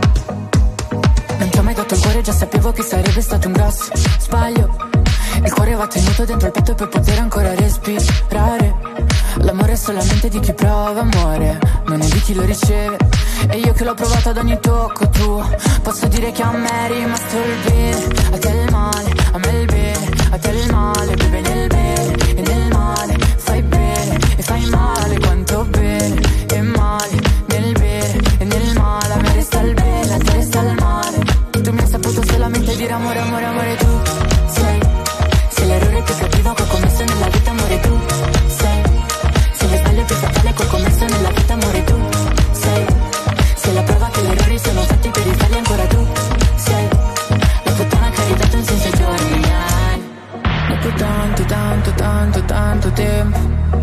Non ti ho mai dato il cuore, già sapevo che sarebbe stato un grosso sbaglio. Il cuore va tenuto dentro il petto per poter ancora respirare. L'amore è solamente di chi prova amore, non è di chi lo riceve. E io che l'ho provato ad ogni tocco tuo, posso dire che a me è rimasto il bene, a te il male, a me il bene, a te il male. Bebe nel bene e nel male, fai bene e fai male. Quanto bene e male, nel bene e nel male. A me resta il bene, a te resta il male. Tu mi hai saputo solamente dire amore, amore, amore tu sei. Sei l'errore più cattivo che ho commesso nella vita amore tu sei. Sei lo sbaglio più fatale che ho commesso nella vita amore tu sei. Sei la prova che gli errori sono fatti per rifarli ancora tu sei. La puttana che ha ridato un senso ai giorni. Dopo tanto, tanto, tanto, tanto tempo.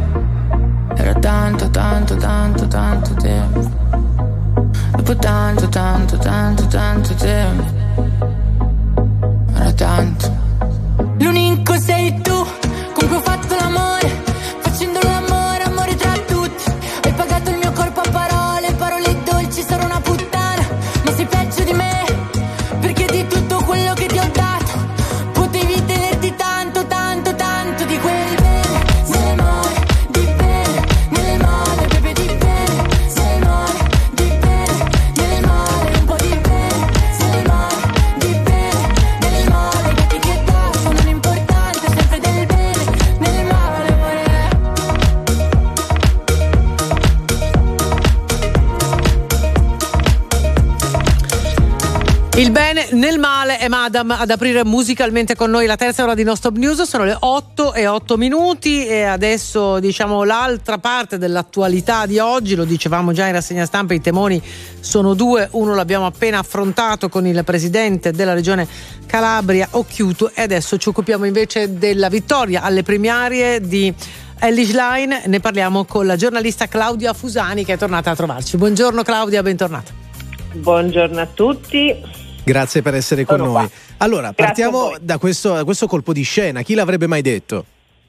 Era tanto, tanto, tanto, tanto tempo. Dopo tanto, tanto, tanto, tanto tempo. Era Il bene nel male è Madam ad aprire musicalmente con noi la terza ora di No Stop News. Sono le otto e otto minuti e adesso diciamo l'altra parte dell'attualità di oggi. Lo dicevamo già in rassegna stampa, i temoni sono due, uno l'abbiamo appena affrontato con il presidente della regione Calabria Occhiuto e adesso ci occupiamo invece della vittoria alle primarie di Elly Schlein. Ne parliamo con la giornalista Claudia Fusani che è tornata a trovarci. Buongiorno Claudia, bentornata. Buongiorno a tutti. Grazie per essere con noi. Allora, partiamo da questo, da questo colpo di scena. Chi l'avrebbe mai detto?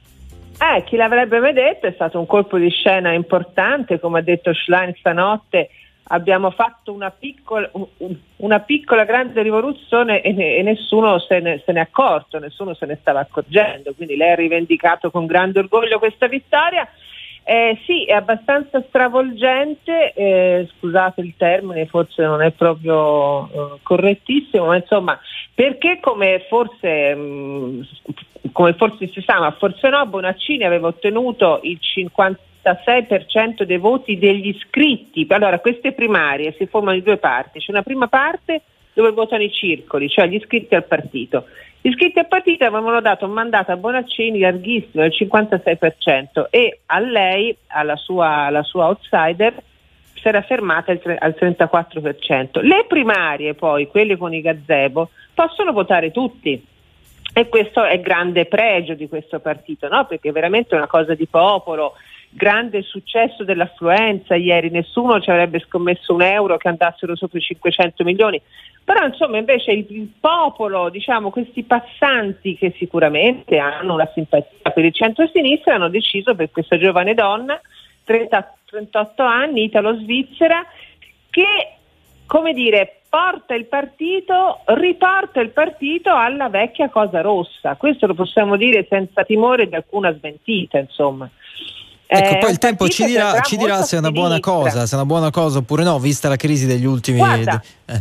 Eh, chi l'avrebbe mai detto, è stato un colpo di scena importante, come ha detto Schlein stanotte. Abbiamo fatto una piccola, una piccola grande rivoluzione e, ne, e nessuno se ne, se ne è accorto, nessuno se ne stava accorgendo, quindi lei ha rivendicato con grande orgoglio questa vittoria. Eh, sì, è abbastanza stravolgente, eh, scusate il termine, forse non è proprio eh, correttissimo, ma insomma, perché come forse, mh, come forse si sa, ma forse no, Bonaccini aveva ottenuto il cinquantasei per cento dei voti degli iscritti. Allora, queste primarie si formano in due parti, c'è una prima parte dove votano i circoli, cioè gli iscritti al partito. Gli iscritti al partito avevano dato un mandato a Bonaccini larghissimo, del cinquantasei per cento, e a lei, alla sua, alla sua outsider, si era fermata al, al trentaquattro per cento. Le primarie poi, quelle con i gazebo, possono votare tutti. E questo è grande pregio di questo partito, no? Perché è veramente una cosa di popolo, grande successo dell'affluenza ieri, nessuno ci avrebbe scommesso un euro che andassero sopra i cinquecento milioni, però insomma invece il, il popolo, diciamo questi passanti che sicuramente hanno una simpatia per il centro-sinistra hanno deciso per questa giovane donna, trenta, trentotto anni, italo-svizzera, che come dire porta il partito, riporta il partito alla vecchia cosa rossa, questo lo possiamo dire senza timore di alcuna smentita, insomma. Ecco, poi il tempo ci dirà, ci dirà se è una buona cosa, se è una buona cosa oppure no, vista la crisi degli ultimi. Guarda, eh.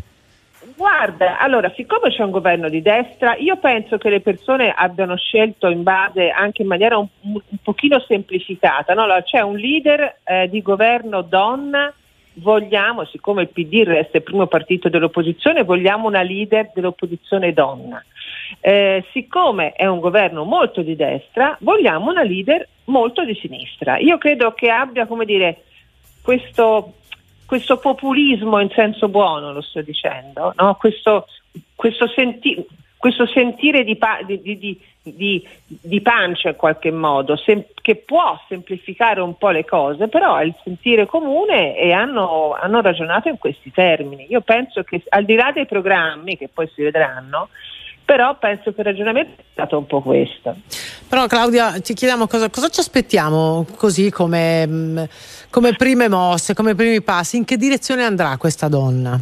guarda, allora, siccome c'è un governo di destra, io penso che le persone abbiano scelto in base anche in maniera un, un, un pochino semplificata, no? Allora, c'è un leader eh, di governo donna, vogliamo, siccome il P D resta il primo partito dell'opposizione, vogliamo una leader dell'opposizione donna. Eh, siccome è un governo molto di destra, vogliamo una leader molto di sinistra. Io credo che abbia, come dire, questo, questo populismo in senso buono, lo sto dicendo, no? Questo, questo, senti, questo sentire di, pa, di, di, di, di pancia in qualche modo, sem- che può semplificare un po' le cose, però è il sentire comune e hanno, hanno ragionato in questi termini. Io penso che al di là dei programmi, che poi si vedranno, però penso che il ragionamento è stato un po' questo. Però Claudia, ti chiediamo cosa, cosa ci aspettiamo così come, come prime mosse, come primi passi, in che direzione andrà questa donna?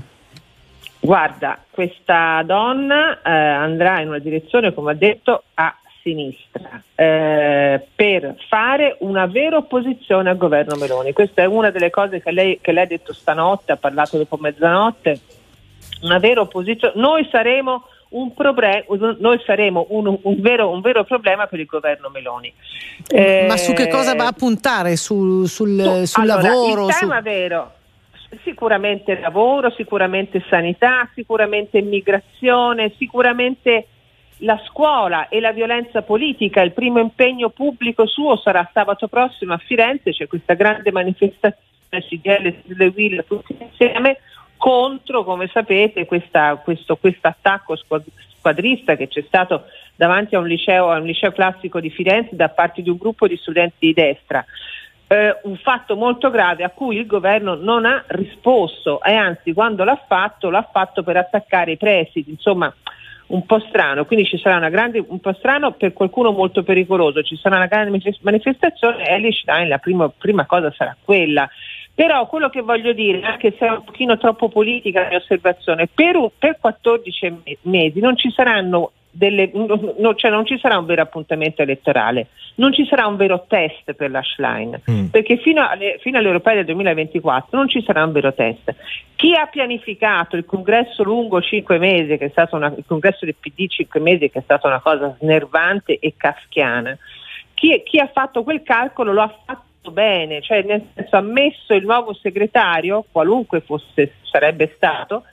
Guarda, questa donna eh, andrà in una direzione, come ha detto, a sinistra, eh, per fare una vera opposizione al governo Meloni. Questa è una delle cose che lei, che lei ha detto stanotte, ha parlato dopo mezzanotte, una vera opposizione. Noi saremo un problema, noi saremo un, un, vero, un vero problema per il governo Meloni. Eh, Ma su che cosa va a puntare? Sul, sul, sul allora, lavoro? Il tema su... vero, sicuramente lavoro, sicuramente sanità, sicuramente immigrazione, sicuramente la scuola e la violenza politica. Il primo impegno pubblico suo sarà sabato prossimo a Firenze, c'è questa grande manifestazione C G I L, le Will, tutti insieme, contro, come sapete, questa, questo attacco squadrista che c'è stato davanti a un liceo, a un liceo classico di Firenze da parte di un gruppo di studenti di destra. Eh, un fatto molto grave a cui il governo non ha risposto e anzi quando l'ha fatto l'ha fatto per attaccare i presidi, insomma un po' strano, quindi ci sarà una grande, un po' strano per qualcuno molto pericoloso, ci sarà una grande manifestazione e Elly Schlein la prima, prima cosa sarà quella. Però quello che voglio dire, anche se è un pochino troppo politica la mia osservazione, per, un, per quattordici mesi non ci saranno delle, no, cioè non ci sarà un vero appuntamento elettorale, non ci sarà un vero test per la Schlein, mm. perché fino, alle, fino alle europee del duemilaventiquattro non ci sarà un vero test. Chi ha pianificato il congresso lungo cinque mesi, che è stato una, il congresso del P D cinque mesi, che è stata una cosa snervante e kafkiana, chi, chi ha fatto quel calcolo lo ha fatto bene, cioè nel senso ha messo il nuovo segretario, qualunque fosse sarebbe stato,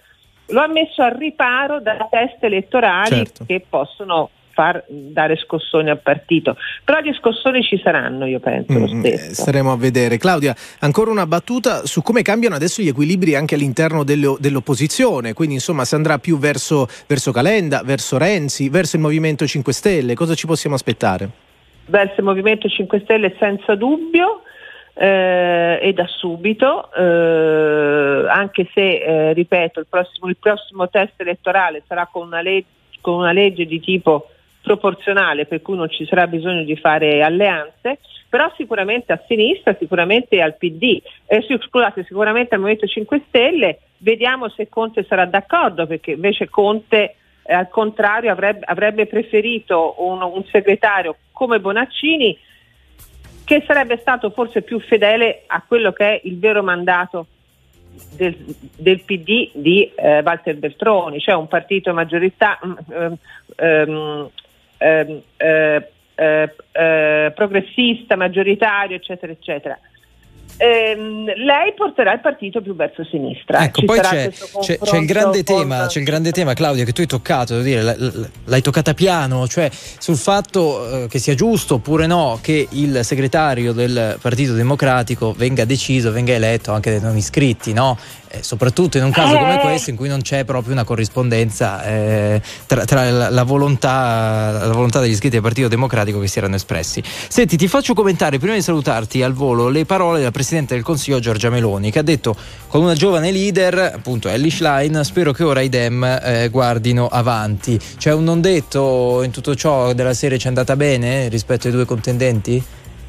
lo ha messo al riparo da test elettorali certo. che possono far dare scossoni al partito, però gli scossoni ci saranno, io penso mm, lo stesso. Staremo a vedere. Claudia, ancora una battuta su come cambiano adesso gli equilibri anche all'interno dello, dell'opposizione, quindi insomma si andrà più verso, verso Calenda, verso Renzi, verso il Movimento cinque Stelle, cosa ci possiamo aspettare? Verso il Movimento cinque Stelle senza dubbio eh, e da subito, eh, anche se eh, ripeto il prossimo, il prossimo test elettorale sarà con una legge, con una legge di tipo proporzionale, per cui non ci sarà bisogno di fare alleanze, però sicuramente a sinistra, sicuramente al P D, eh, scusate, sicuramente al Movimento cinque Stelle. Vediamo se Conte sarà d'accordo, perché invece Conte eh, al contrario avrebbe, avrebbe preferito un, un segretario come Bonaccini, che sarebbe stato forse più fedele a quello che è il vero mandato Del, del P D di eh, Walter Veltroni, cioè un partito maggioritario ehm, ehm, eh, eh, eh, progressista, maggioritario, eccetera, eccetera. Ehm, lei porterà il partito più verso sinistra. Ecco, Ci poi sarà c'è, c'è, c'è il grande con... tema, c'è il grande tema, Claudia, che tu hai toccato, devo dire, l'hai toccata piano, cioè sul fatto eh, che sia giusto oppure no che il segretario del Partito Democratico venga deciso, venga eletto anche dai non iscritti, no? Eh, soprattutto in un caso eh. come questo in cui non c'è proprio una corrispondenza eh, tra, tra la, la volontà la volontà degli iscritti del Partito Democratico che si erano espressi. Senti, ti faccio commentare prima di salutarti al volo le parole della Presidente del Consiglio Giorgia Meloni, che ha detto con una giovane leader, appunto Elly Schlein, spero che ora i Dem eh, guardino avanti. C'è un non detto in tutto ciò della serie ci è andata bene rispetto ai due contendenti?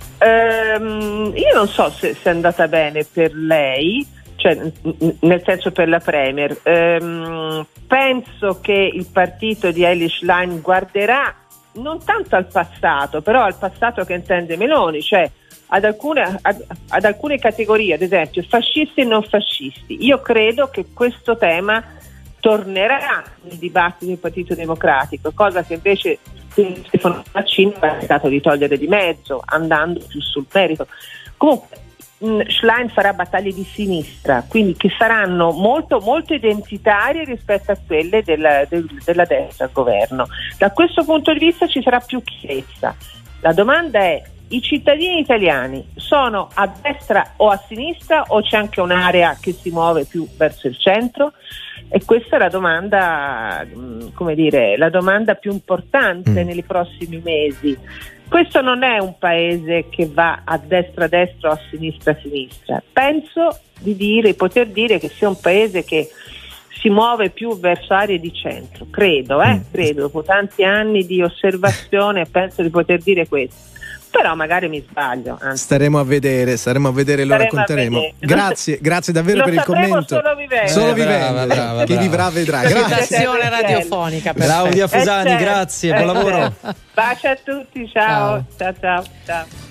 Ehm, io non so se, se è andata bene per lei, cioè nel senso per la Premier. Ehm, penso che il partito di Elly Schlein guarderà non tanto al passato, però al passato che intende Meloni, cioè ad alcune, ad, ad alcune categorie, ad esempio fascisti e non fascisti. Io credo che questo tema tornerà nel dibattito del Partito Democratico, cosa che invece Stefano Bonaccini ha cercato di togliere di mezzo, andando più sul merito. Comunque Schlein farà battaglie di sinistra, quindi che saranno molto molto identitarie rispetto a quelle della, del, della destra al governo. Da questo punto di vista ci sarà più chiarezza. La domanda è: i cittadini italiani sono a destra o a sinistra, o c'è anche un'area che si muove più verso il centro? E questa è la domanda, come dire, la domanda più importante mm. nei prossimi mesi. Questo non è un paese che va a destra a destra o a sinistra a sinistra. Penso di dire, poter dire che sia un paese che si muove più verso aree di centro. Credo, eh? Credo, dopo tanti anni di osservazione penso di poter dire questo. Però magari mi sbaglio. Anzi. Staremo a vedere, staremo a vedere e lo Staremo racconteremo. vedere. Grazie, grazie davvero Lo per il commento. Solo vivendo. Solo Eh, vivendo. brava, brava, Chi brava. vivrà vedrà. Grazie. Citazione radiofonica. perfetto. Claudia Fusani, Eh, certo, grazie, eh, buon lavoro. certo. Bacio a tutti, ciao. Ciao ciao ciao.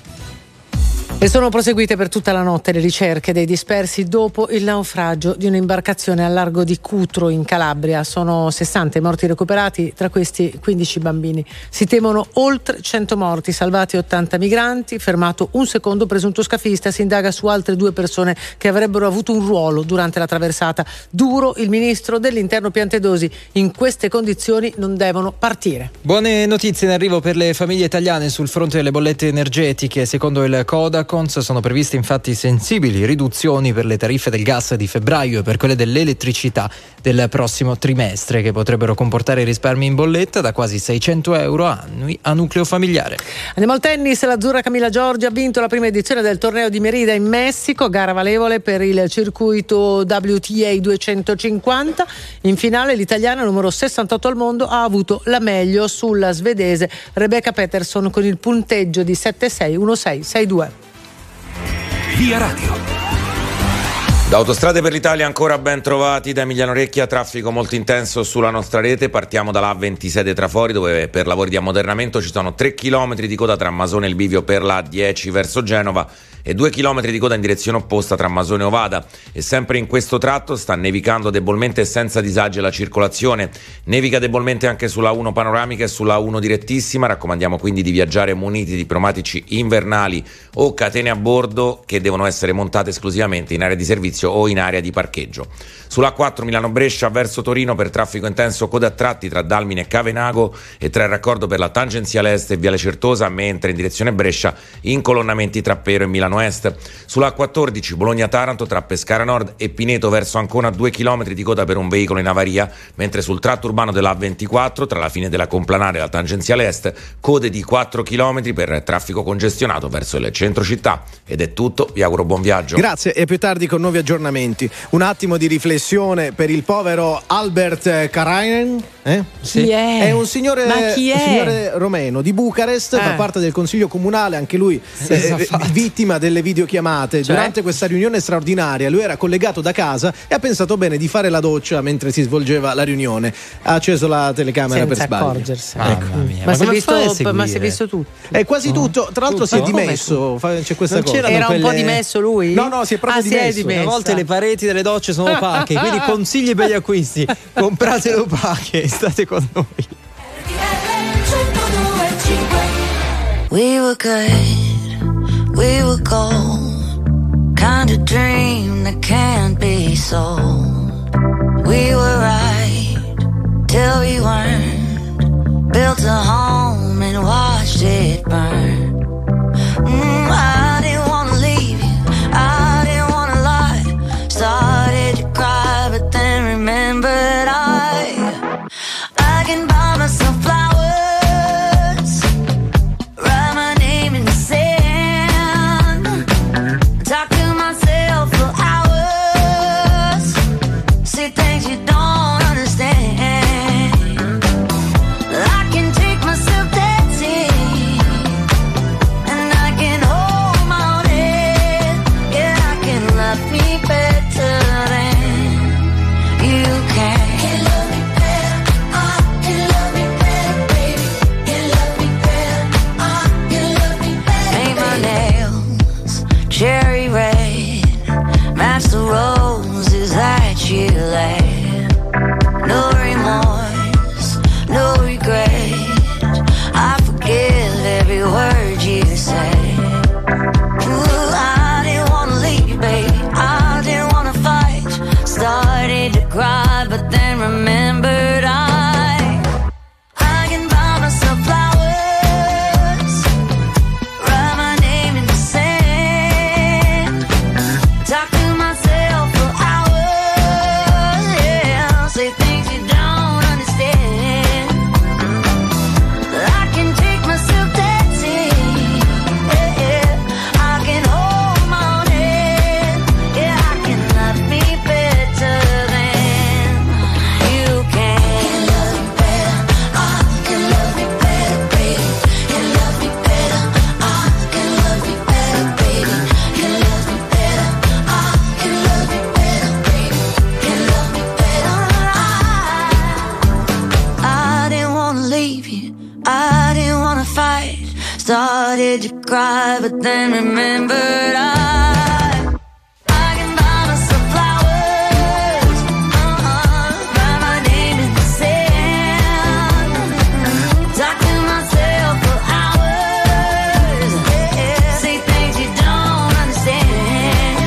E sono proseguite per tutta la notte le ricerche dei dispersi dopo il naufragio di un'imbarcazione al largo di Cutro in Calabria. Sono sessanta i morti recuperati, tra questi quindici bambini. Si temono oltre cento morti, salvati ottanta migranti, fermato un secondo presunto scafista, si indaga su altre due persone che avrebbero avuto un ruolo durante la traversata. Duro il ministro dell'Interno Piantedosi: in queste condizioni non devono partire. Buone notizie in arrivo per le famiglie italiane sul fronte delle bollette energetiche. Secondo il Codacons sono previste infatti sensibili riduzioni per le tariffe del gas di febbraio e per quelle dell'elettricità del prossimo trimestre, che potrebbero comportare risparmi in bolletta da quasi seicento euro annui a nucleo familiare. Andiamo al tennis. L'azzurra Camilla Giorgi ha vinto la prima edizione del torneo di Merida in Messico, gara valevole per il circuito W T A duecentocinquanta. In finale l'italiana numero sessantotto al mondo ha avuto la meglio sulla svedese Rebecca Peterson con il punteggio di sette sei uno sei sei due. Via Radio. Da Autostrade per l'Italia ancora ben trovati da Emiliano Recchia, traffico molto intenso sulla nostra rete. Partiamo dalla A ventisei dei Trafori, dove per lavori di ammodernamento ci sono tre chilometri di coda tra Masone e il Bivio per la A dieci verso Genova e due chilometri di coda in direzione opposta tra Masone e Ovada. E sempre in questo tratto sta nevicando debolmente e senza disagi la circolazione. Nevica debolmente anche sulla uno panoramica e sulla uno direttissima. Raccomandiamo quindi di viaggiare muniti di pneumatici invernali o catene a bordo, che devono essere montate esclusivamente in area di servizio servizio o in area di parcheggio. Sulla A quattro Milano-Brescia verso Torino per traffico intenso, code a tratti tra Dalmine e Cavenago e tra il raccordo per la tangenziale est e Viale Certosa, mentre in direzione Brescia incolonnamenti tra Pero e Milano Est. Sulla A quattordici Bologna-Taranto tra Pescara Nord e Pineto verso Ancona, due chilometri di coda per un veicolo in avaria, mentre sul tratto urbano della A ventiquattro tra la fine della Complanare e la tangenziale est code di quattro chilometri per traffico congestionato verso il centro città. Ed è tutto, vi auguro buon viaggio. Grazie, e più tardi con nuovi aggiornamenti. Un attimo di riflessione per il povero Albert Karainen. Eh? Sì. Chi è? È un signore, Ma chi è? un signore romeno di Bucarest, Eh. fa parte del consiglio comunale, anche lui eh, vittima delle videochiamate. Cioè? Durante questa riunione straordinaria lui era collegato da casa e ha pensato bene di fare la doccia mentre si svolgeva la riunione. Ha acceso la telecamera Senza per sbaglio. accorgersi. Ecco. Mamma mia. Ma, si è visto, ma si è visto tutto? È quasi tutto, tra l'altro Tutto? si è dimesso, fa- c'è questa Non cosa. c'erano Era un po' dimesso lui? No, no, si è proprio Ah, si è dimesso. dimesso. A volte le pareti delle docce sono opache, quindi consigli per gli acquisti: comprate le opache, state con noi. We were good, we were gold, kind of dream that can't be sold. We were right till we weren't, built a home and watched it burn. Mm, I didn't wanna leave you, I didn't wanna lie, started to cry but then remembered I, I can buy myself flowers. Cherry red, match the roses that you laid. No remorse, no regret, I forgive every word you say. Ooh, I didn't wanna leave, baby, I didn't wanna fight. Started to cry, but then remembered I, I can buy myself flowers. Started to cry, but then remembered I, I can buy myself flowers, uh-uh, write my name in the sand, talk to myself for hours, yeah, say things you don't understand.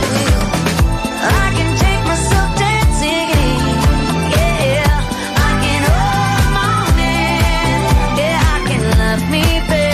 I can take myself dancing, yeah, I can hold my hand, yeah, I can love me better.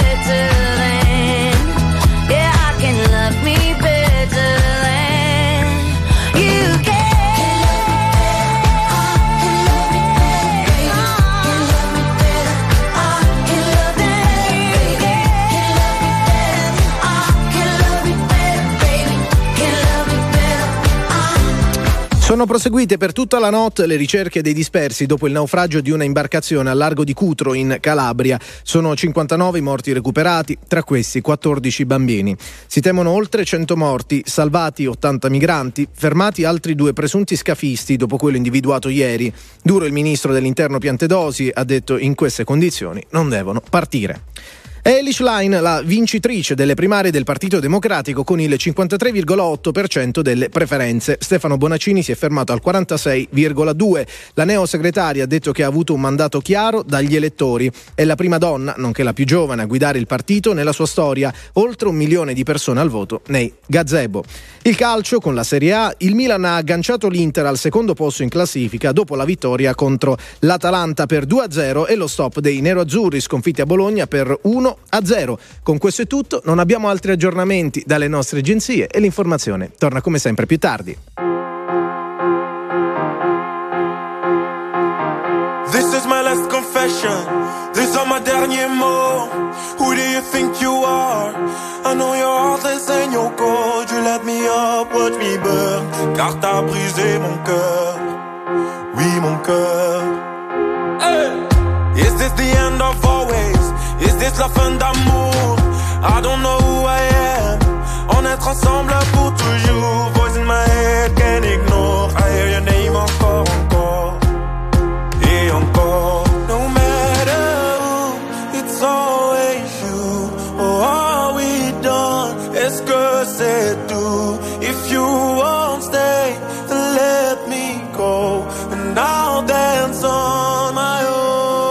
Sono proseguite per tutta la notte le ricerche dei dispersi dopo il naufragio di una imbarcazione al largo di Cutro in Calabria. Sono cinquantanove i morti recuperati, tra questi quattordici bambini. Si temono oltre cento morti, salvati ottanta migranti, fermati altri due presunti scafisti dopo quello individuato ieri. Duro il ministro dell'interno Piantedosi, ha detto: in queste condizioni non devono partire. Elly Schlein, la vincitrice delle primarie del Partito Democratico con il cinquantatré virgola otto per cento delle preferenze. Stefano Bonaccini si è fermato al quarantasei virgola due. La neosegretaria ha detto che ha avuto un mandato chiaro dagli elettori. È la prima donna, nonché la più giovane, a guidare il partito nella sua storia. Oltre un milione di persone al voto nei gazebo. Il calcio, con la Serie A, il Milan ha agganciato l'Inter al secondo posto in classifica dopo la vittoria contro l'Atalanta per due a zero e lo stop dei neroazzurri sconfitti a Bologna per uno a zero. Con questo è tutto, non abbiamo altri aggiornamenti dalle nostre agenzie e l'informazione torna come sempre più tardi. This is my last confession, these are my derniers mots. Who do you think you are? I know your heart is in your cold. You let me up, watch me burn. Car t'as brisé mon cœur, oui mon cœur. Hey! Is this the end of always? Is this la fin d'amour? I don't know who I am. On est ensemble pour toujours. Voice in my head, can't ignore. I hear your name encore, encore. Et encore. No matter who, it's always you. Oh, are we done? Est-ce que c'est tout? If you won't stay, then let me go. And I'll dance on my own.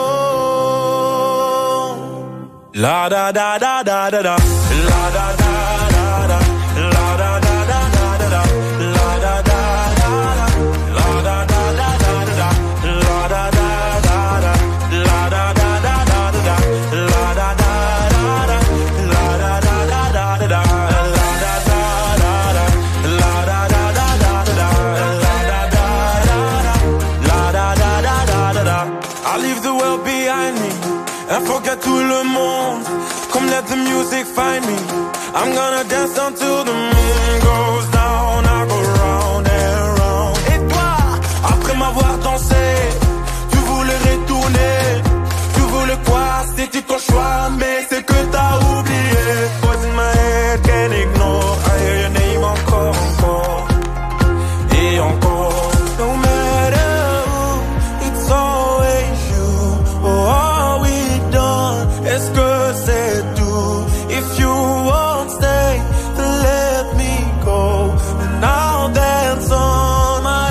La da da da da da da. La da da da da. La da da da da da da. La da da da da. La da da da da da. La da da da da. La da da da da da. La da da da da. La da da da da da. La da da da da. La da da da da da. La da da da. La da da da da da. I leave the world behind me and forget tout le monde. Come let the music find me. I'm gonna dance until the moon goes down. I go round and round. Et toi, après m'avoir dansé, tu voulais retourner. Tu voulais quoi? C'était ton choix, mais c'est que t'as oublié. Voice in my head, can't ignore. I hear your name encore, encore. Et encore. No matter who, it's always you. Oh, are we done? Est-ce que c'est tout? If you won't stay, then let me go. And I'll dance on my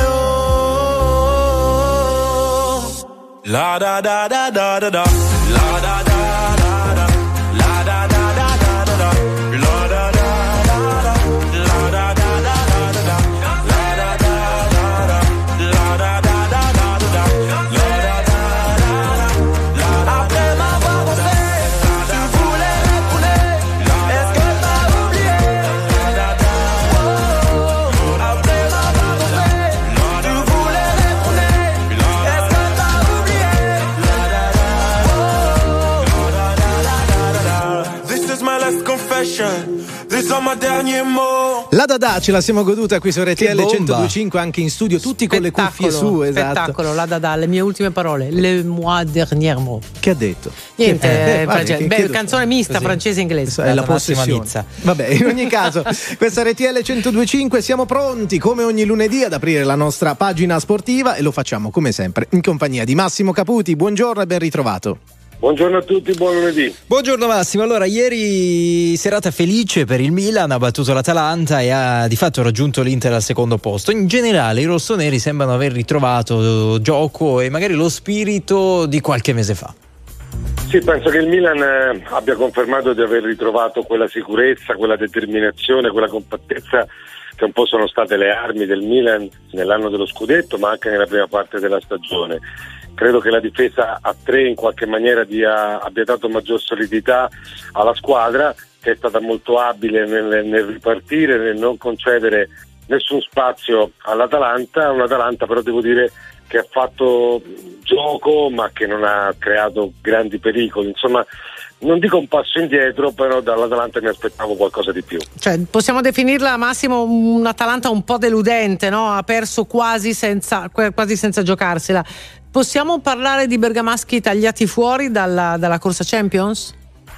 own. La da da da da da da. La da da da da. La da da da da da da. La da da da da. La da da da da da. La da da da da. La da da da da da. La da da da da. Après m'avoir dansé, tu voulais retourner. Est-ce que t'as oublié? Oh, après m'avoir dansé, tu voulais retourner. Est-ce que t'as oublié? Oh, this is my last confession. These are my derniers mots. La Dada ce la siamo goduta qui su R T L bomba. centodue e cinque anche in studio, tutti con le cuffie su, esatto. Spettacolo, la Dada, le mie ultime parole, le moi dernier mot. Che ha detto? Niente, Eh, eh, vabbè, francese. che- Beh, chiedo- canzone mista così. francese e inglese. È la Data massima possessione. Nizza. Vabbè, in ogni caso, questa R T L centodue e cinque siamo pronti come ogni lunedì ad aprire la nostra pagina sportiva e lo facciamo come sempre in compagnia di Massimo Caputi. Buongiorno e ben ritrovato. Buongiorno a tutti, buon lunedì. Buongiorno Massimo, allora ieri serata felice per il Milan, ha battuto l'Atalanta e ha di fatto raggiunto l'Inter al secondo posto. In generale i rossoneri sembrano aver ritrovato gioco e magari lo spirito di qualche mese fa. Sì, penso che il Milan eh, abbia confermato di aver ritrovato quella sicurezza, quella determinazione, quella compattezza che un po' sono state le armi del Milan nell'anno dello scudetto, ma anche nella prima parte della stagione. Credo che la difesa a tre in qualche maniera dia, abbia dato maggior solidità alla squadra, che è stata molto abile nel, nel ripartire, nel non concedere nessun spazio all'Atalanta. Un'Atalanta però devo dire che ha fatto gioco ma che non ha creato grandi pericoli. Insomma, non dico un passo indietro, però dall'Atalanta mi aspettavo qualcosa di più. Cioè, possiamo definirla, Massimo, un'Atalanta un po' deludente, no? Ha perso quasi senza, quasi senza giocarsela. Possiamo parlare di bergamaschi tagliati fuori dalla, dalla corsa Champions?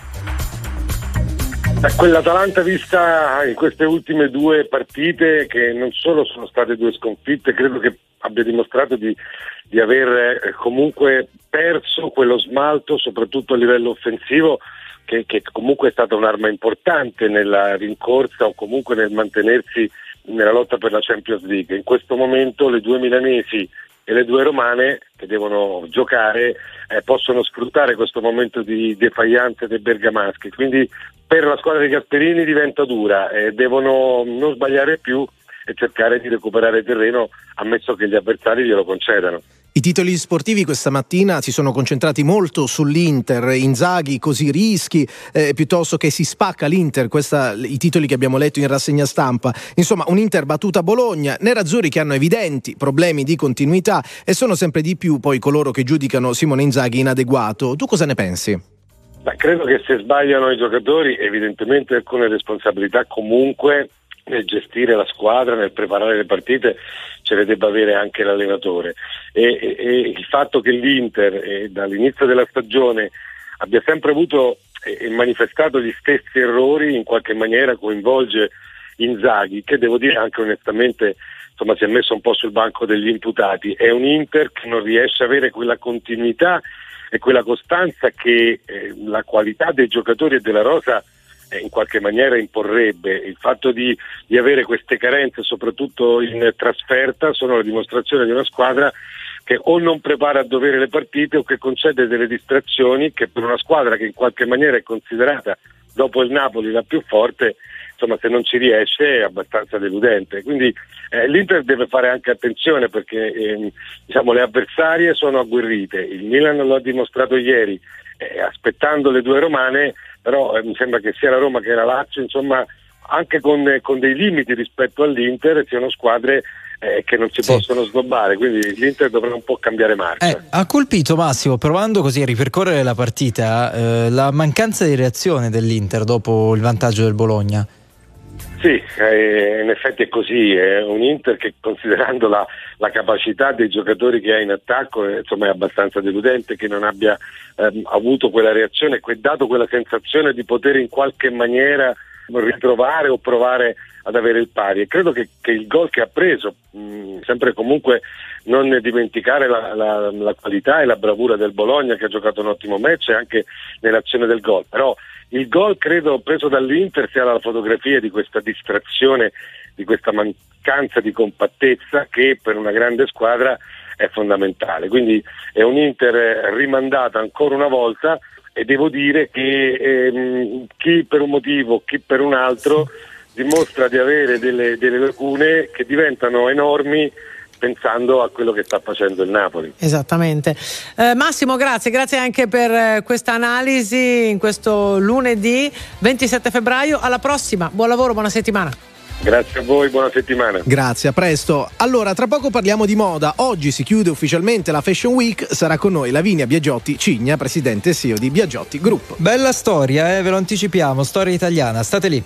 Quell'Atalanta vista in queste ultime due partite, che non solo sono state due sconfitte, credo che abbia dimostrato di, di aver comunque perso quello smalto, soprattutto a livello offensivo, che, che comunque è stata un'arma importante nella rincorsa o comunque nel mantenersi nella lotta per la Champions League. In questo momento le due milanesi e le due romane che devono giocare eh, possono sfruttare questo momento di defaillance dei bergamaschi, quindi per la squadra di Gasperini diventa dura, eh, devono non sbagliare più e cercare di recuperare terreno, ammesso che gli avversari glielo concedano. I titoli sportivi questa mattina si sono concentrati molto sull'Inter, Inzaghi così rischi, eh, piuttosto che si spacca l'Inter, questa, i titoli che abbiamo letto in rassegna stampa. Insomma, un Inter battuta a Bologna, nerazzurri che hanno evidenti problemi di continuità e sono sempre di più poi coloro che giudicano Simone Inzaghi inadeguato. Tu cosa ne pensi? Beh, credo che se sbagliano i giocatori, evidentemente alcune responsabilità comunque nel gestire la squadra, nel preparare le partite ce le debba avere anche l'allenatore e, e, e il fatto che l'Inter eh, dall'inizio della stagione abbia sempre avuto e eh, manifestato gli stessi errori in qualche maniera coinvolge Inzaghi, che devo dire anche onestamente insomma si è messo un po' sul banco degli imputati. È un Inter che non riesce a avere quella continuità e quella costanza che eh, la qualità dei giocatori e della rosa in qualche maniera imporrebbe. Il fatto di, di avere queste carenze soprattutto in trasferta sono la dimostrazione di una squadra che o non prepara a dovere le partite o che concede delle distrazioni che per una squadra che in qualche maniera è considerata dopo il Napoli la più forte, insomma se non ci riesce è abbastanza deludente. Quindi eh, l'Inter deve fare anche attenzione perché eh, diciamo le avversarie sono agguerrite, il Milan lo ha dimostrato ieri eh, aspettando le due romane, però eh, mi sembra che sia la Roma che la Lazio, insomma, anche con, eh, con dei limiti rispetto all'Inter, siano squadre eh, che non si sì. possono snobbare, quindi l'Inter dovrà un po' cambiare marcia. Eh, ha colpito Massimo, provando così a ripercorrere la partita, eh, la mancanza di reazione dell'Inter dopo il vantaggio del Bologna. Sì, eh, in effetti è così, è un Inter che considerando la, la capacità dei giocatori che ha in attacco eh, insomma è abbastanza deludente che non abbia ehm, avuto quella reazione, que- dato quella sensazione di poter in qualche maniera ritrovare o provare ad avere il pari, e credo che, che il gol che ha preso, mh, sempre comunque non dimenticare la, la, la qualità e la bravura del Bologna che ha giocato un ottimo match anche nell'azione del gol, però il gol credo preso dall'Inter sia la fotografia di questa distrazione, di questa mancanza di compattezza che per una grande squadra è fondamentale, quindi è un Inter rimandata ancora una volta e devo dire che ehm, chi per un motivo, chi per un altro dimostra di avere delle, delle lacune che diventano enormi pensando a quello che sta facendo il Napoli. Esattamente. Eh, Massimo, grazie, grazie anche per eh, questa analisi in questo lunedì ventisette febbraio. Alla prossima, buon lavoro, buona settimana. Grazie a voi, buona settimana. Grazie, a presto. Allora, tra poco parliamo di moda. Oggi si chiude ufficialmente la Fashion Week. Sarà con noi Lavinia Biagiotti Cigna, presidente e C E O di Biagiotti Group. Bella storia, eh? Ve lo anticipiamo, storia italiana, state lì.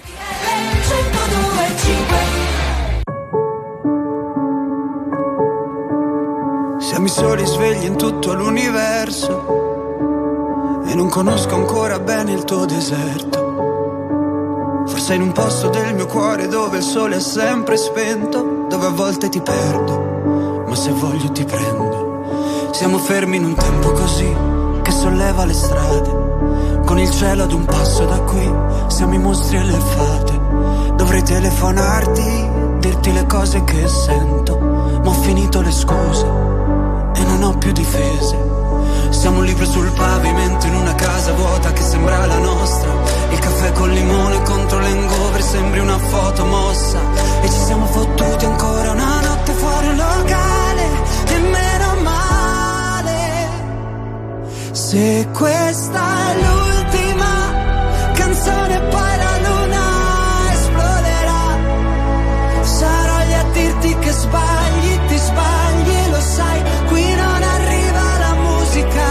Siamo i soli svegli in tutto l'universo e non conosco ancora bene il tuo deserto. Forse in un posto del mio cuore dove il sole è sempre spento, dove a volte ti perdo, ma se voglio ti prendo. Siamo fermi in un tempo così che solleva le strade, con il cielo ad un passo da qui, siamo i mostri e le fate. Dovrei telefonarti, dirti le cose che sento, ma ho finito le scuse e non ho più difese. Siamo un libro sul pavimento in una casa vuota che sembra la nostra. Il caffè col limone contro l'hangover sembri una foto mossa. E ci siamo fottuti ancora una notte fuori un locale, e meno male. Se questa è l'ultima canzone poi la luna esploderà. Sarò lì a dirti che sbagli, ti sbagli, lo sai. Qui non arriva la musica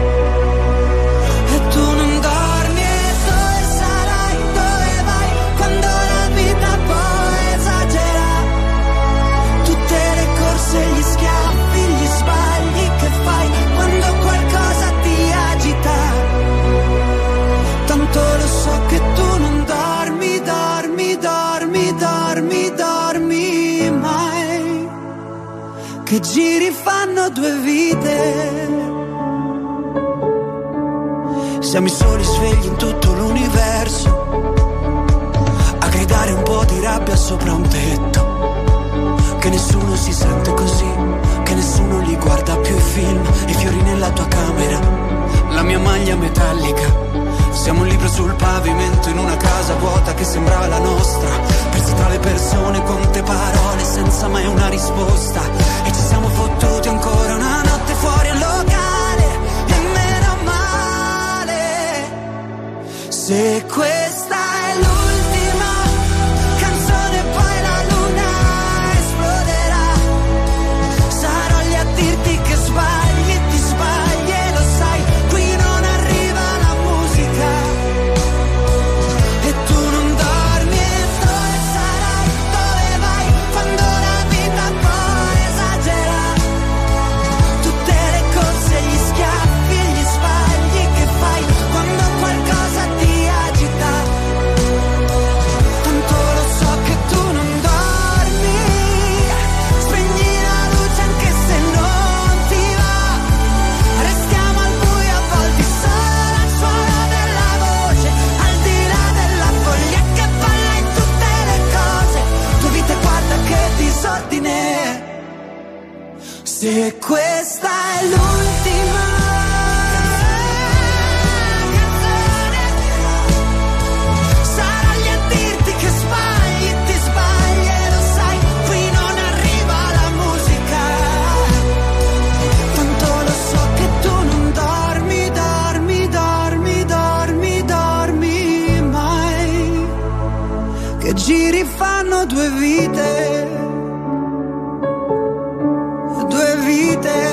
e tu non dormi. E dove sarai, dove vai, quando la vita poi esagera. Tutte le corse, gli schiaffi, gli sbagli che fai quando qualcosa ti agita. Tanto lo so che tu non dormi, dormi, dormi, dormi, dormi mai. Che giri fanno due vite. Siamo i soli svegli in tutto l'universo, a gridare un po' di rabbia sopra un tetto. Che nessuno si sente così, che nessuno li guarda più i film, i fiori nella tua camera, la mia maglia metallica. Siamo un libro sul pavimento in una casa vuota che sembrava la nostra, persi tra le persone, quante parole senza mai una risposta. E ci siamo fottuti ancora una notte fuori al locale, e meno male. Se questa è l'ultima canzone poi la luna esploderà, sarò lì a dirti che sbagli, ti sbagli e lo sai, qui non arriva la musica e tu non dormi. E dove sarai, dove vai, quando la vita poi esagera, tutte le corse, gli schiaffi e gli sbagli che fai quando qualcosa ti agita. Tanto lo so che tu non dormi, spegni la luce anche se non ti va, restiamo al buio avvolti solo al suono della voce, al di là della foglia che balla in tutte le cose. Tu vita guarda che disordine, se questa è l'ultima canzone, sarò lì a dirti che sbagli, ti sbagli e lo sai, qui non arriva la musica. Tanto lo so che tu non dormi, dormi, dormi, dormi, dormi mai, che giri fanno due vite, due vite.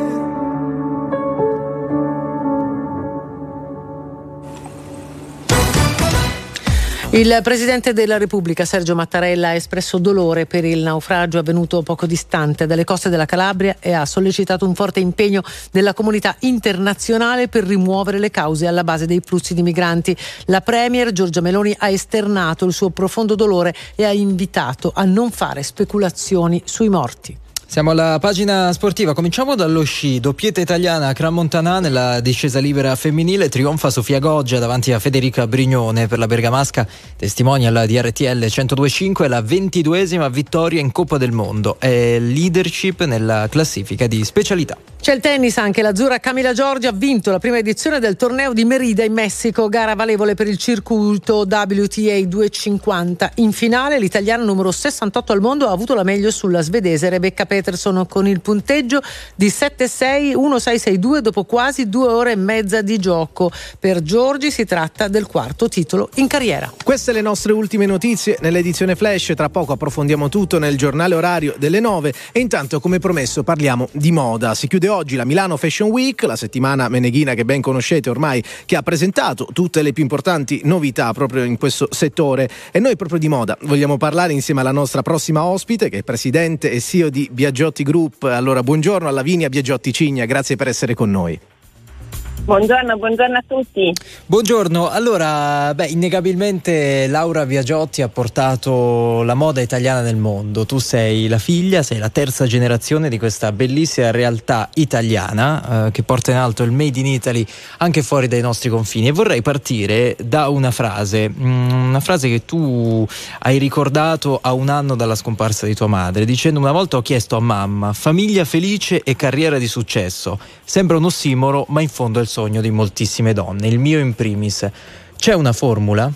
Il Presidente della Repubblica Sergio Mattarella ha espresso dolore per il naufragio avvenuto poco distante dalle coste della Calabria e ha sollecitato un forte impegno della comunità internazionale per rimuovere le cause alla base dei flussi di migranti. La Premier Giorgia Meloni ha esternato il suo profondo dolore e ha invitato a non fare speculazioni sui morti. Siamo alla pagina sportiva, cominciamo dallo sci, doppietta italiana a Crans-Montana nella discesa libera femminile, trionfa Sofia Goggia davanti a Federica Brignone per la bergamasca, testimonial di R T L centodue e cinque, la ventiduesima vittoria in Coppa del Mondo, è leadership nella classifica di specialità. C'è il tennis anche, l'azzurra Camila Giorgi ha vinto la prima edizione del torneo di Merida in Messico, gara valevole per il circuito W T A duecentocinquanta. In finale l'italiana numero sessantotto al mondo ha avuto la meglio sulla svedese Rebecca Peterson con il punteggio di sette sei uno sei sei due dopo quasi due ore e mezza di gioco. Per Giorgi si tratta del quarto titolo in carriera. Queste le nostre ultime notizie nell'edizione Flash, tra poco approfondiamo tutto nel giornale orario delle nove e intanto come promesso parliamo di moda. Si chiude oggi la Milano Fashion Week, la settimana meneghina che ben conoscete ormai, che ha presentato tutte le più importanti novità proprio in questo settore, e noi proprio di moda vogliamo parlare insieme alla nostra prossima ospite che è presidente e C E O di Biagiotti Group. Allora buongiorno a Lavinia Biagiotti Cigna, grazie per essere con noi. Buongiorno, buongiorno a tutti. Buongiorno, allora, beh, innegabilmente Laura Biagiotti ha portato la moda italiana nel mondo. Tu sei la figlia, sei la terza generazione di questa bellissima realtà italiana eh, che porta in alto il Made in Italy anche fuori dai nostri confini. E vorrei partire da una frase, mh, una frase che tu hai ricordato a un anno dalla scomparsa di tua madre, dicendo: una volta ho chiesto a mamma famiglia felice e carriera di successo. Sembra un ossimoro, ma in fondo è il sogno di moltissime donne, il mio in primis. C'è una formula?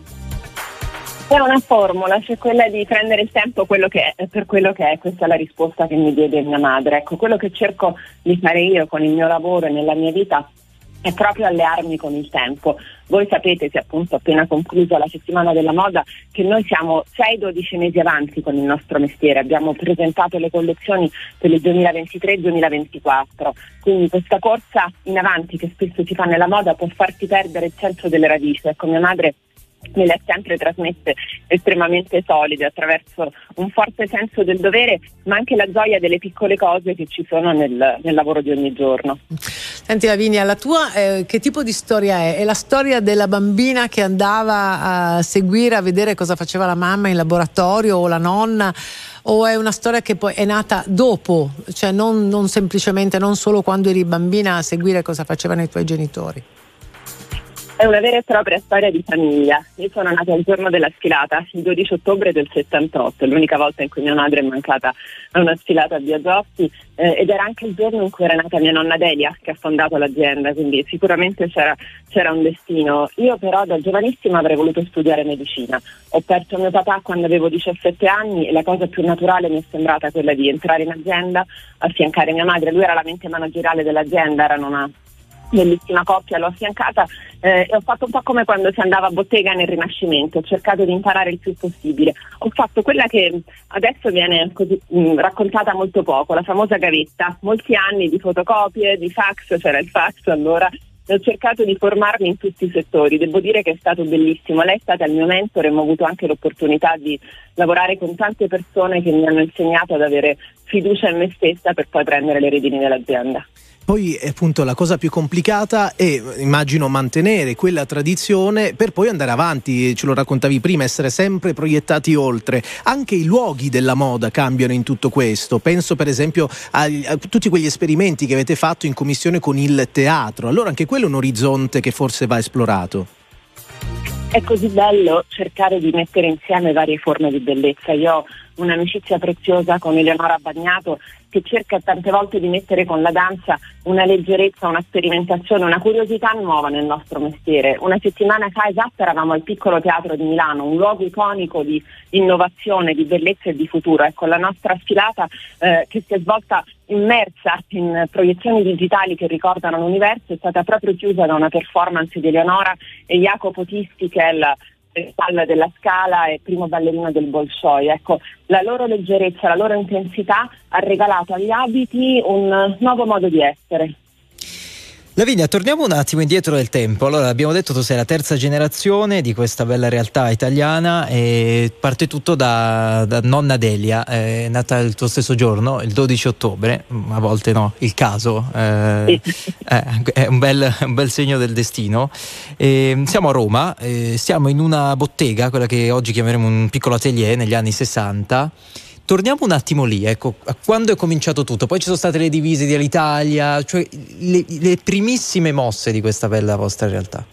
C'è una formula, c'è quella di prendere il tempo quello che è, per quello che è. Questa è la risposta che mi diede mia madre. Ecco, quello che cerco di fare io con il mio lavoro e nella mia vita è proprio allearmi con il tempo. Voi sapete, se appunto appena conclusa la settimana della moda, che noi siamo sei dodici mesi avanti con il nostro mestiere. Abbiamo presentato le collezioni per il duemilaventitré duemilaventiquattro, quindi questa corsa in avanti che spesso si fa nella moda può farti perdere il centro delle radici. Ecco, mia madre me le ha sempre trasmesse estremamente solide attraverso un forte senso del dovere, ma anche la gioia delle piccole cose che ci sono nel, nel lavoro di ogni giorno. Senti Lavinia, la tua eh, che tipo di storia è? È la storia della bambina che andava a seguire, a vedere cosa faceva la mamma in laboratorio o la nonna, o è una storia che poi è nata dopo, cioè non, non semplicemente, non solo quando eri bambina a seguire cosa facevano i tuoi genitori? È una vera e propria storia di famiglia. Io sono nata il giorno della sfilata, il dodici ottobre del settantotto, l'unica volta in cui mia madre è mancata a una sfilata a Biagiotti, eh, ed era anche il giorno in cui era nata mia nonna Delia, che ha fondato l'azienda, quindi sicuramente c'era, c'era un destino. Io però da giovanissima avrei voluto studiare medicina. Ho perso mio papà quando avevo diciassette anni e la cosa più naturale mi è sembrata quella di entrare in azienda, affiancare mia madre. Lui era la mente manageriale dell'azienda, erano una bellissima coppia, l'ho affiancata eh, e ho fatto un po' come quando si andava a bottega nel Rinascimento, ho cercato di imparare il più possibile. Ho fatto quella che adesso viene così mh, raccontata molto poco, la famosa gavetta, molti anni di fotocopie, di fax, c'era il fax allora, e ho cercato di formarmi in tutti i settori. Devo dire che è stato bellissimo, lei è stata il mio mentore, ho avuto anche l'opportunità di lavorare con tante persone che mi hanno insegnato ad avere fiducia in me stessa per poi prendere le redini dell'azienda. Poi appunto la cosa più complicata è, immagino, mantenere quella tradizione per poi andare avanti, ce lo raccontavi prima, essere sempre proiettati oltre. Anche i luoghi della moda cambiano in tutto questo, penso per esempio a, a tutti quegli esperimenti che avete fatto in commissione con il teatro, allora anche quello è un orizzonte che forse va esplorato. È così bello cercare di mettere insieme varie forme di bellezza. Io ho un'amicizia preziosa con Eleonora Bagnato che cerca tante volte di mettere con la danza una leggerezza, una sperimentazione, una curiosità nuova nel nostro mestiere. Una settimana fa esatta eravamo al Piccolo Teatro di Milano, un luogo iconico di innovazione, di bellezza e di futuro. Ecco, la nostra sfilata eh, che si è svolta immersa in proiezioni digitali che ricordano l'universo è stata proprio chiusa da una performance di Eleonora e Jacopo Tisti, che è la spalla della Scala e primo ballerino del Bolshoi. Ecco, la loro leggerezza, la loro intensità ha regalato agli abiti un nuovo modo di essere. Lavinia, torniamo un attimo indietro nel tempo. Allora, abbiamo detto tu sei la terza generazione di questa bella realtà italiana e parte tutto da, da nonna Delia, è nata il tuo stesso giorno, il dodici ottobre, a volte no, il caso, eh, è un bel, un bel segno del destino. E siamo a Roma, eh, siamo in una bottega, quella che oggi chiameremo un piccolo atelier, negli anni sessanta. Torniamo un attimo lì, ecco, a quando è cominciato tutto, poi ci sono state le divise di Alitalia, cioè le, le primissime mosse di questa bella vostra realtà.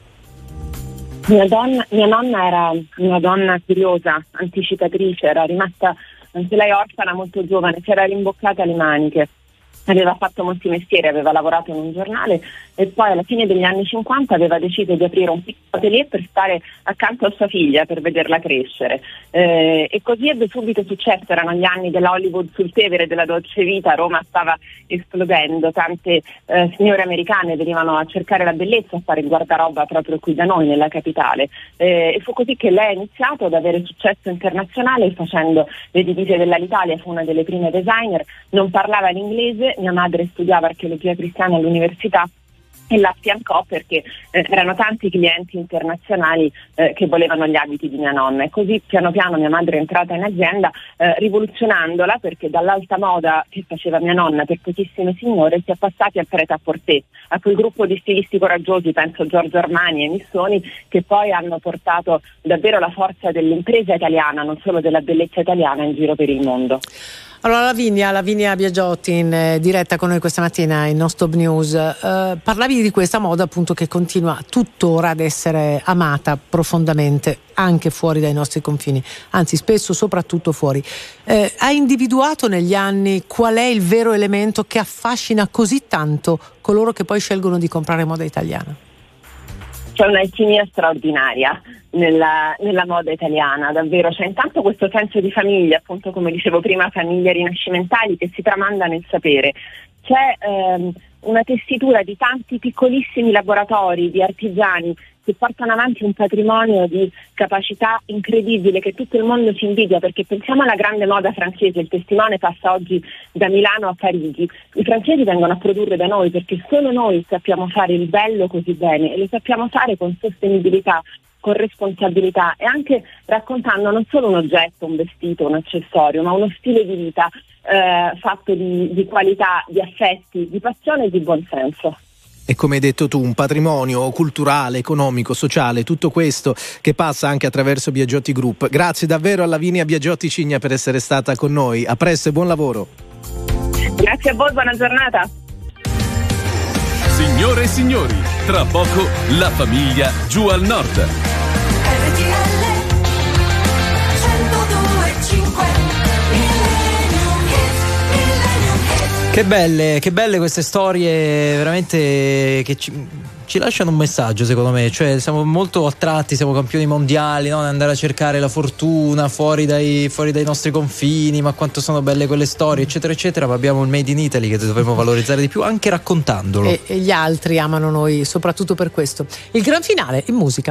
Mia, donna, mia nonna era una donna curiosa, anticipatrice, era rimasta anche lei orfana molto giovane, si era rimboccata le maniche. Aveva fatto molti mestieri, aveva lavorato in un giornale e poi alla fine degli anni cinquanta aveva deciso di aprire un piccolo atelier per stare accanto a sua figlia, per vederla crescere. Eh, e così ebbe subito successo, erano gli anni della Hollywood sul Tevere, della dolce vita, Roma stava esplodendo, tante eh, signore americane venivano a cercare la bellezza, a fare il guardaroba proprio qui da noi, nella capitale. Eh, e fu così che lei ha iniziato ad avere successo internazionale facendo le divise dell'Alitalia, fu una delle prime designer, non parlava l'inglese. Mia madre studiava archeologia cristiana all'università e la affiancò perché eh, erano tanti clienti internazionali eh, che volevano gli abiti di mia nonna e così piano piano mia madre è entrata in azienda eh, rivoluzionandola, perché dall'alta moda che faceva mia nonna per pochissime signore si è passati al prêt-à-porter, a quel gruppo di stilisti coraggiosi, penso Giorgio Armani e Missoni, che poi hanno portato davvero la forza dell'impresa italiana, non solo della bellezza italiana, in giro per il mondo. Allora Lavinia, Lavinia Biagiotti in eh, diretta con noi questa mattina in Non Stop News, eh, parlavi di questa moda appunto che continua tuttora ad essere amata profondamente anche fuori dai nostri confini, anzi spesso soprattutto fuori. Eh, hai individuato negli anni qual è il vero elemento che affascina così tanto coloro che poi scelgono di comprare moda italiana? C'è un'alchimia straordinaria nella, nella moda italiana, davvero. C'è intanto questo senso di famiglia, appunto come dicevo prima, famiglie rinascimentali che si tramanda nel sapere. C'è ehm, una tessitura di tanti piccolissimi laboratori di artigiani che portano avanti un patrimonio di capacità incredibile che tutto il mondo ci invidia, perché pensiamo alla grande moda francese, il testimone passa oggi da Milano a Parigi, i francesi vengono a produrre da noi perché solo noi sappiamo fare il bello così bene e lo sappiamo fare con sostenibilità, con responsabilità e anche raccontando non solo un oggetto, un vestito, un accessorio, ma uno stile di vita eh, fatto di, di qualità, di affetti, di passione e di buonsenso. E come hai detto tu, un patrimonio culturale, economico, sociale, tutto questo che passa anche attraverso Biagiotti Group. Grazie davvero a Lavinia Biagiotti Cigna per essere stata con noi. A presto e buon lavoro. Grazie a voi, buona giornata. Signore e signori, tra poco la famiglia giù al nord. Che belle, che belle queste storie, veramente che ci, ci lasciano un messaggio, secondo me. Cioè, siamo molto attratti, siamo campioni mondiali, no? Andare a cercare la fortuna fuori dai, fuori dai nostri confini, ma quanto sono belle quelle storie, eccetera, eccetera. Ma abbiamo il Made in Italy che dovremmo valorizzare di più, anche raccontandolo. E, e gli altri amano noi, soprattutto per questo. Il gran finale in musica.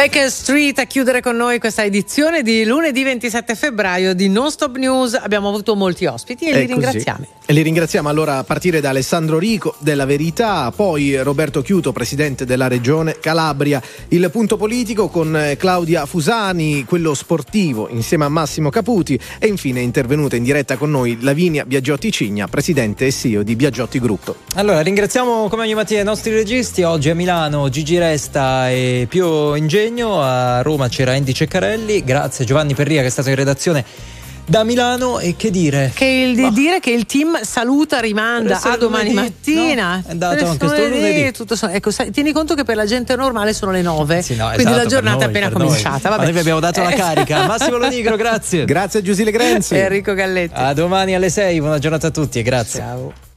Baker Street a chiudere con noi questa edizione di lunedì ventisette febbraio di Non Stop News. Abbiamo avuto molti ospiti e È li ringraziamo. così. E li ringraziamo allora a partire da Alessandro Rico della Verità, poi Roberto Chiuto, presidente della regione Calabria, il punto politico con Claudia Fusani, quello sportivo insieme a Massimo Caputi, e infine è intervenuta in diretta con noi Lavinia Biagiotti Cigna, presidente e C E O di Biagiotti Group. Allora ringraziamo come ogni mattina i nostri registi. Oggi a Milano Gigi Resta e Pio Ingegno, a Roma c'era Andy Ceccarelli. Grazie Giovanni Perria che è stato in redazione da Milano. E che dire? Che il, di dire che il team saluta, rimanda a domani lunedì, mattina. no? È andato anche sto lunedì. Tutto so- ecco, sai, tieni conto che per la gente normale sono le nove, Sì, no, quindi esatto, la giornata per è noi, appena per noi. cominciata. Ma Vabbè. noi vi abbiamo dato la Eh. carica. Massimo Lonigro, grazie. Grazie a Giusile Grenzi. Enrico Galletti. A domani alle sei, buona giornata a tutti e grazie. Ciao.